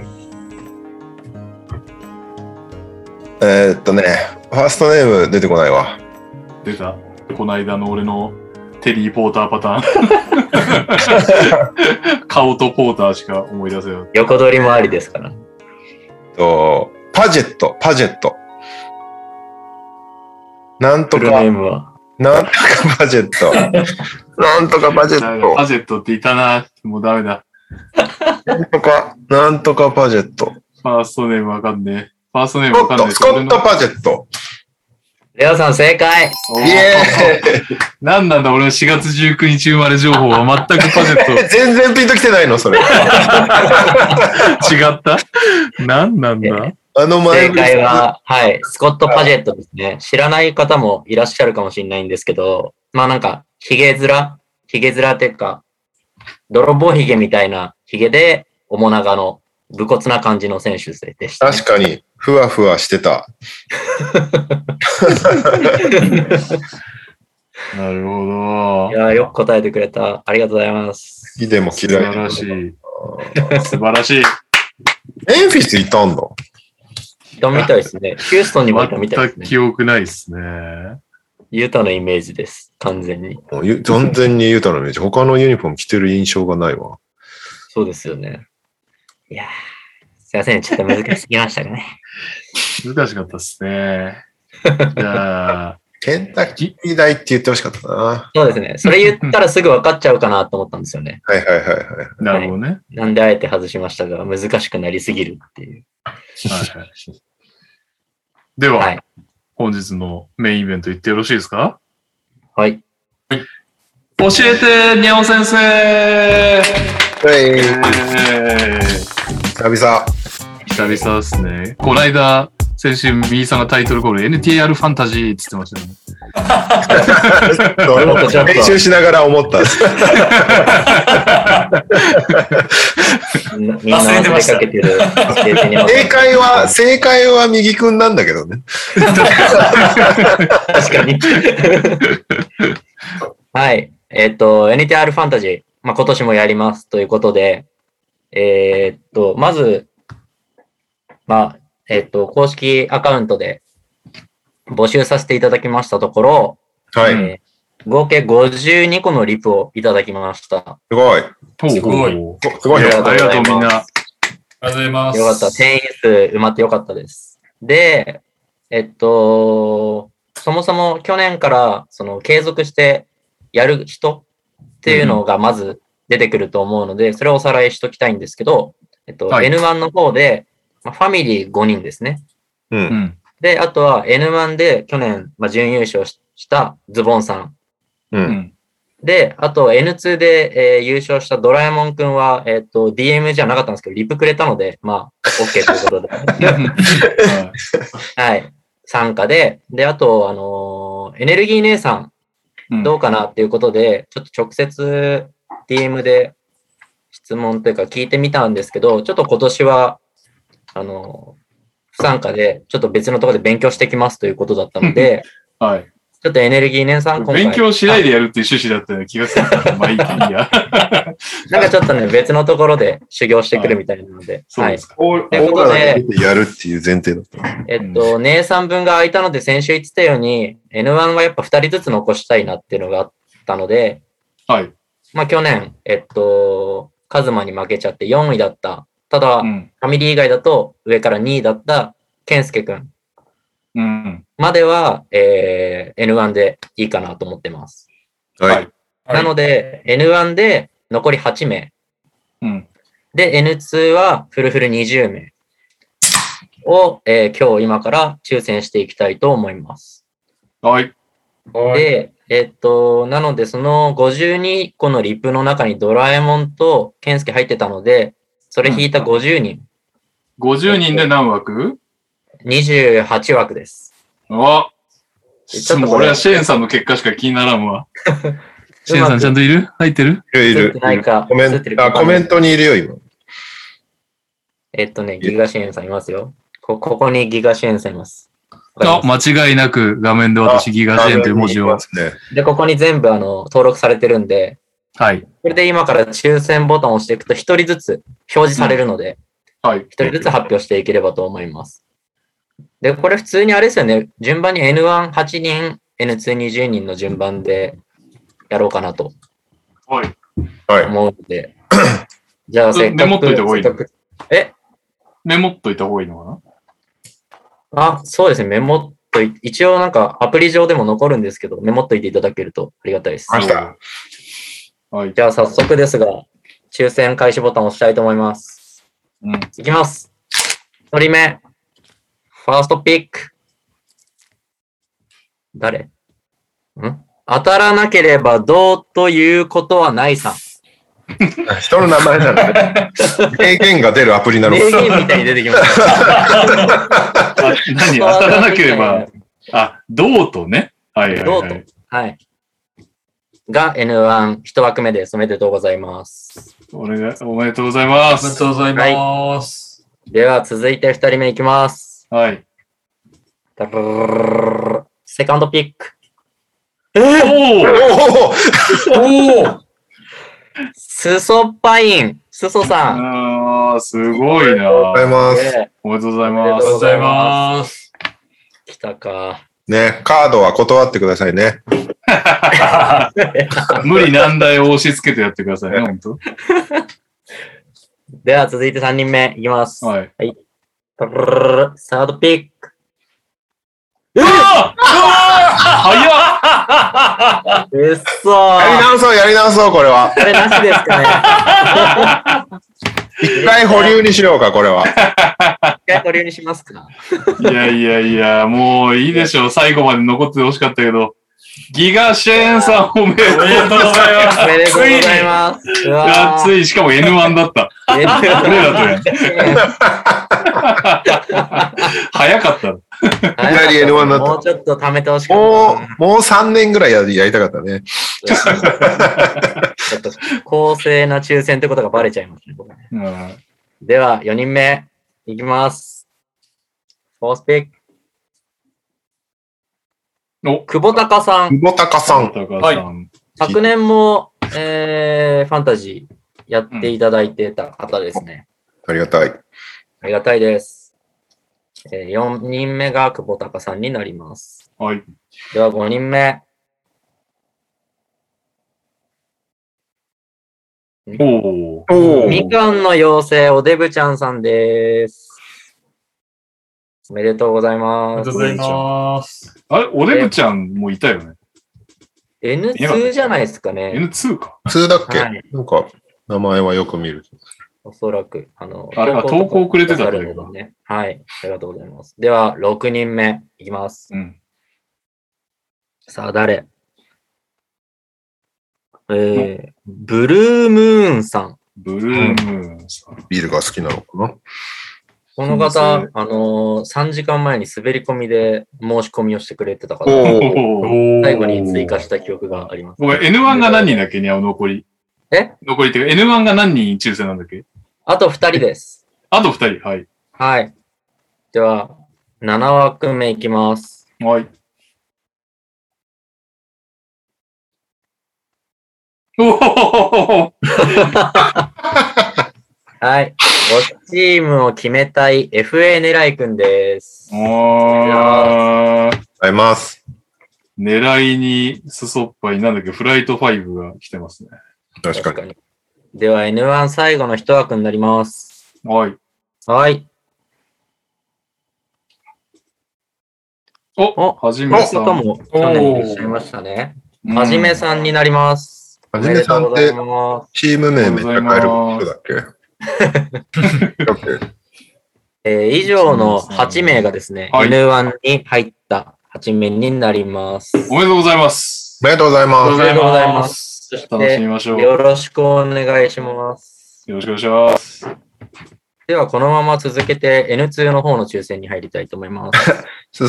ファーストネーム出てこないわ。 出た。この間の俺のテリー・ポーターパターン。顔とポーターしか思い出せない。 横取りもありですから。 パジェット。なんとフルか、 ネームは。 なんとかパジェット。なんとかパジェット。 パジェットっていたな。もうダメだ。 なんとかパジェット。 ファーストネームわかんねえ。ファーストネームわかんない。 スコットパジェット。 レオさん正解。 イエーイなんなんだ俺の4月19日生まれ情報は全くパジェット。 全然ピンときてないのそれ。 違ったなんなんだ正解は、はい、スコット・パジェットですね。知らない方もいらっしゃるかもしれないんですけど、まあなんか、ヒゲ面っていうか、泥棒ヒゲみたいなヒゲで、面長の武骨な感じの選手でした、ね。 確かに、ふわふわしてた。 なるほど。 いや、よく答えてくれた。ありがとうございます。 好きでも素嫌い晴らしい。素晴らしい。 メンフィスいたんだ。 いたみたいですね。ヒューストンにもいたみたいですね。 全く記憶ないですね。 ユタのイメージです。完全に。 完全にユタのイメージ。他のユニフォーム着てる印象がないわ。 そうですよね。いやー、すいません。ちょっと難しすぎましたかね。 難しかったですね。じゃあ、 ケンタッキー大って言ってほしかったな。 そうですね。それ言ったらすぐ分かっちゃうかなと思ったんですよね。 はい。 なるほどね。 なんであえて外しましたが、難しくなりすぎるっていう。 はいはい、では、 はい、 本日のメインイベント言ってよろしいですか？ はい。 教えて、にゃお先生。 久々 ですね。この間、先週、右さんがタイトルコール NTR ファンタジーって言ってましたよね。 俺も練習しながら思った。 みんな忘れかけてる。 正解は右くんなんだけどね。 確かに。はい。NTR ファンタジー、まあ、今年もやりますということで、まず、まあ、公式アカウントで募集させていただきましたところ、 はい。 合計52個のリプをいただきました。 すごい。 すごい。 すごい。 ありがとうみんな。 ありがとうございます。 よかった。定員数埋まってよかったです。で、そもそも去年からその継続してやる人っていうのがまず出てくると思うので、それをおさらいしときたいんですけど、 はい、 N1 の方で、ファミリー5人ですね。 うん。 で、あとは N1 で去年、準優勝したズボンさん。 うん。 で、あと N2 で、優勝したドラえもんくんは、DM じゃなかったんですけど、リプくれたので、まあ、OK ということで。はい。参加で、で、あと、エネルギー姉さん、どうかなっていうことで、ちょっと直接 DM で質問というか聞いてみたんですけど、ちょっと今年は、不参加で、ちょっと別のところで勉強してきますということだったので、 はい。 ちょっとエネルギー姉さん、 勉強しないでやるっていう趣旨だったような気がするから、まあいいや。 なんかちょっとね、別のところで修行してくるみたいなので。 そうですか。 ということで、 やるっていう前提だった。 姉さん分が空いたので、先週言ってたように、N1 はやっぱ2人ずつ残したいなっていうのがあったので、 はい。 まあ去年、カズマに負けちゃって4位だった。ただ、ファミリー以外だと上から2位だったケンスケくん。までは、N1 でいいかなと思ってます。 はい。 なので、N1 で残り8名。で、N2 はフルフル20名を、今日今から抽選していきたいと思います。 はい。 で、なので、その52個のリプの中にドラえもんとケンスケ入ってたので、それ引いた50人。 50人で何枠 28枠です。 あちょっとこれはシェーンさんの結果しか気にならんわ。シェーンさんちゃんといる入ってるいる。コメントにいるよ、今。 ギガシェーンさんいますよ。ここにギガシェーンさんいます。 間違いなく画面で私ギガシェーンという文字を。 で、ここに全部登録されてるんで、 はい。 これで今から抽選ボタンを押していくと1人ずつ表示されるので、 はい。 1人ずつ発表していければと思います。で、これ普通にあれですよね。順番に N18 人、N220 人の順番でやろうかなと思うので。じゃあ、せっかく。 メモっといた方がいいの？ え？ メモっといた方がいいのかな？そうですね。メモっと一応なんかアプリ上でも残るんですけど、メモっといていただけるとありがたいです。 はい。 じゃあ、早速ですが、抽選開始ボタンを押したいと思います。いきます。1人目。ファーストピック。誰？当たらなければどうということはないさん。 人の名前なのね。名言が出るアプリなの。 名言みたいに出てきました。 何当たらなければ。どうとね。はい。 どうと。はい。が N1 一枠目です。おめでとうございます。 おめでとうございます。 おめでとうございます。 では続いて2人目いきます。 はい。 セカンドピック。 おすそっぱいん。すそさん。すごいな。 おめでとうございます。 おめでとうございます。 おめでとうございます。 来たか。 ね、カードは断ってくださいね。 無理難題を押し付けてやってくださいね、本当。 では続いて3人目いきます。 はい。 サードピック。 早っうっそー。やり直そう、これは。 これなしですかね。 一回保留にしようか、これは。 一回保留にしますか。 いや、もういいでしょう。最後まで残ってほしかったけど。ギガシェーンさんおめでとうございます。 おめでとうございます。 つい、しかも N1 だった。俺らとや。早かった。 左 N1 だった。 もうちょっと貯めてほしかった。 もう3年ぐらいやりたかったね。 ちょっと公正な抽選ってことがバレちゃいますね。では、4人目いきます。フォースピック。久保高さん。 久保高さん。 はい。 昨年も、ファンタジーやっていただいてた方ですね。 ありがたい。 ありがたいです。4人目が久保高さんになります。 はい。 では5人目。みかんの妖精、おでぶちゃんさんです。おめでとうございます。 おめでとうございます。 あれ、おでぶちゃんもいたよね。 N2 じゃないですかね。 N2 か。 2だっけ、なんか、名前はよく見る。 おそらく。 投稿くれてたんだけどね。はい。ありがとうございます。では、6人目いきます。さあ、誰？ブルームーンさん。 ブルームーンさん。 ビールが好きなのかな？ この方、3時間前に滑り込みで申し込みをしてくれてた方、最後に追加した記憶があります。 ごめん、N1 が何人だっけに残り。残りっていうか、N1 が何人抽選なんだっけ？ あと2人です。 あと2人、はい。 はい。では、7枠目いきます。 はい。おおはい。5チームを決めたい FA 狙いくんです。 おー。ありがとうございます。 狙いにすそっぱい、なんだっけ、フライト5が来てますね。 確かに。 では N1 最後の1枠になります。 はい。 はい。 はじめさん。 も去年いらっしゃいましたね。はじめさんになります。 はじめさんってチーム名めっちゃ変える人だっけ？ 以上の8名がですね、N1 に入った 8面になります。 おめでとうございます。 ありがとうございます。 おめでとうございます。そして楽しみましょう。 よろしくお願いします。 よろしくお願いします。 では、このまま続けて N2 の方の抽選に入りたいと思います。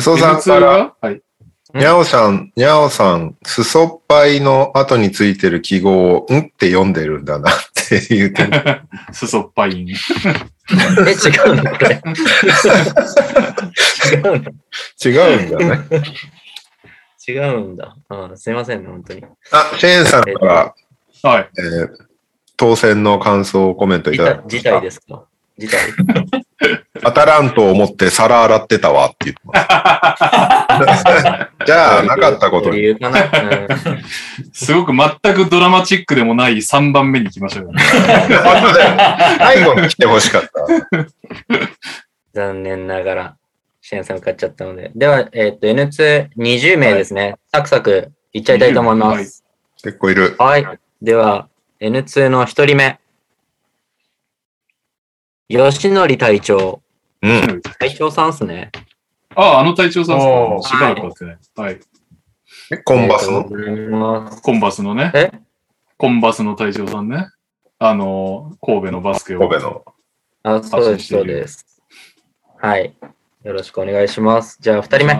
すそさんから、 はい。 にゃおさん、すそっぱいの後についてる記号を、んって読んでるんだなって言ってる。 すそっぱいに。 違うのこれ。違うの違うんだね。 違うんだ。すいませんね、本当に。 シェーンさんから、 はい。 当選の感想コメントいただきました。 辞退ですか？辞退当たらんと思って皿洗ってたわって言ってます。じゃあ、なかったことに。 すごく全くドラマチックでもない3番目に来ましたよね。 最後に来てほしかった。 残念ながら、シェーンさん受かっちゃったので。では、N220 名ですね。サクサクいっちゃいたいと思います。 結構いる。 はい。では、N2 の1人目。吉典隊長。隊長さんっすね。 あの隊長さんっすか。しばらく経ってない。はい。 コンバスのコンバスのね。コンバスの隊長さんね。神戸のバスケを。 神戸の。 そうです、そうです。はい。よろしくお願いします。じゃあ、2人目。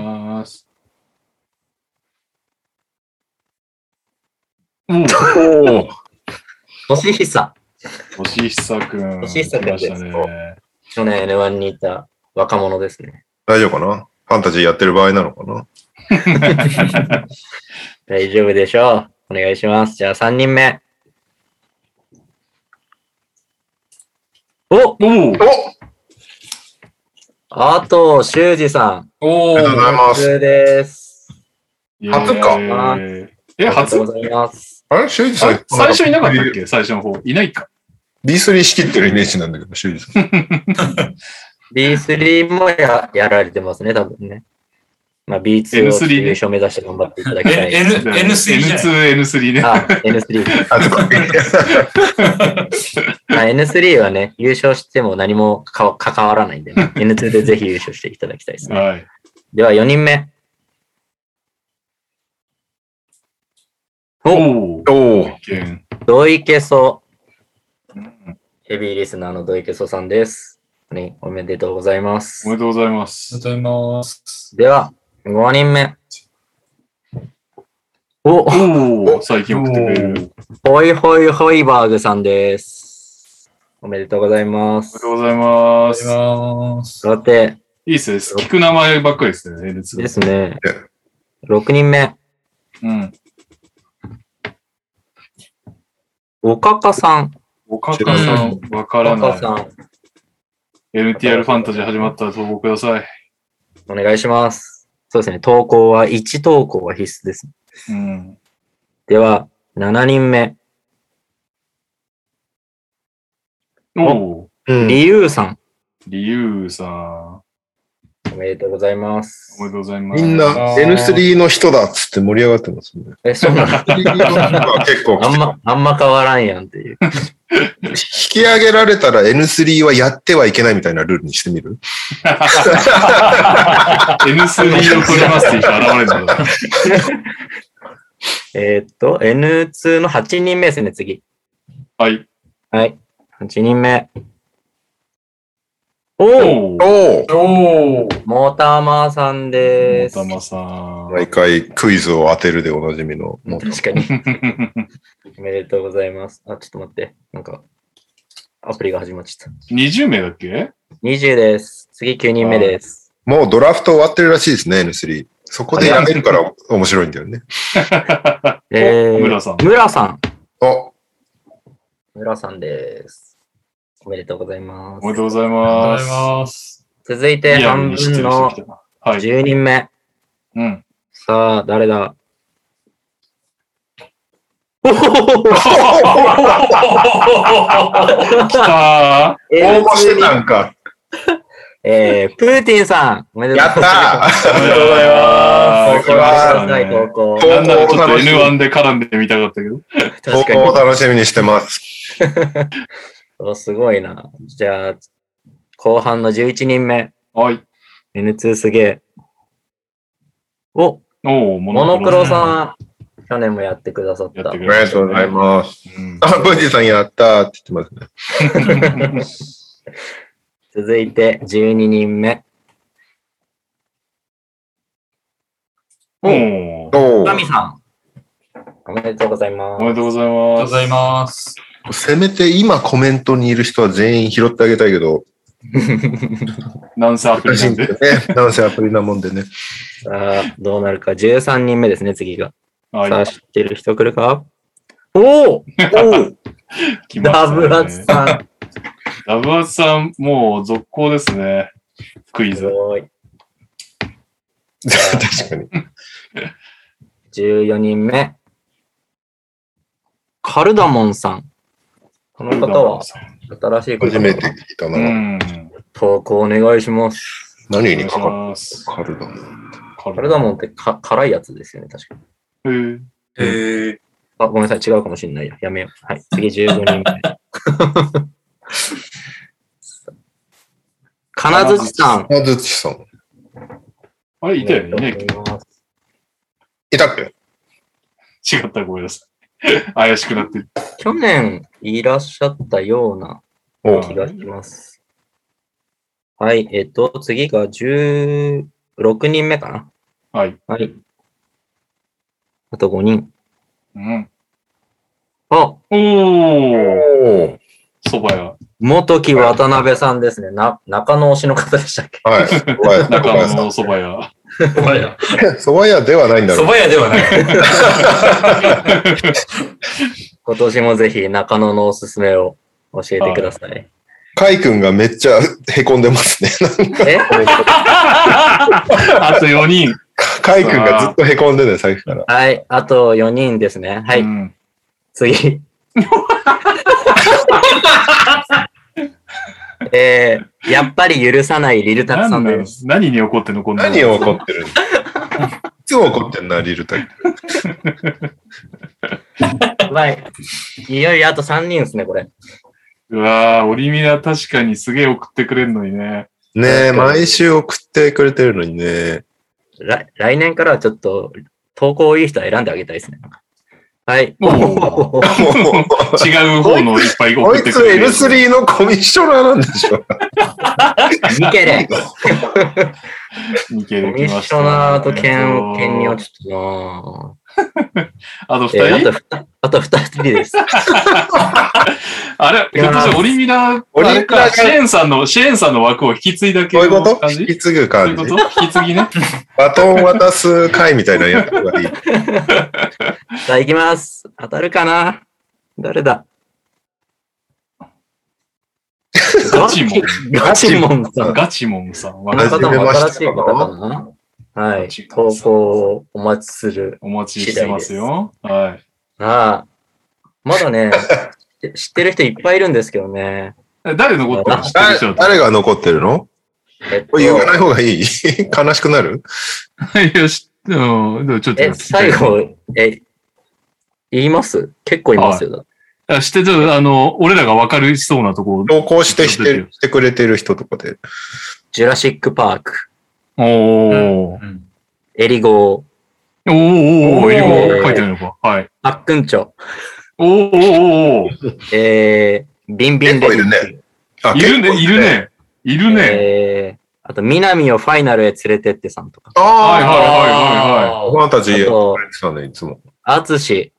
おお。 星久。 星久くん。 星久くんです。去年 N1 にいた若者ですね。 大丈夫かな？ファンタジーやってる場合なのかな？ 大丈夫でしょう。お願いします。じゃあ3人目。あと、修二さん。 ありがとうございます。 です。 初か。 初？ありがとうございます。 あれ修二さん最初いなかったっけ？最初の方。いないか。 B3 仕切ってるイメージなんだけど、修二さん。 B3 もやられてますね、多分ね。まあ B2 を優勝目指して頑張っていただきたい。 N3 ね。 N3。N3 はね、優勝しても何も関わらないんでね。N2 でぜひ優勝していただきたいですね。 はい。 では4人目。土井ケソ。ヘビーリスナーの土井ケソさんです。おめでとうございます。 おめでとうございます。 ありがとうございます。 では、5人目。 最近送ってくれる。 ホイホイホイバーグさんです。おめでとうございます。 おめでとうございます。 さて。 いいっすね。聞く名前ばっかりですね。 N2 ですね。6人目。おかかさん。 わからない。NTR ファンタジー始まったら投稿ください。 お願いします。そうですね。投稿は1投稿は必須です。では、7人目。リユウさん。おめでとうございます。 おめでとうございます。 みんな N3 の人だっつって盛り上がってますね。 そうなんだ。 結構あんま変わらんやんっていう。 引き上げられたら N3 はやってはいけないみたいなルールにしてみる？ N3 を取りますって人現れるんだ。 N2 の8人目ですね、次。 はい。 はい。8人目。モーターマーさんです。 モーターマーさん。 毎回クイズを当てるでおなじみの。 確かに。おめでとうございます。ちょっと待って。なんか、アプリが始まっちゃった。 20名だっけ ?20 です。次9人目です。 もうドラフト終わってるらしいですね、N3。そこでやめるから面白いんだよね。 村さん。 村さん。村さんです。おめでとうございます。 おめでとうございます。 続いて半分の10人目。さあ、誰だ？ 来た応募してたんか。 プーティンさん、おめでとうございます。 おめでとうございます。投稿。なんならちょっと N1 で絡んでみたかったけど。 投稿を楽しみにしてます。 すごいな。じゃあ、後半の11人目。 はい。 N2 すげえ。 お、 モモノクロさん、去年もやってくださった。 やってくありがとうございます。あ、ブージーさんやったーって言ってますね。 続いて、12人目。 おお神さん。おめでとうございます。 おめでとうございありがとうます。 ございます。 せめて今コメントにいる人は全員拾ってあげたいけど、 なんせアプリなんで。 ね、なんせアプリなもんでね。 さあ、どうなるか。13人目ですね、次が。 はいさあ、知ってる人来るか？おお来ましたねダブアツさん。 ダブアツさん、もう続行ですね。クイすズ。 ごい。 確かに。 14人目。カルダモンさん。この方は新しい方初めて聞いたうな。 ん。 投稿お願いします。 何にかかます。 カルダモン。 カカルダモンって辛いやつですよね、確かに。あ、ごめんなさい、違うかもしれないや。やめよう。はい、次15人目。金槌さん。 あずちさん。 あれ、いたよね。 いたっけ？ 違ったらごめんなさい。怪しくなってる。 去年いらっしゃったようなお気がします。はい、次が16人目かな。 はい。 はい。あと5人。 うん。 あ、 おー、 おー。 蕎麦屋。 元木渡辺さんですね。中野推しの方でしたっけ？ はい。 中野の蕎麦屋。 蕎麦屋。 蕎麦屋ではないんだろう。 蕎麦屋ではない。 今年もぜひ中野のおすすめを教えてください。 カイ君がめっちゃ凹んでますね。 えあと4人。 カイ君がずっと凹んでね、最初から。 はい、あと4人ですね。はい、 うん次。やっぱり許さないリルタクさんです。 何に怒ってんのこんなの。 何を怒ってるの？いつも怒ってんな、リルタク。 はい。いよいよあと3人ですね、これ。 うわぁ、オリミナ確かにすげえ送ってくれるのにね。 ねえ、毎週送ってくれてるのにね。 来年からはちょっと投稿いい人は選んであげたいですね。はい。 もう違う方のいっぱいこいつ送ってくれる。 L3 のコミッショナーなんでしょ？ ミケレ。 ミケルコミッ来ましたね。 ショナーと兼任はちょっとあとな 2人、 あと2人です。 あれ、ひょっとしてオリミナ、 オリミナあれか、シエンさんの枠を引き継いだ系そういうことの感じ引き継ぐそう感じいうこと。引き継ぎね。 バトン渡す会みたいなやつがいい。 さあ、行きます。当たるかな？誰だ？ ガチモン。 ガチモンさん。 ガチモンさん。 この方も新しい方かな？はい。投稿をお待ちする。 お待ちしてますよ。はい。 ああ。まだね、知ってる人いっぱいいるんですけどね。 誰残ってるの知ってる人だった誰が残ってるの？これ言わない方がいい？悲しくなる？ いや、でもちょっと。 最後、言います？結構いますよ。 知ってる、俺らが分かるそうなとこ。 投稿してくれてる人とかで。 ジュラシックパーク。 おー。 エリゴー。 おー、英語書いてあるのか。はい。 パックンチョ。 おー。 ビンビンレディ。 結構いるね。あいるね。 あと、南をファイナルへ連れてってさんとか。 はいはいあお前たちやってとくれてたね、いつも。 アツシ。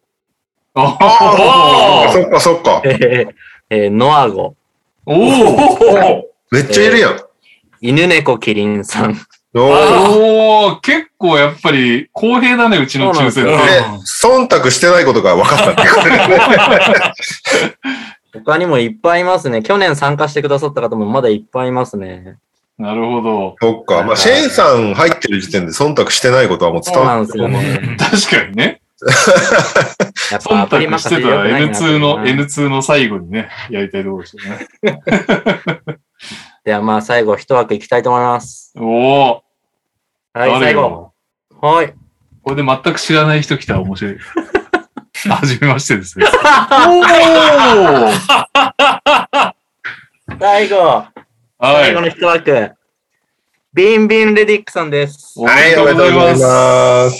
あそっかそっか。 ノアゴ。 おー。 めっちゃいるやん。 犬猫キリンさん。 おー、結構やっぱり公平だね、うちの抽選そうなん忖度してないことが分かったね。 他にもいっぱいいますね。去年参加してくださった方もまだいっぱいいますね。 なるほど。 そっか。まあ、シェーンさん入ってる時点で忖度してないことはもう伝そうわっなんですよね。 確かにね。 やっぱアプリ忖度任せしてたらでよくないな N2 の最後にね、やりたいところですよね。 ではまあ最後一枠いきたいと思います。 おー。 はい、 誰最後。 よ。 はい。 これで全く知らない人来たら面白い。はじめましてですね。おー最後。 はい。 最後の一枠。 ビンビンレディックさんです。 はい、おめでとうございます。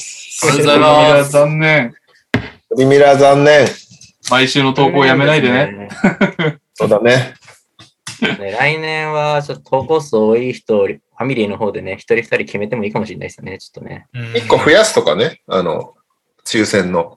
おめでとうございます。 残念。 オリミラ残念。 毎週の投稿やめないでね。 そうだね。 来年はちょっと投稿数多い人、ファミリーの方でね、一人二人決めてもいいかもしれないですよね、ちょっとね。 一個増やすとかね、抽選の。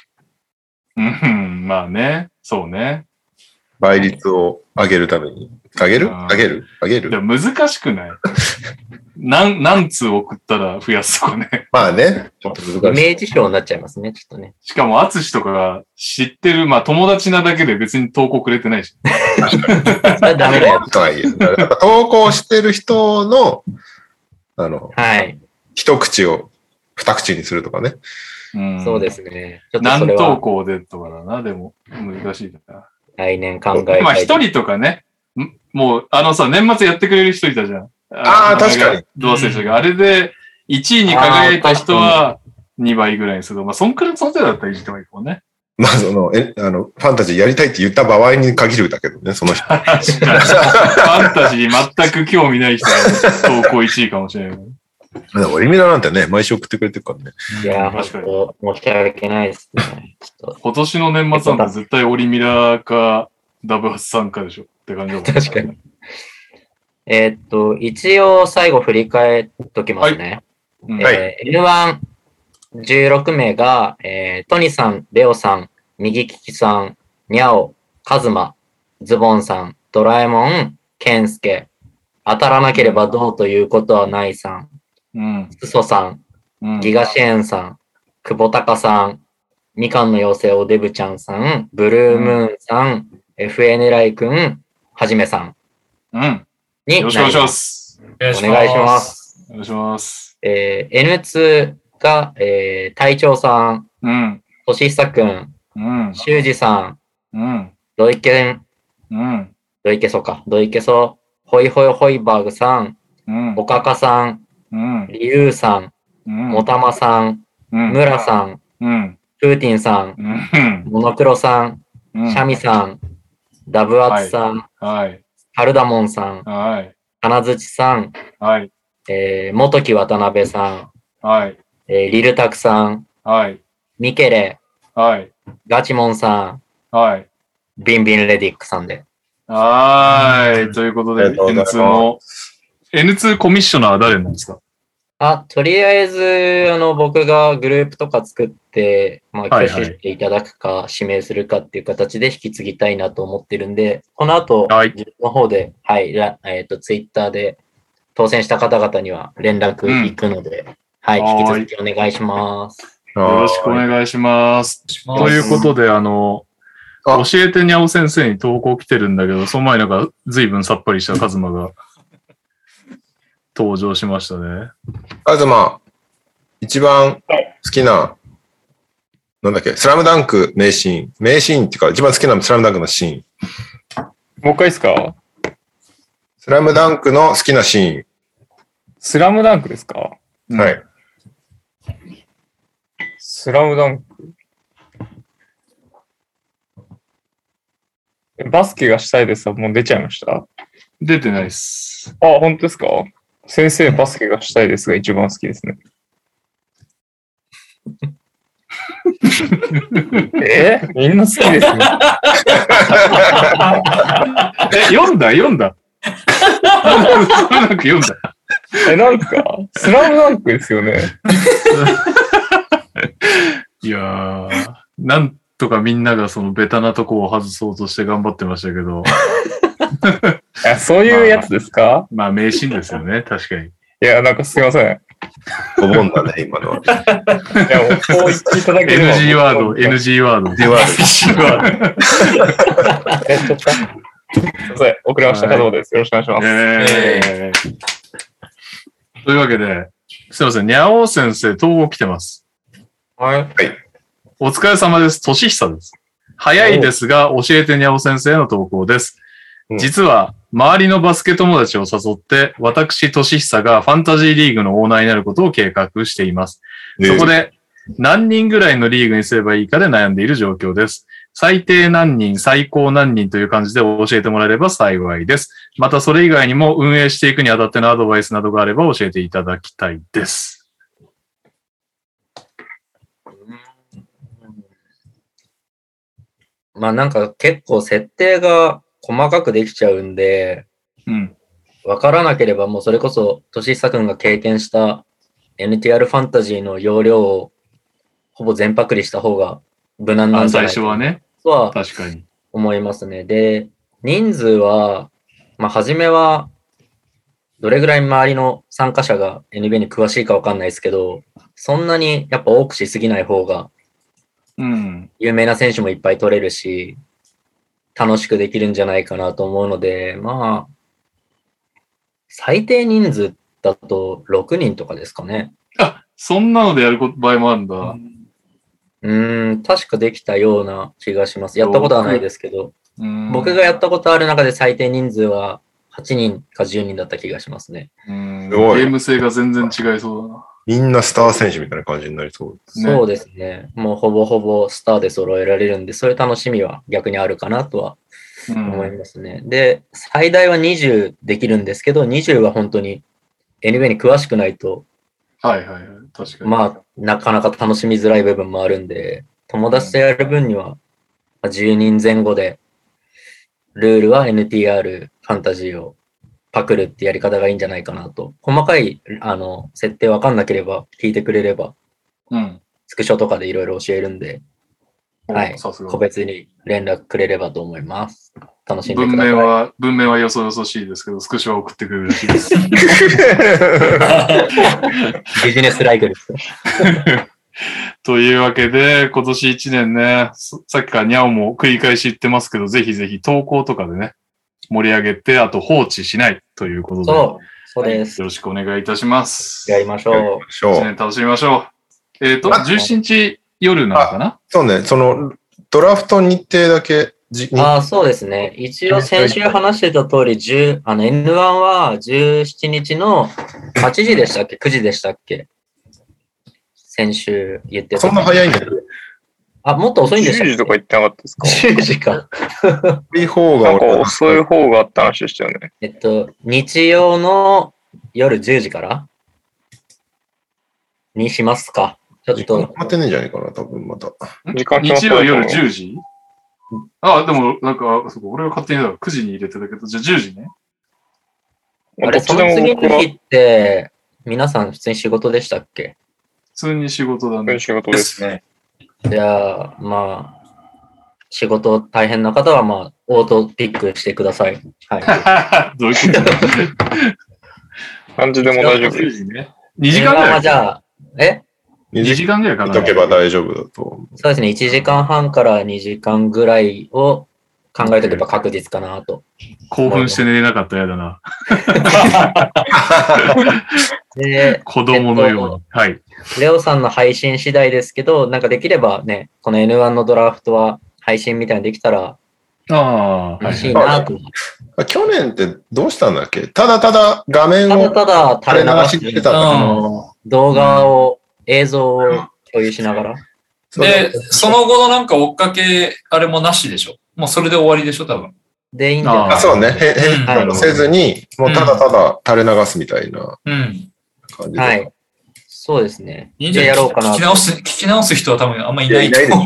まあね、そうね。 倍率を上げるために。上げるでも難しくない何通送ったら増やすとかね。 まあね。ちょっと難しい。 イメージ賞になっちゃいますね、ちょっとね。 しかも、アツシとかが知ってる、まあ友達なだけで別に投稿くれてないし。 確かに。それダメだよ。 とはいえ。投稿してる人の、 はい。 一口を二口にするとかね。 そうですね。ちょっと何投稿でとかだな、でも。難しいな。 来年考えたい。 まあ一人とかね。もう、年末やってくれる人いたじゃん。 ああ、確かに。 どうせしたが、あれで1位に輝いた人は2倍ぐらいにする。まあ、そんくらいその程度だったらいじってもいいかもね。 まあ、ファンタジーやりたいって言った場合に限るだけどね、その人。 ファンタジー全く興味ない人が投稿1位かもしれない。 オリミラなんてね、毎週送ってくれてるからね。 いや、確かに。申し訳ないですね。 今年の年末なんて絶対オリミラかダブハツさんかでしょって感じだもん。 確かに。一応最後振り返っときますね。N116 名が、トニさん、レオさん、右利きさん、ニャオ、カズマ、ズボンさん、ドラえもん、ケンスケ、当たらなければどうということはないさん、スソさん、ギガシエンさん、久保タカさん、みかんの妖精おデブちゃんさん、ブルームーンさん、FN ライくん、はじめさん。 よろしくお願いします。 お願いします。 お願いします。 N2 が、隊長さん、としひさくん、しゅうじさん、ドイケソ、ホイホイホイバーグさん、おかかさん、りゆうさん、もたまさん、むらさん、プーティンさん、モノクロさん、シャミさん、ダブアツさん、カルダモンさん、花槌さん、元木渡辺さん、リルタクさん、ミケレ、ガチモンさん、ビンビンレディックさんで。 ということで、N2 コミッショナーは誰なんですか？ とりあえず、僕がグループとか作って、まあ、挙手していただくか、指名するかっていう形で引き継ぎたいなと思ってるんで、この後、自分の方で、ツイッターで当選した方々には連絡行くので、引き続きお願いします。 よろしくお願いします。ということで、教えてにゃお先生に投稿来てるんだけど、その前なんか随分さっぱりしたカズマが登場しましたね。 カズマ、一番好きな、なんだっけ、スラムダンク名シーンっていうか、一番好きなスラムダンクのシーン。 もう一回ですか？ スラムダンクの好きなシーン。 スラムダンクですか？ はい。 スラムダンク。バスケがしたいですはもう出ちゃいました？ 出てないです。 本当ですか？先生、バスケがしたいですが一番好きですね。みんな好きですね。 読んだスラムダンク読んだ。 なんか、スラムダンクですよね。 いやー、なんとかみんながそのベタなとこを外そうとして頑張ってましたけど。 そういうやつですか？ まあ名シーンですよね、確かに。 いや、なんかすいません。 お盆だね、今のは。 いや、もうこう言っていただければ。 NG ワード。NG ワード。 すいません、遅れました。カズマです。よろしくお願いします。 というわけで、すいません、にゃお先生、投稿来てます。 はい。 お疲れ様です。としひさです。早いですが、教えてにゃお先生の投稿です。実は、周りのバスケ友達を誘って、私、としひさがファンタジーリーグのオーナーになることを計画しています。そこで、何人ぐらいのリーグにすればいいかで悩んでいる状況です。最低何人、最高何人という感じで教えてもらえれば幸いです。 またそれ以外にも運営していくにあたってのアドバイスなどがあれば教えていただきたいです。 まあなんか結構設定が細かくできちゃうんで、わからなければもうそれこそ、としひさくんが経験した NTR ファンタジーの容量をほぼ全パクリした方が無難なんじゃないかなとは確かに思いますね。で、人数は、まあ初めはどれぐらい周りの参加者が NBA に詳しいかわかんないですけど、そんなにやっぱ多くしすぎない方が、有名な選手もいっぱい取れるし、楽しくできるんじゃないかなと思うので、まあ、最低人数だと6人とかですかね。 あ、そんなのでやる場合もあるんだ。 確かできたような気がします。やったことはないですけど、僕がやったことある中で最低人数は8人か10人だった気がしますね。 ゲーム性が全然違いそうだな。 みんなスター選手みたいな感じになりそうですね。そうですね。もうほぼほぼスターで揃えられるんで、そういう楽しみは逆にあるかなとは思いますね。で、最大は20できるんですけど、20は本当に NBA に詳しくないと、 確かに。 まあ、なかなか楽しみづらい部分もあるんで、友達とやる分には、10人前後で、ルールは NTR ファンタジーをパクるってやり方がいいんじゃないかなと。細かい、設定わかんなければ聞いてくれれば、スクショとかでいろいろ教えるんで、はい。個別に連絡くれればと思います。楽しんでください。 文面はよそよそしいですけど、スクショは送ってくれるらしいです。 ビジネスライクです。 というわけで、今年1年ね、さっきからニャオも繰り返し言ってますけど、ぜひぜひ投稿とかでね、盛り上げて、あと放置しないということで。 そうです。 よろしくお願いいたします。 やりましょう。 1年楽しみましょう。17日夜なのかな？ そうね、その、ドラフト日程だけ。 そうですね。一応先週話してた通り、N1 は17日の8時でしたっけ ?9 時でしたっけ先週言ってた。 そんな早いんだよ。 もっと遅いんでしたっけ ?10 時とか言ってなかったですか ?10 時か。 なんか遅い方があった話でしたよね。 日曜の夜10時からにしますか。ちょっと。 決まってねえんじゃないかな、多分また。 日曜夜10時でも、なんか、俺が勝手に9時に入れてたけど、じゃあ10時ね。 あれ、その次の日って、皆さん普通に仕事でしたっけ？ 普通に仕事だね。 仕事ですね。 じゃあ、まあ、仕事大変な方は、まあ、オートピックしてください。 はい。どういうこと感じでも大丈夫です。 2時間ぐらいじゃあ、 2時間ぐらいかな。 見とけば大丈夫だと思う。 そうですね。1時間半から2時間ぐらいを考えておけば確実かなと。 興奮して寝れなかったら嫌だな。 で、 子供のように。はい。 レオさんの配信次第ですけど、なんかできればね、この N1 のドラフトは配信みたいにできたら、嬉しいなと。 去年ってどうしたんだっけ？ただただ画面をただ垂れ流してた動画を、映像を共有しながら。 で、その後のなんか追っかけ、あれもなしでしょ？もうそれで終わりでしょ多分。 でいいんじゃないそうね。変更せずに、もうただただ垂れ流すみたいな感じで。 はい。そうですね。 いいんじゃない？ やろうかな。 聞き直す人は多分あんまりいないと思う。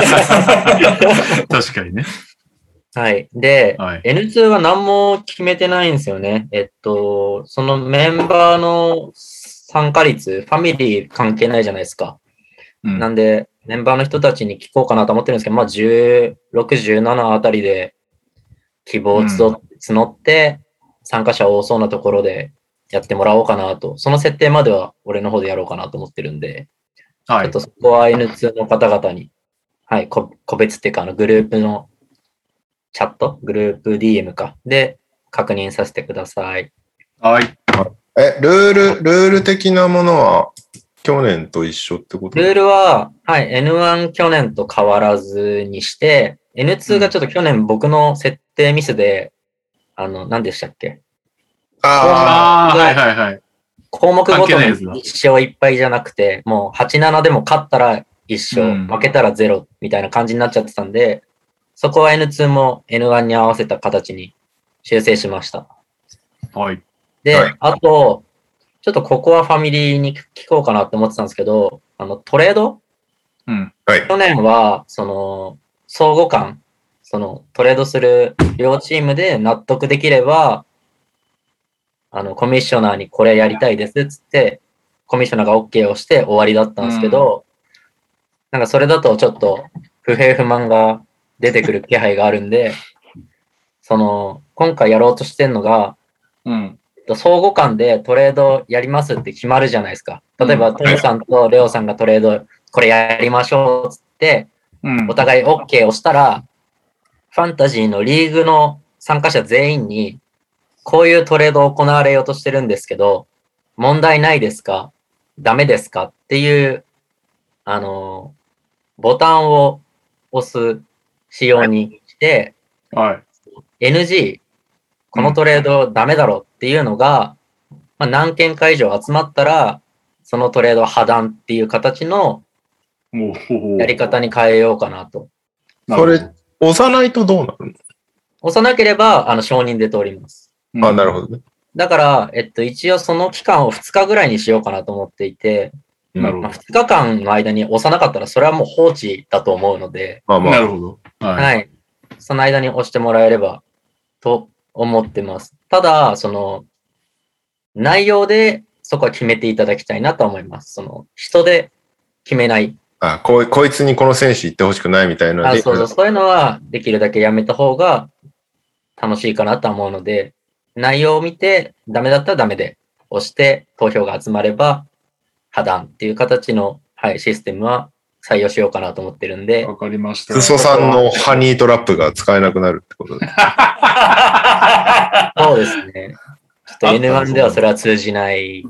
確かにね。 はい。で、N2 は何も決めてないんですよね。そのメンバーの参加率、ファミリー関係ないじゃないですか。なんで、メンバーの人たちに聞こうかなと思ってるんですけど、まあ、16、17あたりで希望を募って、参加者多そうなところでやってもらおうかなと。その設定までは俺の方でやろうかなと思ってるんで、ちょっとそこは N2 の方々に、はい、個別っていうか、グループのチャット、グループ DM か、で確認させてください。 はい。 ルール的なものは去年と一緒ってこと？ ルールは、はい、N1 去年と変わらずにして、N2 がちょっと去年僕の設定ミスで、何でしたっけ？ はいはいはい。 項目ごとに一勝一敗じゃなくて、もう8-7でも勝ったら一勝、負けたら0みたいな感じになっちゃってたんで、そこは N2 も N1 に合わせた形に修正しました。 はい。 で、 はいあと、ちょっとここはファミリーに聞こうかなって思ってたんですけど、トレードうん。 はい。 去年は、相互間、トレードする両チームで納得できれば、コミッショナーにこれやりたいですっつって、コミッショナーが OK をして終わりだったんですけど、なんかそれだとちょっと不平不満が出てくる気配があるんで、今回やろうとしてるのが、 うん。 相互間でトレードやりますって決まるじゃないですか。例えば、トムさんとレオさんがトレード、これやりましょうっつって、 うんお。互い OK をしたら、ファンタジーのリーグの参加者全員に、こういうトレードを行われようとしてるんですけど、問題ないですか？ダメですか？っていう、ボタンを押す仕様にして、 はい。 NG、このトレードダメだろっていうのが、まあ、何件か以上集まったら、そのトレードは破談っていう形のもう、 やり方に変えようかなと。 それ、押さないとどうなる押さなければ、承認で通ります。 の？あ、なるほどね。 だから、一応その期間を2日ぐらいにしようかなと思っていて、まあ、 なるほど。 2日間の間に押さなかったら、それはもう放置だと思うので、 まあまあ。 なるほど。はい。 はい。その間に押してもらえればと思ってます。ただ、内容でそこは決めていただきたいなと思います。人で決めない。 あ、こいつにこの選手行ってほしくないみたいなので。 そういうのはできるだけやめた方が楽しいかなと思うので、内容を見てダメだったらダメで押して投票が集まれば破談っていう形の、はい、システムは採用しようかなと思ってるんで。 わかりました。 クソさんのハニートラップが使えなくなるってことで。 そうですね。ちょっと N1 ではそれは通じない。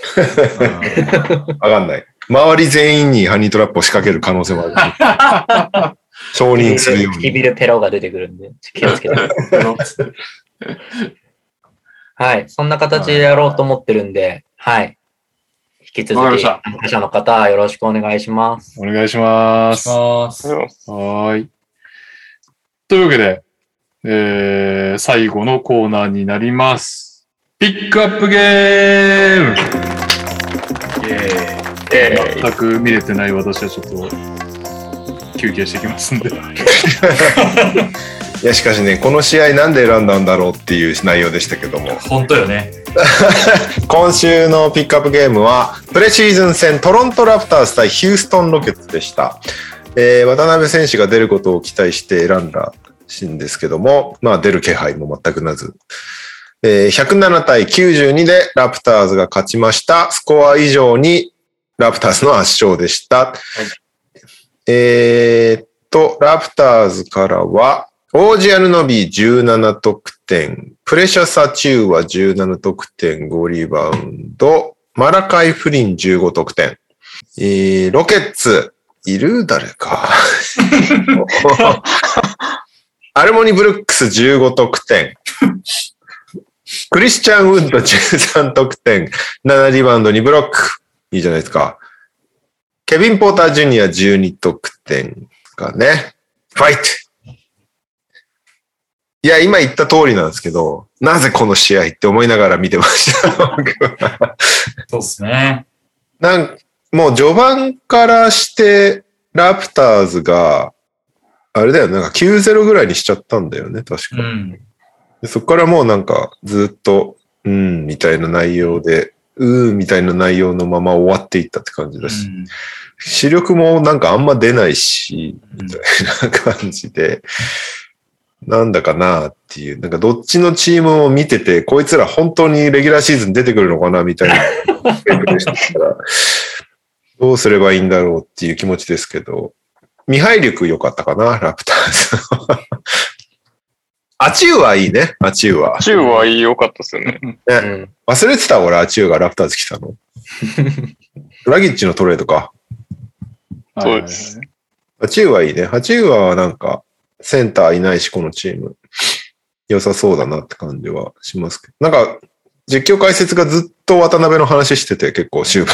わかんない。周り全員にハニートラップを仕掛ける可能性もある。承認するように。 唇ペロが出てくるんで、気をつけて。はい。そんな形でやろうと思ってるんで、はい。引き続き、参加者の方、よろしくお願いします。 お願いします。はーい。というわけで、最後のコーナーになります。ピックアップゲーム全く見れてない私はちょっと休憩してきますんで。 いや、しかしね、この試合なんで選んだんだろうっていう内容でしたけども。 本当よね。 今週のピックアップゲームは、プレシーズン戦トロントラプターズ対ヒューストンロケッツでした。渡辺選手が出ることを期待して選んだシーンですけども、まあ出る気配も全くなず。107対92でラプターズが勝ちました。スコア以上にラプターズの圧勝でした。ラプターズからは、オージアヌノビー17得点、プレシャサチューは17得点、5リバウンド、マラカイ・フリン15得点。ロケッツ、いる誰か。アルモニ・ブルックス15得点。クリスチャン・ウッド13得点、7リバウンド2ブロック。いいじゃないですか。ケビン・ポーター・ジュニア12得点がね。ファイト。いや、今言った通りなんですけど、なぜこの試合って思いながら見てました。 そうですね。 もう序盤からして、ラプターズが、あれだよね、なんか 9-0 ぐらいにしちゃったんだよね、確か。でそこからもうなんかずっと、みたいな内容で、みたいな内容のまま終わっていったって感じだし、視力もなんかあんま出ないし、みたいな感じで、なんだかなっていう、なんかどっちのチームを見てて、こいつら本当にレギュラーシーズン出てくるのかなみたいなでしたからどうすればいいんだろうっていう気持ちですけど、ミハイリュク良かったかな、ラプターズ。アチューはいいね、アチューは。 アチューはいい良かったですよね。 忘れてた俺、アチューがラプターズ来たの。ドラギッチのトレードか。 そうです。 アチューはいいね。アチューはなんか、センターいないし、このチーム。良さそうだなって感じはしますけど。なんか、実況解説がずっと渡辺の話してて、結構終盤。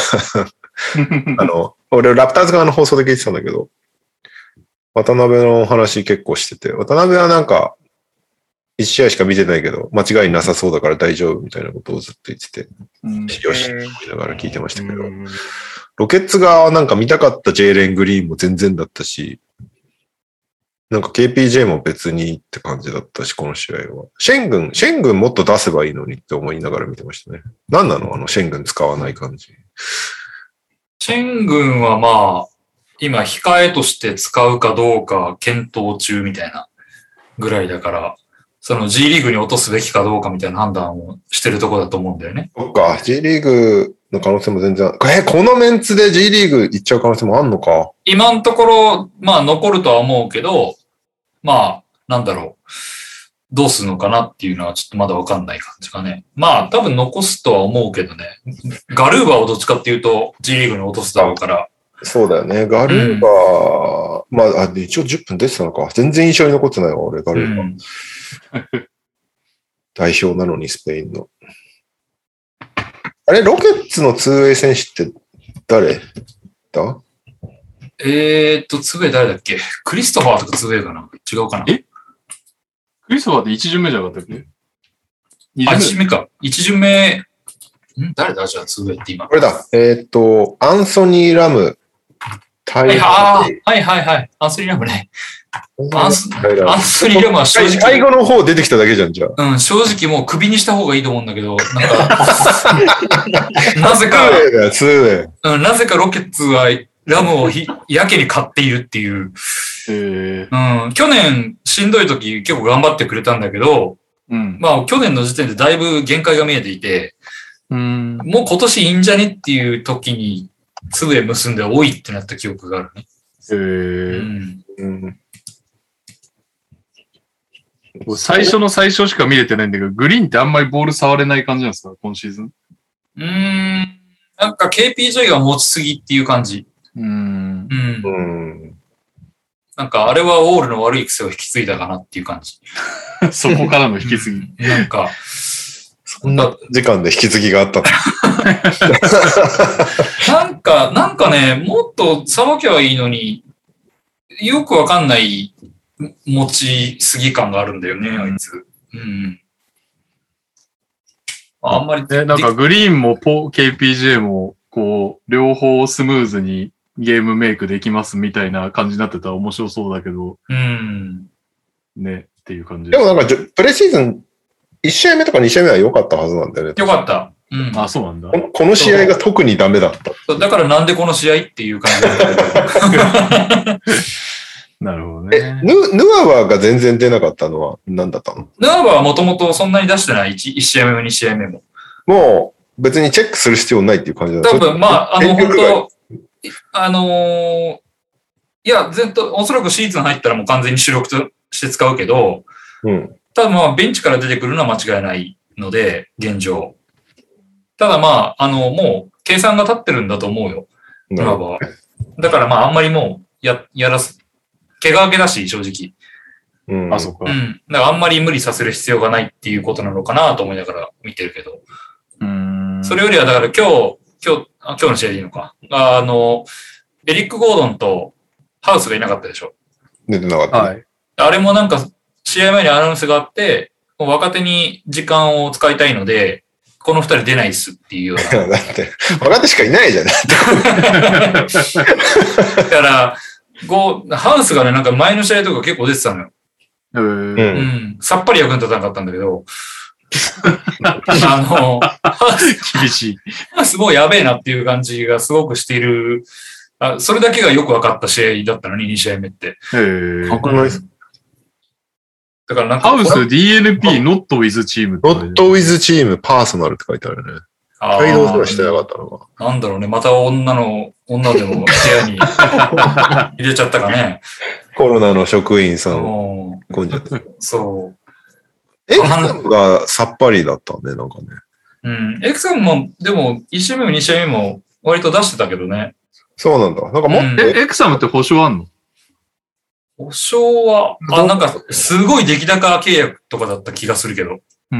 俺、ラプターズ側の放送で聞いてたんだけど、渡辺の話結構してて、渡辺はなんか、 1試合しか見てないけど、間違いなさそうだから大丈夫みたいなことをずっと言ってて、よし、思いながら聞いてましたけど、ロケッツ側はなんか見たかったジェイレン・グリーンも全然だったし、なんか KPJ も別にって感じだったし、この試合は。シェングンもっと出せばいいのにって思いながら見てましたね。何なのシェングン使わない感じ。 シェン軍はまあ、今控えとして使うかどうか検討中みたいなぐらいだから、その G リーグに落とすべきかどうかみたいな判断をしてるところだと思うんだよね。 そっか、G リーグの可能性も全然、このメンツで G リーグ行っちゃう可能性もあんのか。 今のところ、まあ残るとは思うけど、まあ、なんだろう。どうするのかなっていうのはちょっとまだわかんない感じかね。まあ多分残すとは思うけどね。ガルーバをどっちかっていうと G リーグに落とすだろうから。 そうだよね。ガルーバまあ、一応10分出てたのか。全然印象に残ってないわ、俺、ガルーバ代表なのに、スペインの。あれ、ロケッツの 2way 選手って誰だ 2way 誰だっけ？クリストファーとか 2way かな？違うかな？ クリストファーって1巡目じゃなかったっけ？ 1巡目か。1巡目、誰だじゃあ 2way って今。 これだ。アンソニー・ラム。 はいはい。アンソニー・ラムね。アンソニー・ラムは正直。 最後の方出てきただけじゃん、じゃあ。 正直もう首にした方がいいと思うんだけど、なんか、なぜかロケッツはラムをやけに買っているっていう。去年しんどい時結構頑張ってくれたんだけど、まあ去年の時点でだいぶ限界が見えていて、もう今年いいんじゃねっていう時に、2way結んで多いってなった記憶があるね。 最初の最初しか見れてないんだけど、グリーンってあんまりボール触れない感じなんですか、今シーズン。 なんか KPJ が持ちすぎっていう感じ。なんかあれはオールの悪い癖を引き継いだかなっていう感じ。 そこからの引き継ぎ。 なんか、 そんな時間で引き継ぎがあったのなんかね、もっとさばけばいいのに、よくわかんない持ちすぎ感があるんだよね、あいつ。あんまり。 なんかグリーンもKPJ も、こう、両方スムーズにゲームメイクできますみたいな感じになってたら面白そうだけど。ね、っていう感じ。 でもなんか、プレシーズン、1試合目とか2試合目は良かったはずなんだよね。 良かった。 あ、そうなんだ。 この試合が特にダメだった。 だからなんでこの試合っていう感じだった。 なるほどね。 ヌアバーが全然出なかったのは何だったの？ ヌアバーはもともとそんなに出してない。1試合目も2試合目も。 もう別にチェックする必要ないっていう感じだ多分、まあ、本当いや、おそらくシーズン入ったらもう完全に主力として使うけど、多分まあ、ベンチから出てくるのは間違いないので、現状。ただまあ、もう、計算が立ってるんだと思うよ。ヌアバーは。だからまあ、あんまりもう、怪我明けだし、正直。 あ、そっか。 だからあんまり無理させる必要がないっていうことなのかなと思いながら見てるけど。それよりは、だから今日の試合でいいのか。エリック・ゴードンとハウスがいなかったでしょ。 出てなかった、 はい。 あれもなんか、試合前にアナウンスがあって、若手に時間を使いたいので、この二人出ないっすっていうような。 だって、若手しかいないじゃない。 だから、ハウスがね、なんか前の試合とか結構出てたのよ。さっぱり役に立たなかったんだけど、 厳しい。 ハウスもうやべえなっていう感じがすごくしている。それだけがよく分かった試合だったのに、2試合目って。 かないっす。 だからなんか。 ハウス DNP not with team。 not with team パーソナルって書いてあるね。帯同すらしてなかったのか。 なんだろうね。また女でも部屋に入れちゃったかね。 コロナの職員さん込んじゃった。 そう。 エクサムがさっぱりだったね、なんかね。 エクサムも、でも、1試合目も2試合目も割と出してたけどね。 そうなんだ。なんかもっと、 エクサムって保証あんの？ 保証は、なんか、すごい出来高契約とかだった気がするけど。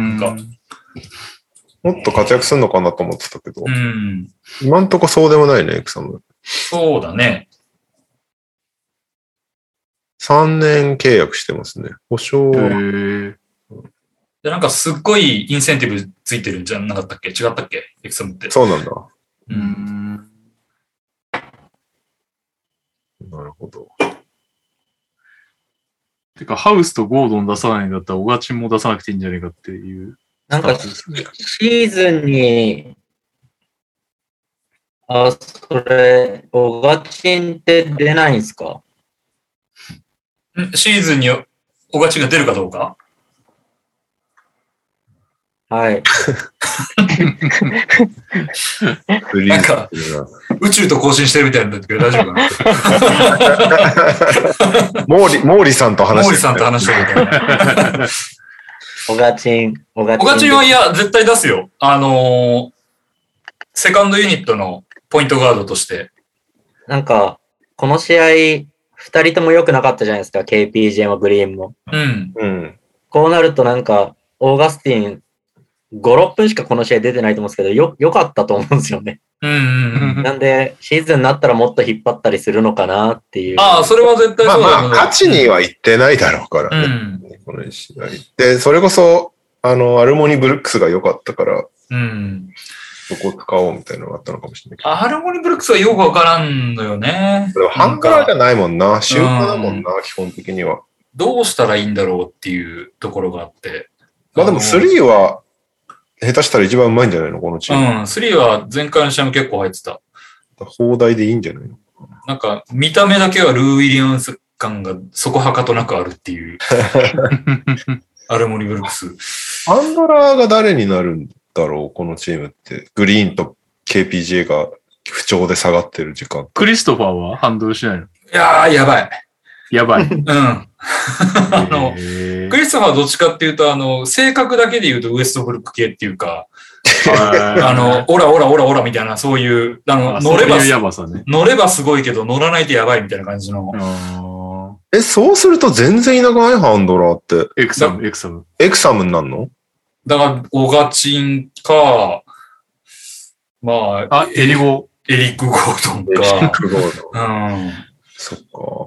もっと活躍するのかなと思ってたけど。今んとこそうでもないね、エクサム。 そうだね。 3年契約してますね。保証は。 で、なんかすっごいインセンティブついてるんじゃなかったっけ？違ったっけ？エクサムって。 そうなんだ。なるほど。 てか、ハウスとゴードン出さないんだったら、オガチンも出さなくていいんじゃないかっていう。 なんか、シーズンに、それ、オガチンって出ないんですか？ シーズンにオガチンが出るかどうか？ はい。 なんか、宇宙と交信してるみたいなんだけど大丈夫かな？ モーリさんと話してる。 モーリさんと話してるみたいな。 オガチンはいや、絶対出すよ。セカンドユニットのポイントガードとして。 なんか、この試合、二人とも良くなかったじゃないですか。KPJ もグリーンも。 うん。 こうなるとなんか、オーガスティン、5、6分しかこの試合出てないと思うんですけど、良かったと思うんですよね。なんで、シーズンになったらもっと引っ張ったりするのかなっていう。 ああ、それは絶対そうだね。勝ちには行ってないだろうからね。この試合。で、それこそ、アルモニー・ブルックスが良かったから、そこを使おうみたいなのがあったのかもしれないけど。 アルモニー・ブルックスはよくわからんのよね。 それはハンカーじゃないもんな。シューターだもんな、基本的には。 どうしたらいいんだろうっていうところがあって。 まあでも3は、下手したら一番うまいんじゃないのこのチーム。 3は前回の試合も結構入ってた。 放題でいいんじゃないの？ なんか、見た目だけはルー・ウィリアムス感がそこはかとなくあるっていう。アルモニー・ブルックス。 アンドラーが誰になるんだろうこのチームって。グリーンと KPJ が不調で下がってる時間。 クリストファーはハンドルしないの？ いやー、やばい。 やばい。 クリストファーはどっちかっていうと、性格だけで言うとウエストブルック系っていうか、オラみたいな、そういう、乗ればすごいけど、乗らないとやばいみたいな感じの。 そうすると全然いなくないハンドラーって。 エクサムになるの？ だから、オガチンか、まあ、 エリック・ゴードンか。 そっか。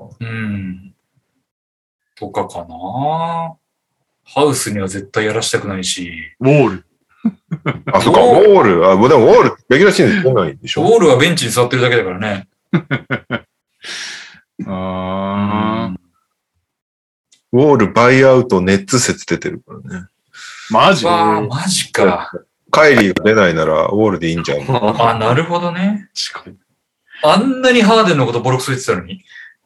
とかかな。ハウスには絶対やらしたくないし。 ウォール。 そっか、ウォール。でもウォール、レギュラーシーズン出ないでしょ？ ウォールはベンチに座ってるだけだからね。 ウォール、バイアウト、ネッツ説出てるからね。 マジか。 カイリーが出ないなら、ウォールでいいんじゃん。 なるほどね。あんなにハーデンのことボロクソ言ってたのに。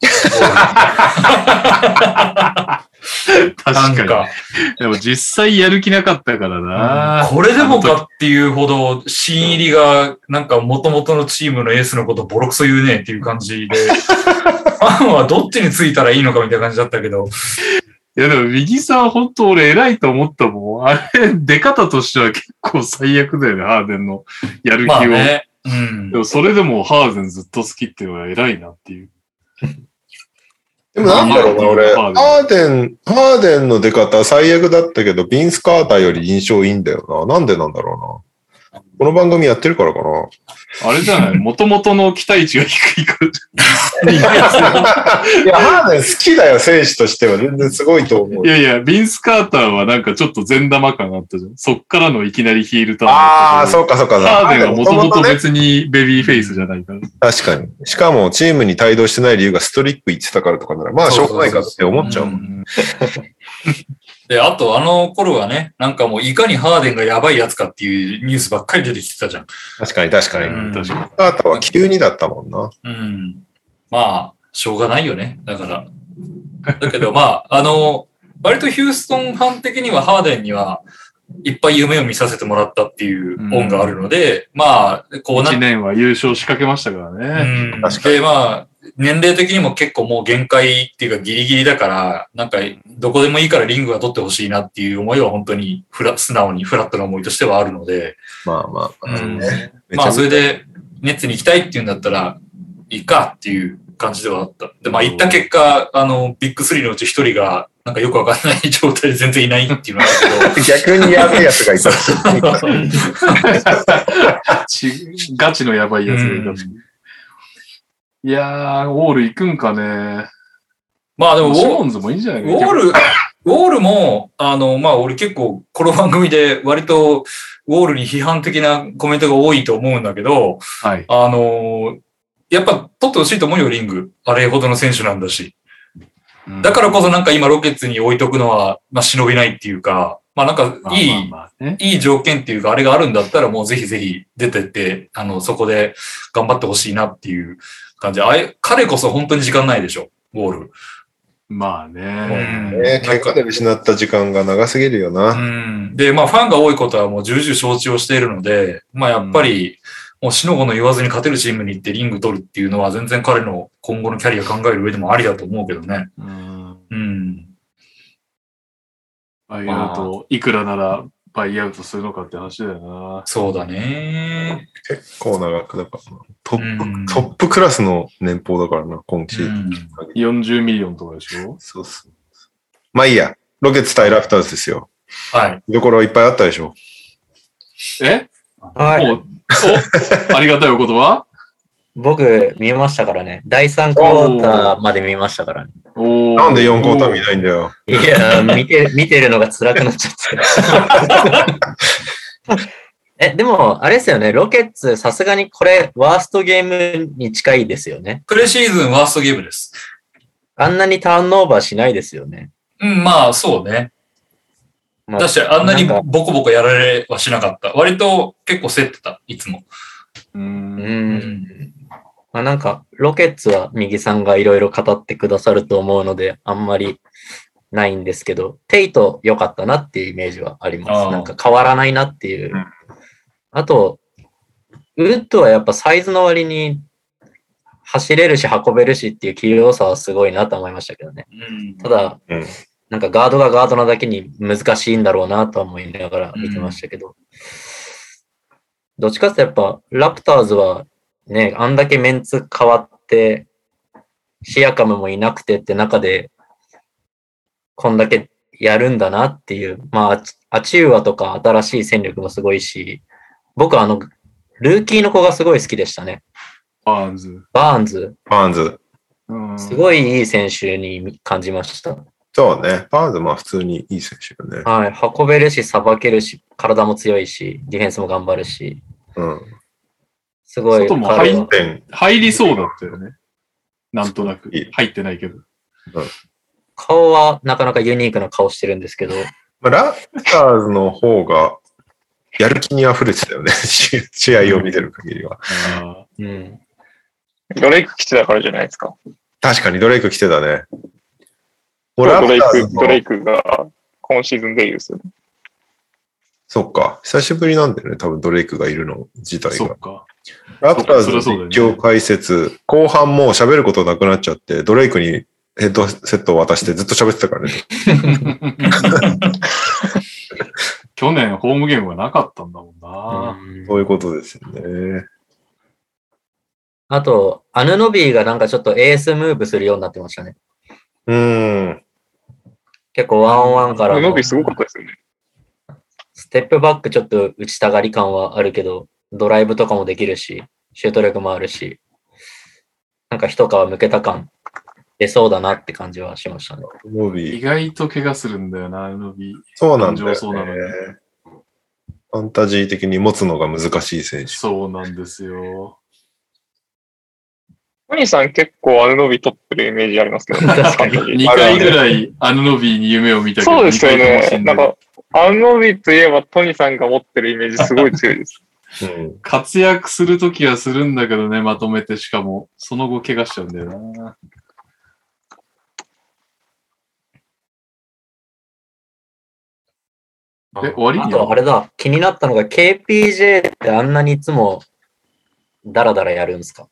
確かに。でも実際やる気なかったからな。 これでもかっていうほど、新入りがなんか元々のチームのエースのことボロクソ言うねっていう感じで、ファンはどっちについたらいいのかみたいな感じだったけど。 いやでも右さん本当俺偉いと思ったもん。あれ、出方としては結構最悪だよね、ハーデンのやる気を。でもそれでもハーデンずっと好きっていうのは偉いなっていう。 でもなんだろうな、俺、ハーデンの出方最悪だったけど、ビンス・カーターより印象いいんだよな。なんでなんだろうな。この番組やってるからかな。 あれじゃない元々の期待値が低いから。 いや、ハーデン好きだよ、選手としては。全然すごいと思う。 いや、ビンス・カーターはなんかちょっと善玉感があったじゃん。そっからのいきなりヒールターン。 そうか。 ハーデンは元々別にベビーフェイスじゃないから。 確かに。しかもチームに帯同してない理由がストリック言ってたからとかなら、まあしょうがないかって思っちゃうもん。 で、あと頃はね、なんかもういかにハーデンがやばいやつかっていうニュースばっかり出てきてたじゃん。確かに。 カーターは急にだったもんな。 まあ、しょうがないよね。だから。だけどまあ、割とヒューストンファン的にはハーデンにはいっぱい夢を見させてもらったっていう恩があるので、まあ、 1年は優勝しかけましたからね。 で、まあ、年齢的にも結構もう限界っていうかギリギリだから、なんかどこでもいいからリングは取ってほしいなっていう思いは本当に素直にフラットな思いとしてはあるので。 まあそれでネッツに行きたいっていうんだったらいいかっていう感じではあった。で、まあ行った結果、ビッグ3のうち一人がなんかよくわかんない状態で全然いないっていうのはあるけど。 逆にやべえやつがいた。 ガチのやばいやつがいた。いやー、ウォール行くんかね。 まあでも、 シモンズもいいんじゃないかウォールウォールも、俺結構この番組で割とウォールに批判的なコメントが多いと思うんだけど、 はい。 やっぱ取ってほしいと思うよ、リング。あれほどの選手なんだし。だからこそなんか今ロケッツに置いとくのは、忍びないっていうか、なんかいい条件っていうか、あれがあるんだったらもうぜひぜひ出てって、そこで頑張ってほしいなっていう感じ。彼こそ本当に時間ないでしょ、ウォール。 まあね。 怪我で失った時間が長すぎるよな。 で、ファンが多いことはもう重々承知をしているので、やっぱり、もう死の子の言わずに勝てるチームに行ってリング取るっていうのは全然彼の今後のキャリア考える上でもありだと思うけどね。 バイアウト、いくらならバイアウトするのかって話だよな。 そうだね。 結構長くだからな。トップクラスの年俸だからな、今季。 40ミリオンとかでしょ。 そうそう。まあいいや。ロケッツ対ラプターズですよ。 はい。 見どころいっぱいあったでしょ。 はい。 ありがたいお言葉。 僕、見ましたからね。第3クォーターまで見ましたからね。 なんで4クォーター見ないんだよ。 いや、見てるのが辛くなっちゃって。でも、あれですよね。ロケッツ、さすがにこれ、ワーストゲームに近いですよね。 プレシーズンワーストゲームです。 あんなにターンオーバーしないですよね。 そうね。だし、あんなにボコボコやられはしなかった。割と結構競ってた、いつも。 なんか、ロケッツは右さんがいろいろ語ってくださると思うので、あんまりないんですけど、テイト良かったなっていうイメージはあります。なんか変わらないなっていう。あと、ウッドはやっぱサイズの割に走れるし運べるしっていう器用さはすごいなと思いましたけどね。ただ、なんかガードがガードなだけに難しいんだろうなと思いながら見てましたけど、どっちかってやっぱラプターズはね、あんだけメンツ変わって、シアカムもいなくてって中で、こんだけやるんだなっていう、アチウアとか新しい戦力もすごいし、僕ルーキーの子がすごい好きでしたね。 バーンズ。 すごいいい選手に感じました。 そうね。バーンズ普通にいい選手だね。 はい。運べるし、さばけるし、体も強いし、ディフェンスも頑張るし。すごい。 外も入りそうだったよね。なんとなく。入ってないけど。 顔はなかなかユニークな顔してるんですけど。 ラプターズの方がやる気に溢れてたよね。試合を見てる限りは。 ドレイク来てたからじゃないですか。 確かにドレイク来てたね。 ドレイクが今シーズンデビューする。 そっか。久しぶりなんだよね。多分ドレイクがいるの自体が。 そっか。 ラプターズの実況解説、後半もう喋ることなくなっちゃって、ドレイクにヘッドセットを渡してずっと喋ってたからね。 去年ホームゲームがなかったんだもんな。 そういうことですよね。 あと、アヌノビーがなんかちょっとエースムーブするようになってましたね。結構ワンオンワンからアヌノビーすごかったですよね。 ステップバックちょっと打ちたがり感はあるけど、ドライブとかもできるし、シュート力もあるし、なんか一皮むけた感出そうだなって感じはしましたね。 意外と怪我するんだよな、ノビー。 そうなんだよね。ファンタジー的に持つのが難しい選手。 そうなんですよ。 トニーさん結構アヌノビ取ってるイメージありますけど、 確かに。 2回ぐらいアヌノビに夢を見たけど、 そうですよね。なんか、アヌノビといえばトニーさんが持ってるイメージすごい強いです。 活躍するときはするんだけどね、まとめてしかも、その後怪我しちゃうんだよな。終わり？ あとあれだ、気になったのが KPJ ってあんなにいつもダラダラやるんですか？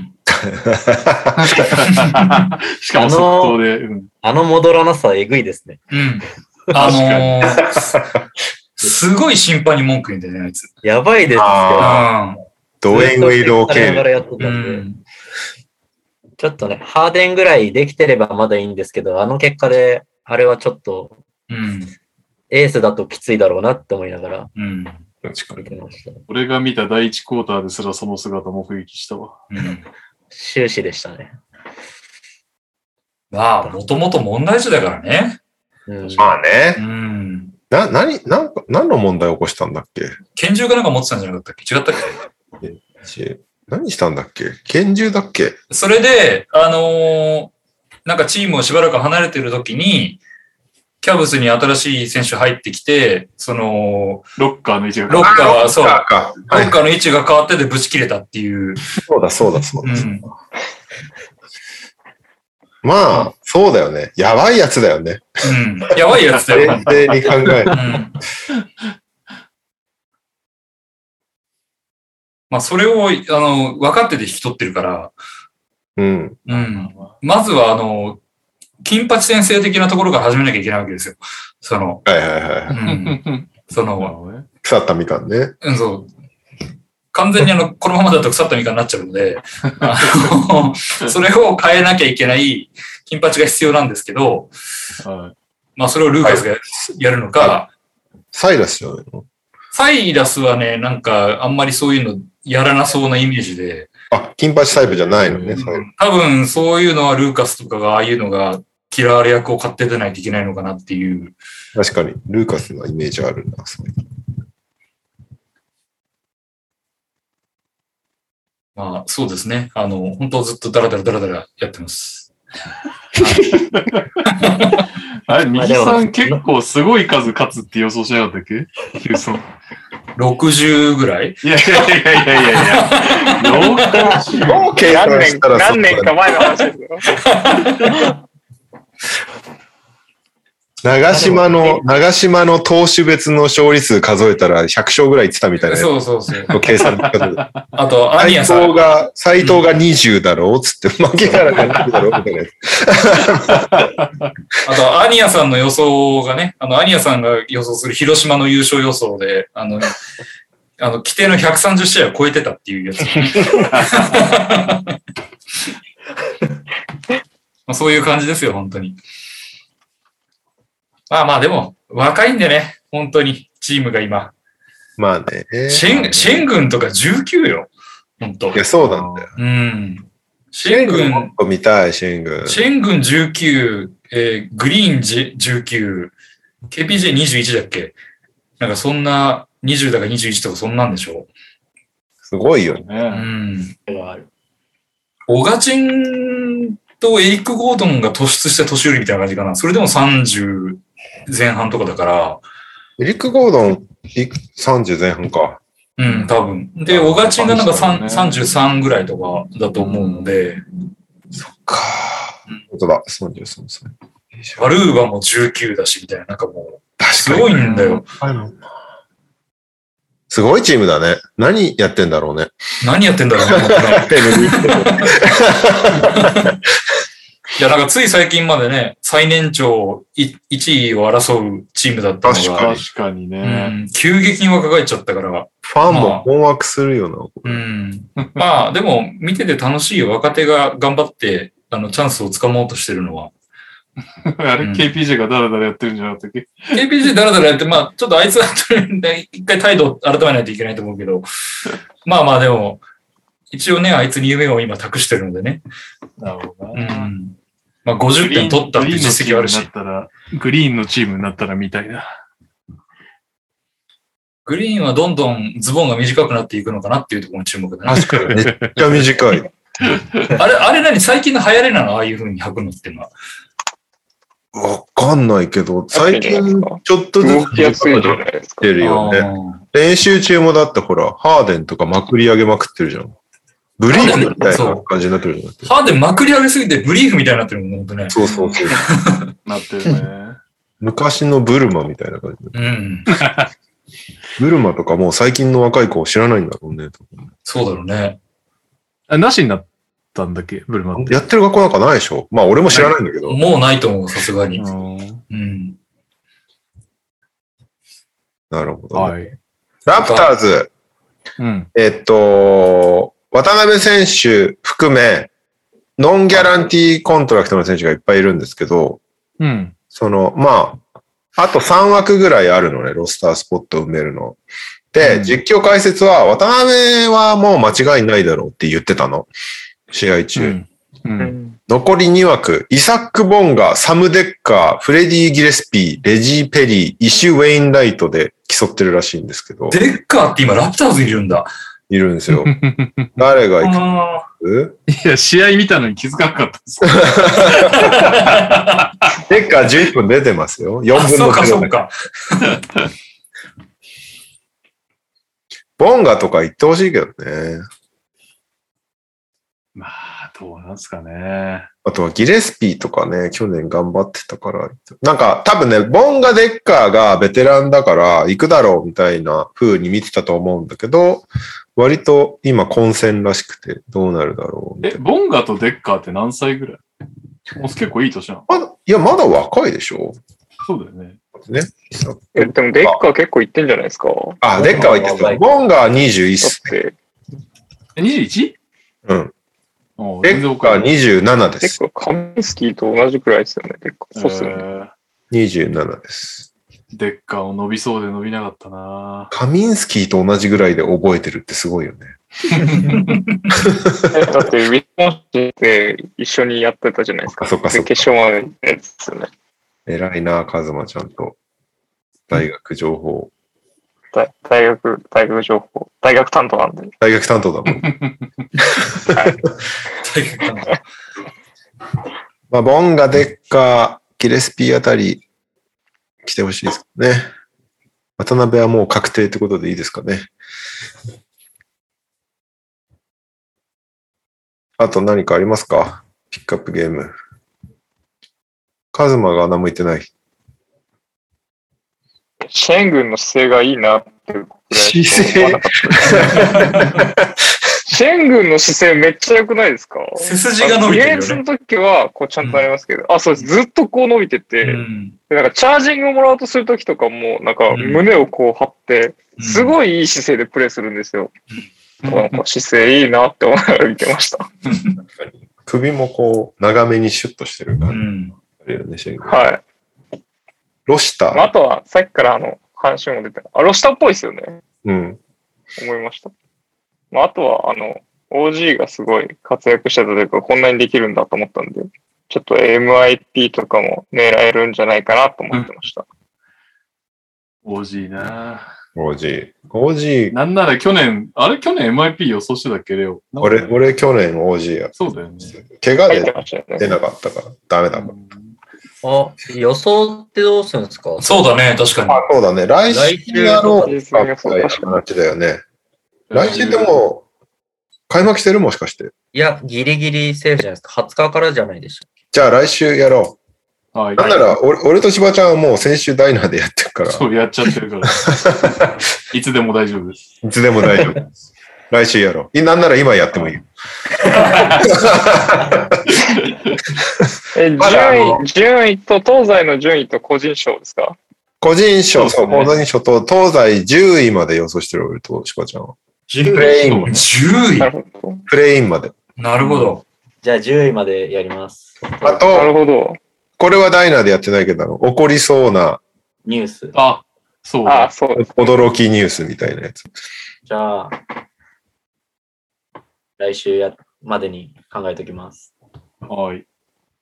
しかも速攻で。 戻らなさえぐいですね。 すごい審判に文句言うんだよね、あいつ。 やばいですよ。 ドウェイン・ウェイド系。 ちょっとね、ハーデンぐらいできてればまだいいんですけど、あの結果で、あれはちょっと、エースだときついだろうなって思いながら、見てました。 俺が見た第1クォーターですらその姿目撃したわ。 終始でしたね。 もともと問題児だからね。 まあね。何の問題を起こしたんだっけ？ 拳銃かなんか持ってたんじゃなかったっけ？違ったっけ？何したんだっけ？拳銃だっけ？ それで、なんかチームをしばらく離れてる時に、キャブスに新しい選手入ってきて、 ロッカーの位置がロッカーの位置が変わってでぶち切れたっていう。 そうだ。まあ、そうだよね。やばいやつだよね。 やばいやつだよね。 冷静に考える。 まあ、それを、分かってて引き取ってるから。まずは、金八先生的なところから始めなきゃいけないわけですよ。 腐ったみかんね。 そう。完全にこのままだと腐ったみかんになっちゃうので、それを変えなきゃいけない金八が必要なんですけど、まあそれをルーカスがやるのか。 サイラスじゃないの？ サイラスはね、なんかあんまりそういうのやらなそうなイメージで。 金八タイプじゃないのね。 多分そういうのはルーカスとかがああいうのが嫌われ役を買って出ないといけないのかなっていう。 確かに、ルーカスのイメージあるな、 まあ、そうですね。本当ずっとダラダラやってます。 あれ、右さん結構すごい数勝つって予想しなかったっけ？ヒューソン。 60ぐらい？ いや。 何年か前の話ですよ。 長島の投手別の勝利数数えたら100勝ぐらい言ってたみたいな。 そう。 計算あと、アニヤさん。 斎藤が20だろうつって、負けからが20だろうみたいなやつ。 あと、アニヤさんの予想がね、アニヤさんが予想する広島の優勝予想で、規定の130試合を超えてたっていうやつ。まあそういう感じですよ、本当に。まあでも、若いんでね、本当に、チームが今。 まあね。 シェン軍とか19よ。本当。 いや、そうなんだよ。 シェン軍。 もっと見たい、シェン軍。 シェン軍19、グリーン19、KPJ21 だっけ？なんかそんな、20だか21とかそんなんでしょ？ すごいよね。 オガチンとエリック・ゴードンが突出した年寄りみたいな感じかな。それでも30前半とかだから。 エリック・ゴードン30前半か。 多分。で、オガチンがなんか33ぐらいとかだと思うので。 そっか。本当だ、33歳。 バルーバも19だし、みたいな。なんかもう、すごいんだよ。 すごいチームだね。何やってんだろうね。 何やってんだろうね。いや、なんかつい最近までね、最年長1位を争うチームだったのが。 確かにね。 急激に若返っちゃったから。 ファンも困惑するよな。 まあ、でも、見てて楽しいよ。若手が頑張って、チャンスをつかもうとしてるのは。 あれ、KPJ がダラダラやってるんじゃなかったっけ？ KPJ ダラダラやって、まあ、ちょっとあいつは一回態度を改めないといけないと思うけど、まあでも、一応ね、あいつに夢を今託してるのでね。 なるほどな。 まあ、50点取ったっていう実績はあるし。 グリーンのチームになったらみたいな。 グリーンはどんどんズボンが短くなっていくのかなっていうところに注目だね。 確かに。めっちゃ短い。 あれ何最近の流行りなの？ああいう風に履くのっていうのは。 わかんないけど、最近ちょっとずつ動きやすいじゃないですか。 出るよね。練習中もだってほら、ハーデンとかまくり上げまくってるじゃん。ブリーフみたいな感じになってるじゃん。 ハーデンまくり上げすぎてブリーフみたいになってるもんね、ほんとね。 そう。 なってるね。 昔のブルマみたいな感じ。ブルマとかもう最近の若い子知らないんだろうね。 そうだろうね。 なしになったんだっけ、ブルマって。 やってる学校なんかないでしょ。まあ俺も知らないんだけど。 もうないと思う、さすがに。 なるほど、ね。 はい。 ラプターズ。渡辺選手含め、ノンギャランティーコントラクトの選手がいっぱいいるんですけど、まあ、あと3枠ぐらいあるのね、ロスタースポットを埋めるの。で、実況解説は、渡辺はもう間違いないだろうって言ってたの。試合中。 残り2枠、イサック・ボンガ、サム・デッカー、フレディ・ギレスピー、レジー・ペリー、イシュ・ウェインライトで競ってるらしいんですけど。 デッカーって今ラプターズいるんだ。 いるんですよ。誰が行く？ いや、試合見たのに気づかなかったんですデッカー11分出てますよ。4分の0。 そうか、そうか。 ボンガとか行ってほしいけどね。 まあ、どうなんですかね。 あとはギレスピーとかね、去年頑張ってたから。なんか多分ね、ボンガデッカーがベテランだから行くだろうみたいな風に見てたと思うんだけど、割と今混戦らしくてどうなるだろう。 ボンガとデッカーって何歳ぐらい？もう結構いい年なの？ いや、まだ若いでしょ？ そうだよね。 ね。 でもデッカー結構いってんじゃないですか。 あ、デッカーは言ってた。ボンガは21歳。 21？ うん。デッカー27です。 デッカー、カミンスキーと同じくらいですよね。デッカー。そうっすよね。 27です。 デッカーを伸びそうで伸びなかったな。 カミンスキーと同じぐらいで覚えてるってすごいよね。 だって、ウィスコンシンって一緒にやってたじゃないですか。 そっかそっか。 決勝までですよね。 偉いな、カズマちゃんと。大学情報。 大学情報。大学担当なんで。 大学担当だもん。 はい。 大学担当。 まあ、ボンガ、デッカー、ギレスピーあたり来てほしいですね。渡辺はもう確定ってことでいいですかね。あと何かありますか？ピックアップゲーム。カズマが何も言ってない。 シェン軍の姿勢がいいなっていうくらいしか思わなかった。シェン軍の姿勢めっちゃ良くないですか？ 背筋が伸びてるよね。 ディフェンスの時はこうちゃんとありますけど、そうです。ずっとこう伸びてて、 うん、 でなんかチャージングをもらおうとする時とかも、なんか胸をこう張って、すごいいい姿勢でプレーするんですよ。なんか姿勢いいなって思いながら見てました。 首もこう長めにシュッとしてる感じ。はい。ロシター。 あとはさっきから話も出てロシターっぽいですよね。 うん。 思いました。あとはOG がすごい活躍してたというか、こんなにできるんだと思ったんで、ちょっと MIP とかも狙えるんじゃないかなと思ってました。 OG な OG。 なんなら去年 MIP 予想してたっけ、レオ。 俺去年 OG や。 そうだよね。 怪我で出なかったからダメだもん。 予想ってどうするんですか？ そうだね、確かに。 そうだね。来週やろうかって話だよね。来週でも開幕してるもしかして。 いや、ギリギリセーフじゃないですか。20日からじゃないでしょ。 じゃあ来週やろう。なんなら、俺と千葉ちゃんはもう先週ダイナーでやってるから。 そう、やっちゃってるから。いつでも大丈夫です。 いつでも大丈夫です。来週やろう。なんなら今やってもいいよ。 順位と東西の順位と個人賞ですか？ 個人賞と東西10位まで予想してる俺と千葉ちゃんは。 プレインまで。10位。 プレインまで。 なるほど。 じゃあ10位までやります。 あと、 なるほど。 これはダイナーでやってないけど、起こりそうなニュース。 そうだ。 そうです。 驚きニュースみたいなやつ。 じゃあ、来週までに考えておきます。 はい。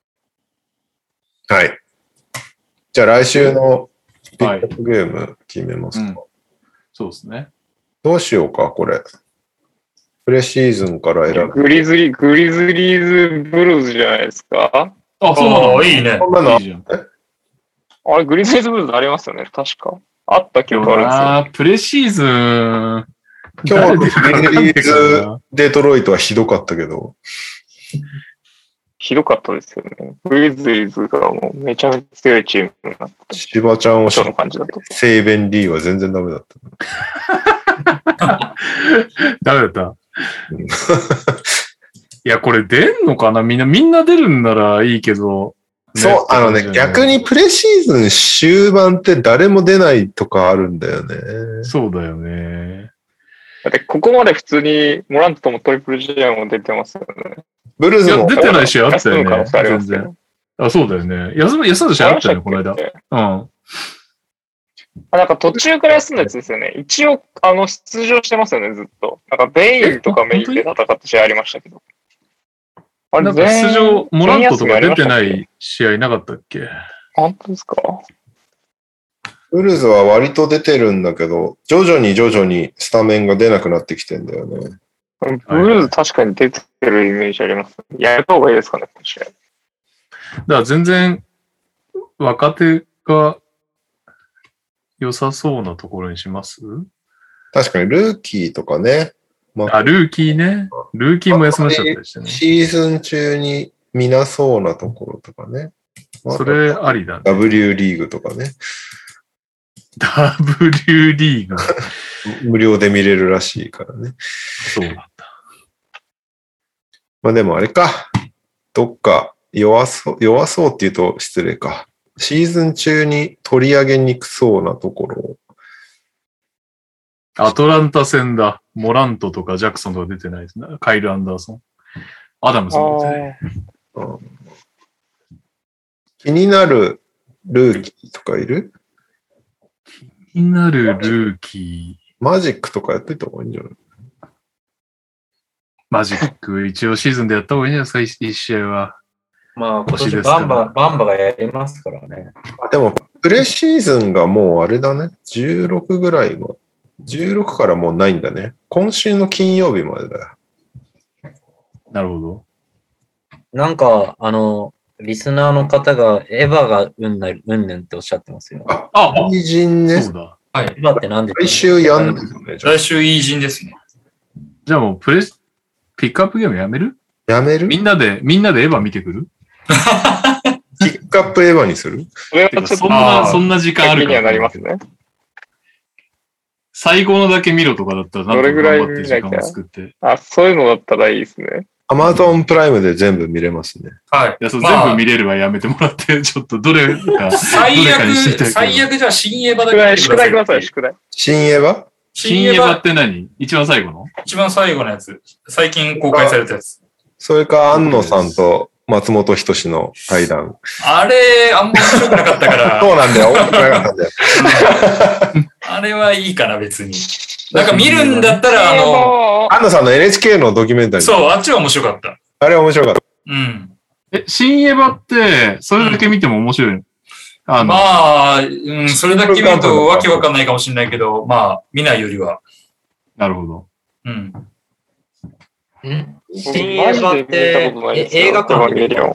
はい。じゃあ来週のピックアップゲーム決めますか。 そうですね。 どうしようか、これ。プレシーズンから選ぶ。 グリズリーズブルーズじゃないですか？ そうなの？ いいね。 そんなのいいじゃん。 あれ、グリズリーズブルーズありますよね、確か。あった記憶あるんですよ。 プレシーズン。 今日のグリズリーズデトロイトはひどかったけど。 ひどかったですよね。グリズリーズがもうめちゃめちゃ強いチームになって。 千葉ちゃんをの感じだと。 セイベン・リーは全然ダメだった。 ダメだった。いや、これ出んのかな？みんな出るんならいいけど。 そう、逆にプレシーズン終盤って誰も出ないとかあるんだよね。 そうだよね。 だってここまで普通にモラントともトリプル J も出てますよね。 ブルーズも出てない試合あったよね。 全然。 そうだよね。休む試合あったよね、この間。 なんか途中から休んだやつですよね。一応、出場してますよね、ずっと。なんかベインとかメインで戦った試合ありましたけど。 なんか出場、モラントとか出てない試合なかったっけ？ 本当ですか？ ウルズは割と出てるんだけど、徐々にスタメンが出なくなってきてんだよね。 ブルーズ確かに出てるイメージあります。やった方がいいですかね、この試合。 だから全然若手が良さそうなところにします？ 確かにルーキーとかね。 ルーキーね。ルーキーも休ませちゃったりしてね。 シーズン中に見なそうなところとかね。 それありだね。 W リーグとかね。 W リーグ。 無料で見れるらしいからね。 そうなんだ。 まあでもあれか。どっか弱そうって言うと失礼か。シーズン中に取り上げにくそうなところを。 アトランタ戦だ。モラントとかジャクソンとか出てないですね。カイル・アンダーソン。アダムスも出てない。 気になるルーキーとかいる？ 気になるルーキー。 マジックとかやってた方がいいんじゃない？ マジック、一応シーズンでやった方がいいんじゃないですか、一試合は。 まあ、今年バンバがやりますからね。 でも、プレシーズンがもうあれだね。16ぐらいも。16からもうないんだね。今週の金曜日までだよ。 なるほど。 なんか、リスナーの方がエヴァがうんねんっておっしゃってますよ。 イージンね。 そうだ。 はい。 エヴァって何で来週やんですよね。 来週イージンですね。 じゃあもうピックアップゲームやめる？ やめる？ みんなでエヴァ見てくる？ ピックアップエヴァにする？ それはちょっとそんな時間あるかにはなりますね。 最後のだけ見ろとかだったらどれぐらい見なきゃ。そういうのだったらいいですね。 Amazon プライムで全部見れますね。 はい。 全部見れるはやめてもらって、ちょっとどれか。 最悪じゃあ新エヴァだけ宿題ください、宿題。 新エヴァ？ 新エヴァって何？一番最後の？ 一番最後のやつ。最近公開されたやつ。 それか、安野さんと松本人志の対談。 あれ、あんま面白くなかったから。 そうなんだよ。面白くなかったんだよ。 あれはいいかな、別に。なんか見るんだったら、 安野さんの NHK のドキュメンタリー。 そう、あっちは面白かった。 あれ面白かった。 うん。 新エヴァって、それだけ見ても面白いの？ まあ、それだけ見るとわけわかんないかもしれないけど、まあ、見ないよりは。 なるほど。 うん。 新エヴァって映画館で見るの？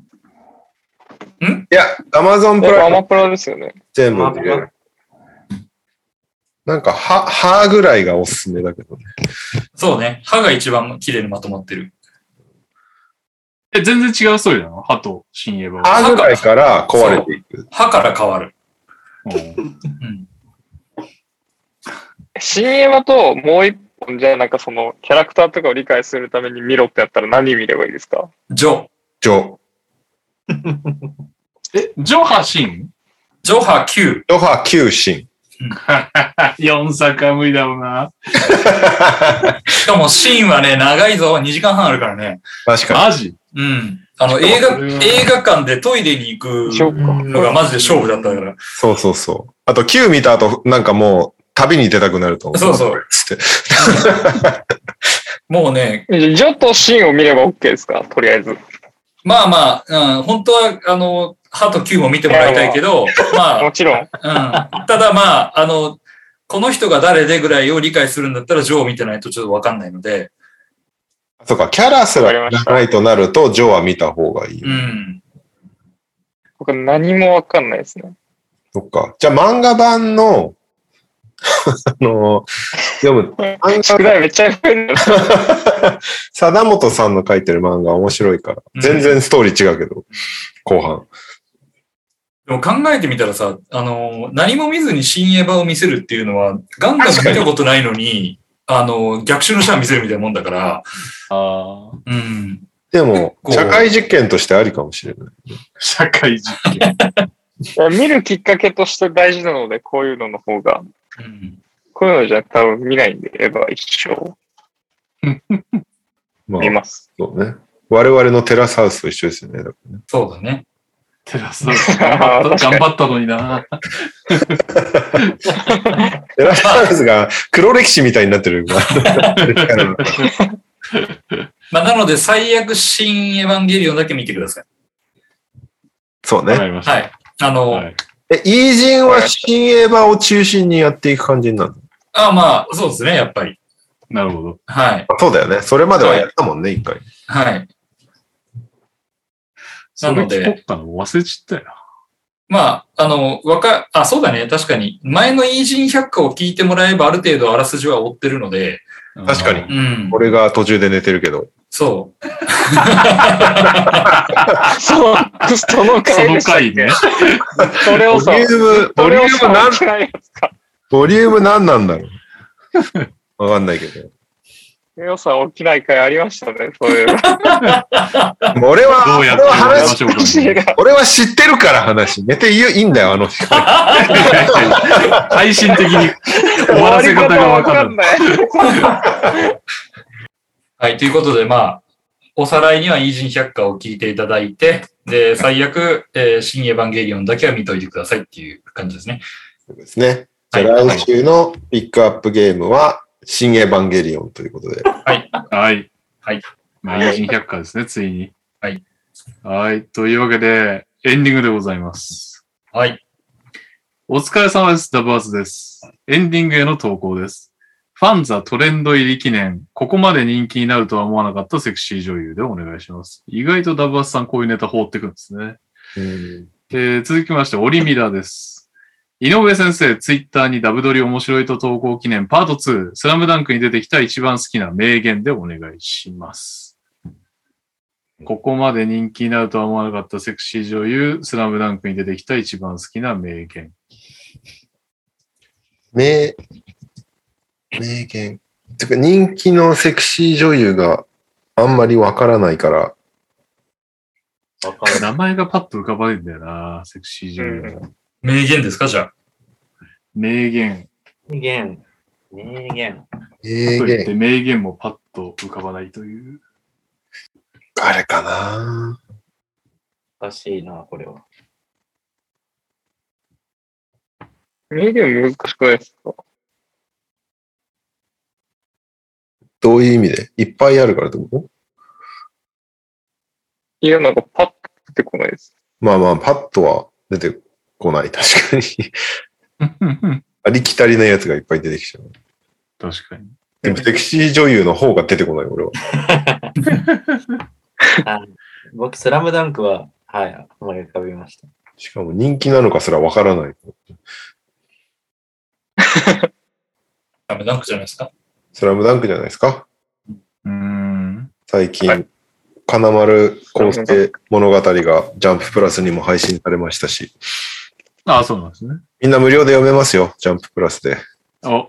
いや、Amazon プライム。 アマプラですよね。 全部見れる。なんか、歯ぐらいがおすすめだけどね。 そうね。歯が一番綺麗にまとまってる。 全然違うストーリーなの？歯と新エヴァは。 歯ぐらいから壊れていく。 歯から変わる。 新エヴァともう一本じゃあなんかそのキャラクターとかを理解するために見ろってやったら何見ればいいですか？ ジョハシン？ ジョハ Q。 ジョハ Q シン。 4作は無理だろうな。 しかもシーンはね、長いぞ。2時間半あるからね。 確かに。 マジ？ うん。映画館でトイレに行くのがマジで勝負だったから。 そうそうそう。あと Q 見た後、なんかもう旅に出たくなると思う。 そうそう。もうね。 ジョとシーンを見れば OK ですか？とりあえず。 まあまあ、本当は、歯と Q も見てもらいたいけど、まあ。 もちろん。 ただまあ、この人が誰でぐらいを理解するんだったら、ジョーを見てないとちょっとわかんないので。 そうか、キャラすらないとなると、ジョーは見た方がいい。 僕何もわかんないですね。 そっか。じゃあ漫画版の、読む。 宿題めっちゃ増える。 貞本さんの書いてる漫画面白いから。全然ストーリー違うけど、後半。 でも考えてみたらさ、何も見ずに新エヴァを見せるっていうのは、ガンダム見たことないのに、逆襲のシャア見せるみたいなもんだから。 でも、社会実験としてありかもしれない。 社会実験。 見るきっかけとして大事なので、こういうのの方が。こういうのじゃ多分見ないんで、エヴァ一生。見ます。 そうね。我々のテラスハウスと一緒ですよね。 そうだね。 テラスハウス頑張ったのにな。 テラスハウスが黒歴史みたいになってる。 まあ、なので、最悪、新エヴァンゲリオンだけ見てください。 そうね。 わかりました。 はい。 はい、 イージンは新エヴァを中心にやっていく感じになるの？ まあ、そうですね、やっぱり。 なるほど。 はい。 そうだよね。それまではやったもんね、一回。 はい。 なので。それ聞こっかな、忘れちゃったよ。 まあ、そうだね。確かに。前のイージン百科を聞いてもらえばある程度あらすじは追ってるので。 確かに。 うん。 俺が途中で寝てるけど。 そう。 その回ね。 それをさ、 ボリューム何なんだろう。わかんないけど。 良さ起きない回ありましたね、そういう。 俺は知ってるから話。寝ていいんだよ、あの人。 配信的に終わらせ方がわかんない。 はい、ということで、まあ、おさらいにはイージン百科を聞いていただいて、で、最悪、新エヴァンゲリオンだけは見といてくださいっていう感じですね。 そうですね。じゃあ来週のピックアップゲームは、新エヴァンゲリオンということで。 はい。 はい。 はい。 まあ、イージン百科ですね、ついに。 はい。 はい。というわけで、エンディングでございます。 はい。 お疲れ様です。ダブアツです。エンディングへの投稿です。ファンザトレンド入り記念。ここまで人気になるとは思わなかったセクシー女優でお願いします。意外とダブアツさんこういうネタ放ってくるんですね。続きまして、オリミラです。井上先生、ツイッターにダブドリ面白いと投稿記念パート2、スラムダンクに出てきた一番好きな名言でお願いします。ここまで人気になるとは思わなかったセクシー女優、スラムダンクに出てきた一番好きな名言。 名言。てか人気のセクシー女優があんまりわからないから。 名前がパッと浮かばないんだよな、セクシー女優。 名言ですか、じゃあ。 名言。 名言。 といって名言もパッと浮かばないという。 あれかな？ 難しいな、これは。 名言難しくないですか？ どういう意味で？いっぱいあるからってこと？ いや、なんかパッと出てこないです。 まあまあ、パッとは出てこない、確かに。ありきたりなやつがいっぱい出てきちゃう。 確かに。 でもセクシー女優の方が出てこない、俺は。 僕、スラムダンクは、はい、思い浮かびました。 しかも人気なのかすらわからない。 スラムダンクじゃないですか？ スラムダンクじゃないですか？最近、はい、金丸康介物語がジャンププラスにも配信されましたし。 ああ、そうなんですね。 みんな無料で読めますよ、ジャンププラスで。 お。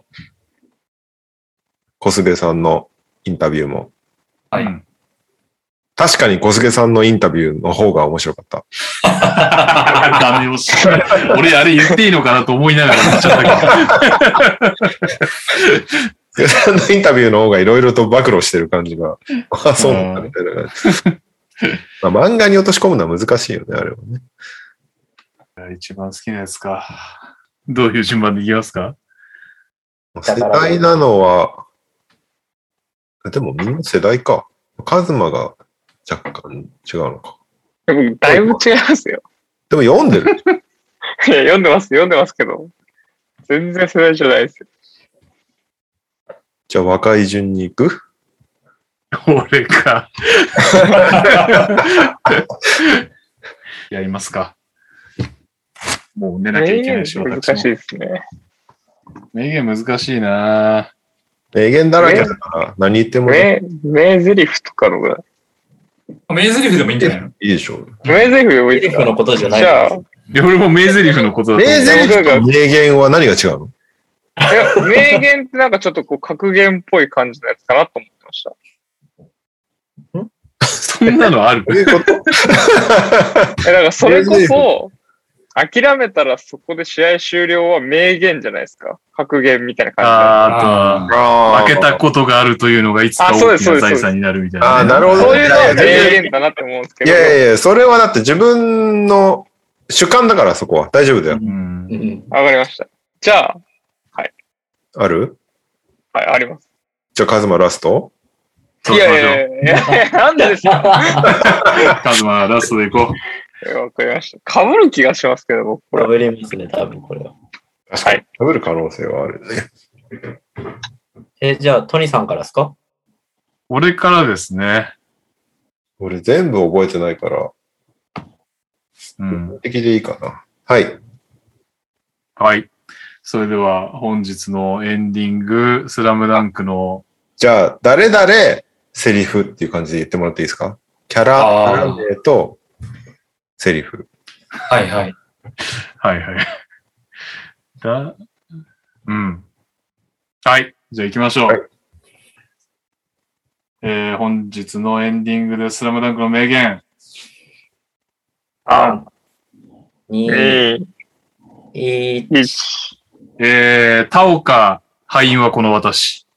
小菅さんのインタビューも。 はい。 確かに小菅さんのインタビューの方が面白かった。 ダメ押し。俺あれ言っていいのかなと思いながら言っちゃったけど。 小菅さんのインタビューの方がいろいろと暴露してる感じが。あ、そうなんだみたいな感じ。まあ、漫画に落とし込むのは難しいよね、あれはね。 一番好きなやつか。どういう順番でいきますか？ 世代なのは、でもみんな世代か。カズマが若干違うのか。 でもだいぶ違いますよ。 でも読んでる。 いや、読んでますけど、全然世代じゃないですよ。 じゃあ若い順に行く？ 俺か。やりますか。もう寝なきゃいけないし、 難しいですね。 名言難しいな。 名言だらけだから何言っても名台詞とかのぐらい。 名台詞でもいいんじゃないの？ いいでしょう。 名台詞でもいいですか？のことじゃない。 じゃあ、 俺も名台詞のことだと思う。 名台詞と名言は何が違うの？ いや、名言ってなんかちょっとこう格言っぽい感じのやつかなと思ってました。 そんなのある？ どういうこと？ だからそれこそ、諦めたらそこで試合終了は名言じゃないですか。格言みたいな感じで。負けたことがあるというのがいつか大きな財産になるみたいな、ね。 なるほど。 そういうのは名言だなって思うんですけど。 いや、それはだって自分の主観だからそこは大丈夫だよ。 わかりました。じゃあ、はい。 ある？ はい、あります。 じゃあカズマラスト？ そうしましょう。 いや、なんでですか。 カズマ、ラストでいこわかりました。被る気がしますけど、僕これ。 被りますね、多分これは。 確かに。被る可能性はあるね。 じゃあ、トニさんからですか？ う。俺からですね。 俺全部覚えてないから、的でいいかな。はい。 はい。それでは本日のエンディング、スラムダンクの。 じゃあ、誰々セリフっていう感じで言ってもらっていいですか？キャラ名とセリフ。 はいはい。 はいはい。はい。じゃあ行きましょう。はい、本日のエンディングでスラムダンクの名言。 3、 2、1。 田岡、敗因はこの私。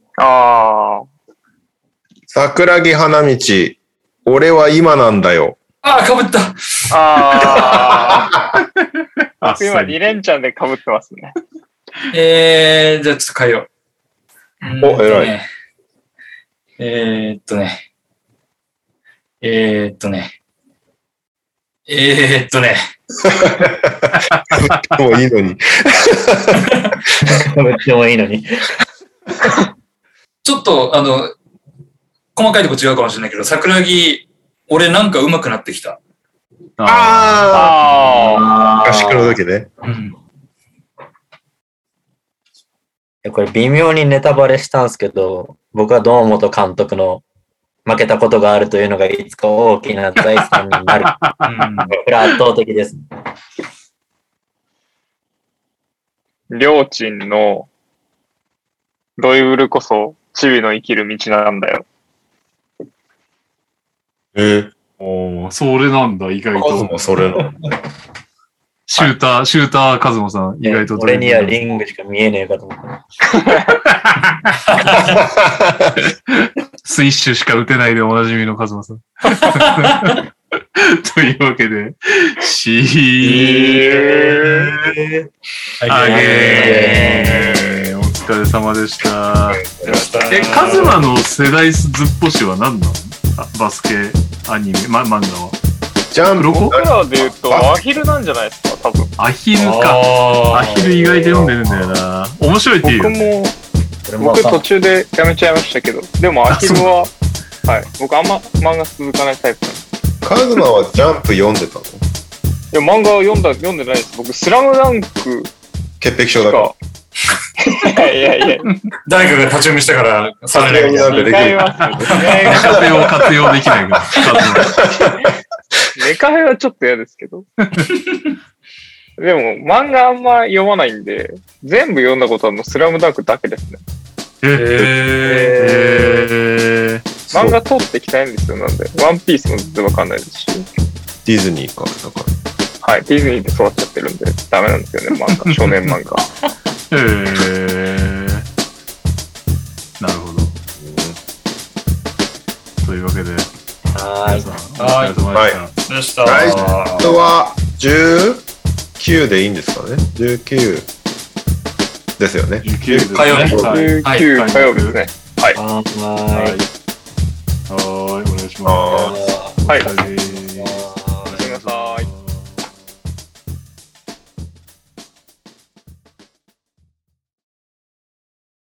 桜木花道、俺は今なんだよ。 被った。 僕今2連チャンで被ってますね。 じゃあちょっと変えよう。 お、偉い。もういいのに。 でもいいのに。 ちょっと、細かいとこ違うかもしれないけど、桜木、俺なんか上手くなってきた。 合宿の時ね。 これ微妙にネタバレしたんですけど、僕は堂本監督の負けたことがあるというのがいつか大きな財産になる。これは圧倒的です。 りょーちんのドリブルこそチビの生きる道なんだよ。 それなんだ、意外と。 カズマそれの。 シューターカズマさん、意外と。 俺にはリングしか見えねえかと思った。 スイッシュしか打てないでおなじみのカズマさん。というわけで、お疲れ様でした。カズマの世代ずっぽしは何なの？バスケ、アニメ、漫画は。 ジャンプ僕らで言うとアヒルなんじゃないですか、多分。 アヒルか。アヒル意外と読んでるんだよな。面白いって言うよ。 僕途中でやめちゃいましたけど、でもアヒルは、はい、僕あんま漫画続かないタイプなんです。 カズマはジャンプ読んでたの？ いや、漫画は読んでないです。僕、スラムダンク潔癖症だから。 いや。 誰かが立ち読みしたから、 撮影になってできる。 壁を活用できないから。 ネカフェはちょっと嫌ですけど。でも、漫画あんま読まないんで、全部読んだことはもうスラムダンクだけですね。漫画通ってきたいんですよ、なんで。ワンピースも全然わかんないですし。 ディズニーか、だから。 はい、ディズニーで育っちゃってるんで、ダメなんですよね、漫画、少年漫画。 なるほど。というわけで、 はい。 お疲れ様でした。 ライトは19でいいんですかね？ 19ですよね。 19 火曜日。 19火曜日ですね。はい。 お願いします。 はい。